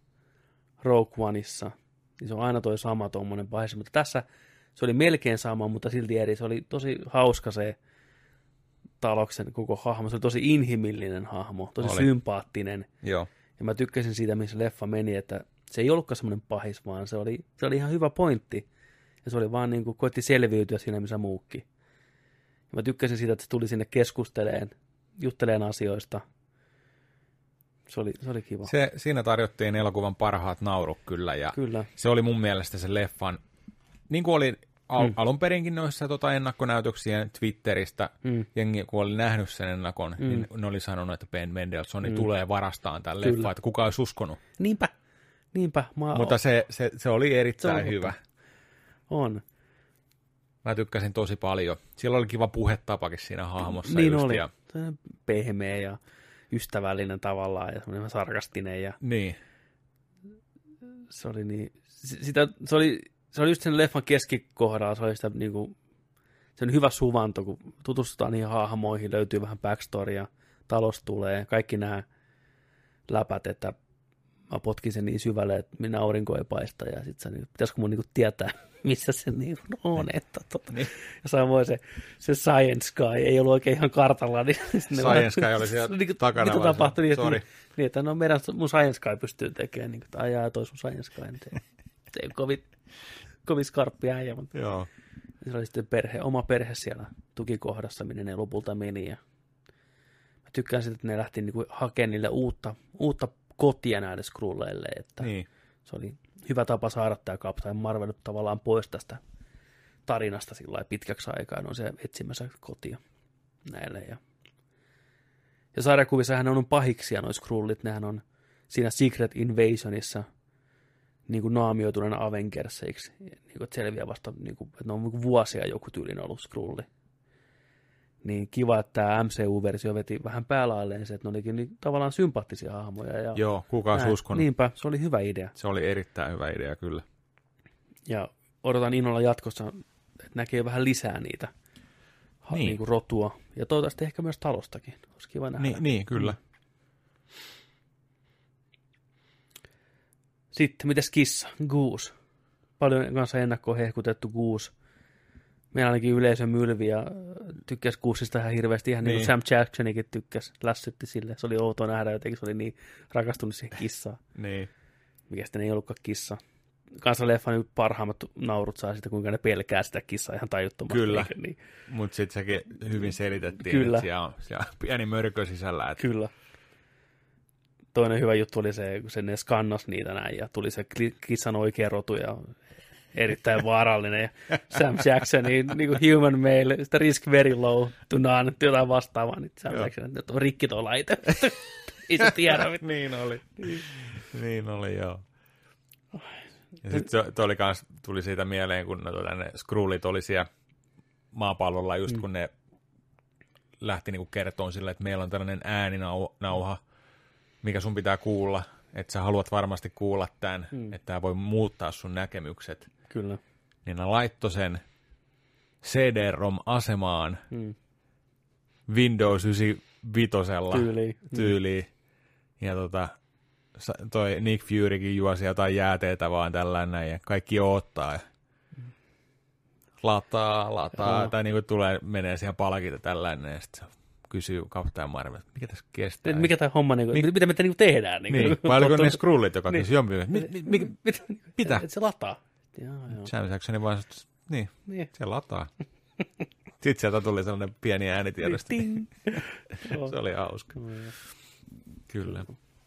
Rogue Oneissa. Niin se on aina toi sama tuommoinen pahis, mutta tässä se oli melkein sama, mutta silti eri. Se oli tosi hauska se Taloksen koko hahmo. Se oli tosi inhimillinen hahmo, tosi oli. Sympaattinen. Joo. Ja mä tykkäsin siitä, missä leffa meni, että se ei ollutkaan semmoinen pahis, vaan se oli, se oli ihan hyvä pointti. Ja se oli vaan niin kuin, koitti selviytyä siinä, missä muukin. Ja mä tykkäsin siitä, että se tuli sinne keskusteleen, jutteleen asioista. Se oli, se oli kiva. Se, siinä tarjottiin elokuvan parhaat naurut kyllä, ja kyllä. Se oli mun mielestä se leffan, niin kuin oli al- mm. alun perinkin noissa tota, ennakkonäytöksiä Twitteristä, mm. jengi kun oli nähnyt sen ennakon, mm. niin ne oli sanonut, että Ben Mendelsohn mm. tulee varastaan tämän leffan, että kukaan olisi uskonut. Niinpä, niinpä. Mä Mutta se, se, se oli erittäin se on hyvä. On. Mä tykkäsin tosi paljon. Siellä oli kiva puhetapakin siinä hahmossa. Niin just, oli. Ja pehmeä ja ystävällinen tavallaan ja semmoinen sarkastinen. Ja niin. Se oli niin, sitä, se oli, se oli just sen leffan keskikohdalla, se oli sitä niinku, se on hyvä suvanto, kun tutustutaan niihin hahmoihin, löytyy vähän backstorya, Talos tulee, kaikki nämä läpät, että mä potkin sen niin syvälle, että minä aurinko ei paista, ja sitten niin, pitäisikö mun niinku tietää, missä se niin on, että tota. Niin. Ja samoin se, se Science Sky ei ollut oikein ihan kartalla. Niin Science Sky oli siellä niin, takana. Niin tapahtui niin, että, niin, että no meidän mun Science Sky pystyy tekemään, niin, että ajaa toi sun Science Sky, niin se, se ei kovin, kovin skarppi äijä, mutta Joo. Se oli sitten perhe, oma perhe siellä tukikohdassa, minne ne lopulta meni, ja mä tykkään siitä, että ne lähti niin hakemaan niille uutta, uutta kotia näille Skrulleille, että niin. Se oli hyvä tapa saada tämä Captain Marvel tavallaan pois tästä tarinasta sillä pitkäksi aikaa, on se etsimässä kotia näille. Ja, ja sarjakuvissahan on pahiksia nuo Skrullit, nehän on siinä Secret Invasionissa niin kuin naamioituneena Avengersseiksi, niin kuin, että selviää vasta, niin kuin, että ne on niin kuin vuosia joku tyylin ollut Skrulli. Niin kiva, että tämä M C U-versio veti vähän päälailleen se, että ne olikin niin tavallaan sympaattisia hahmoja. Ja joo, kuka olisi uskonut. Niinpä, se oli hyvä idea. Se oli erittäin hyvä idea, kyllä. Ja odotan innolla jatkossa, että näkee vähän lisää niitä niin. Niin kuin rotua. Ja toivottavasti ehkä myös Talostakin. Olisi kiva nähdä. Niin, niin kyllä. Sitten, mitäs kissa? Goose. Paljon kanssa ennakkoon hehkutettu Goose. Meillä ainakin yleisön mylvi ja tykkäsi Goosesta ihan hirveästi. Ihan niin, niin kuin Sam Jacksonikin tykkäsi. Lässytti sille. Se oli outoa nähdä jotenkin. Se oli niin rakastunut siihen kissaan. Niin. Mikä sitten ei ollutkaan kissa. Kanssa leffan parhaimmat naurut saa siitä, kuinka ne pelkää sitä kissaa ihan tajuttomasti. Kyllä, niin. Mutta sitten sekin hyvin selitettiin, Kyllä. että siellä on, siellä on pieni mörkö sisällä. Että Kyllä. Toinen hyvä juttu oli se, kun se ne skannasi niitä näin, ja tuli se kissan oikea rotu, ja erittäin vaarallinen. Ja Sam Jackson, niin, niin kuin human male, sitä risk very low, to none, jotain vastaavaa. Niin Sam Jackson, että on rikki tuo laite. Ei se tiedä. Niin oli. Niin oli, joo. Ja sitten se, oli kans, tuli siitä mieleen, kun no, ne Skrullit oli siellä maapallolla, just mm. kun ne lähti niinku kertoon sille, että meillä on tällainen ääninauha, mikä sun pitää kuulla, että sä haluat varmasti kuulla tämän, mm. että tämä voi muuttaa sun näkemykset. Kyllä. Niin ne laittoi sen C D-ROM-asemaan mm. Windows yhdeksänkymmentäviisi tyyliin. tyyliin. Mm. Ja tota, toi Nick Furykin juosi jotain jääteetä vaan tällainen, ja kaikki odottaa. Ja lataa, lataa, Joo. tai niinku tulee, menee siihen palkita tällainen, ja sitten kysyy Captain Marvel, mikä tässä kestää. Mikä tämä homma, niinku, Mik... mitä me niinku tehdään? Niinku, niin, vai oliko ne Skrullit, joka niin. kysyi jompi, mit, mit, mit, mit, mitä? Et se lataa. Sam Jacksonin vaan, Niin, Niin. se lataa. Sitten sieltä tuli sellainen pieni äänitiedosti. Se oli hauska. Kyllä.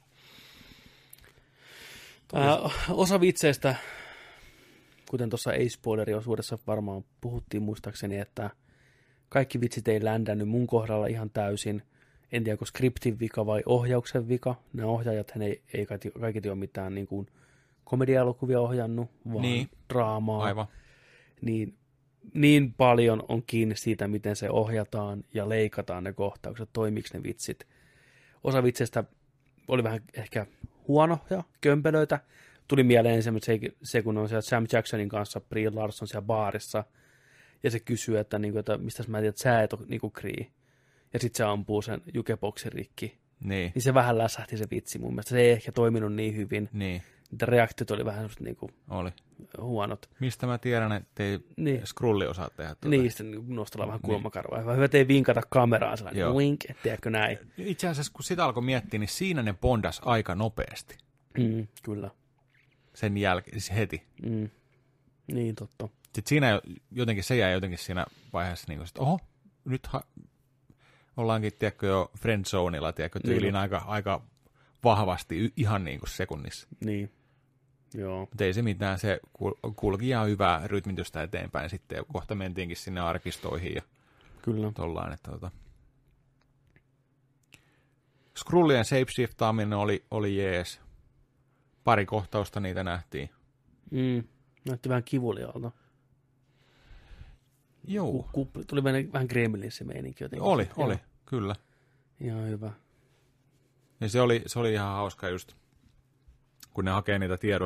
Äh, osa vitseistä, kuten tuossa ei-spoileriosuudessa varmaan puhuttiin muistaakseni, että kaikki vitsit ei ländännyt mun kohdalla ihan täysin. En tiedä, onko skriptin vika vai ohjauksen vika. Ne ohjaajat ei, ei kaikki ole mitään niin kuin komedia-elokuvia ohjannut, vaan niin. draamaa. Aivan. Niin, niin paljon on kiinni siitä, miten se ohjataan ja leikataan ne kohtaukset, toimiiko ne vitsit. Osa vitseistä oli vähän ehkä huono ja kömpelöitä. Tuli mieleen ensimmäinen se, se, kun on siellä Sam Jacksonin kanssa Brie Larson siellä baarissa, ja se kysyy, että, niin kuin, että mistä mä tiedän, että sä et ole niin kuin Kree. Ja sitten se ampuu sen jukeboksin rikki. Niin. Niin se vähän läsähti se vitsi mun mielestä. Se ei ehkä toiminut niin hyvin. Niin. Niitä reaktiot oli vähän semmoiset niin kuin oli. huonot. Mistä mä tiedän, että ei niin. Skrulli osaa tehdä tuota. Niin, sitten nostella vähän kulmakarvaa. Niin. Hyvä, että ei vinkata kameraan sellainen wink, tiedätkö näin. Itse asiassa, kun sitä alkoi miettiä, niin siinä ne bondas aika nopeasti. Mm, kyllä. Sen jälkeen, siis heti. Mm. Niin, totta. Sitten siinä jotenkin, se jäi jotenkin siinä vaiheessa, niin kuin, että oho, nyt ha- ollaankin, tiedätkö, jo friendzoneilla, tiedätkö, tyyliin niin. aika, aika vahvasti, ihan niin kuin sekunnissa. Niin, joo. Mutta ei se mitään, se kulki ihan hyvää rytmitystä eteenpäin sitten, ja kohta mentiinkin sinne arkistoihin ja kyllä. Tollaan, että tota. Skrullien shapeshiftaaminen oli, oli jees. Pari kohtausta niitä nähtiin. Mm. Näytti vähän kivulialta. Joo. Ku, ku, tuli vähän, vähän Gremlinsin meininki jotenkin. Oli, Joo. oli, kyllä. Ihan hyvä. Ja se oli, se oli ihan hauska just, kun ne hakee niitä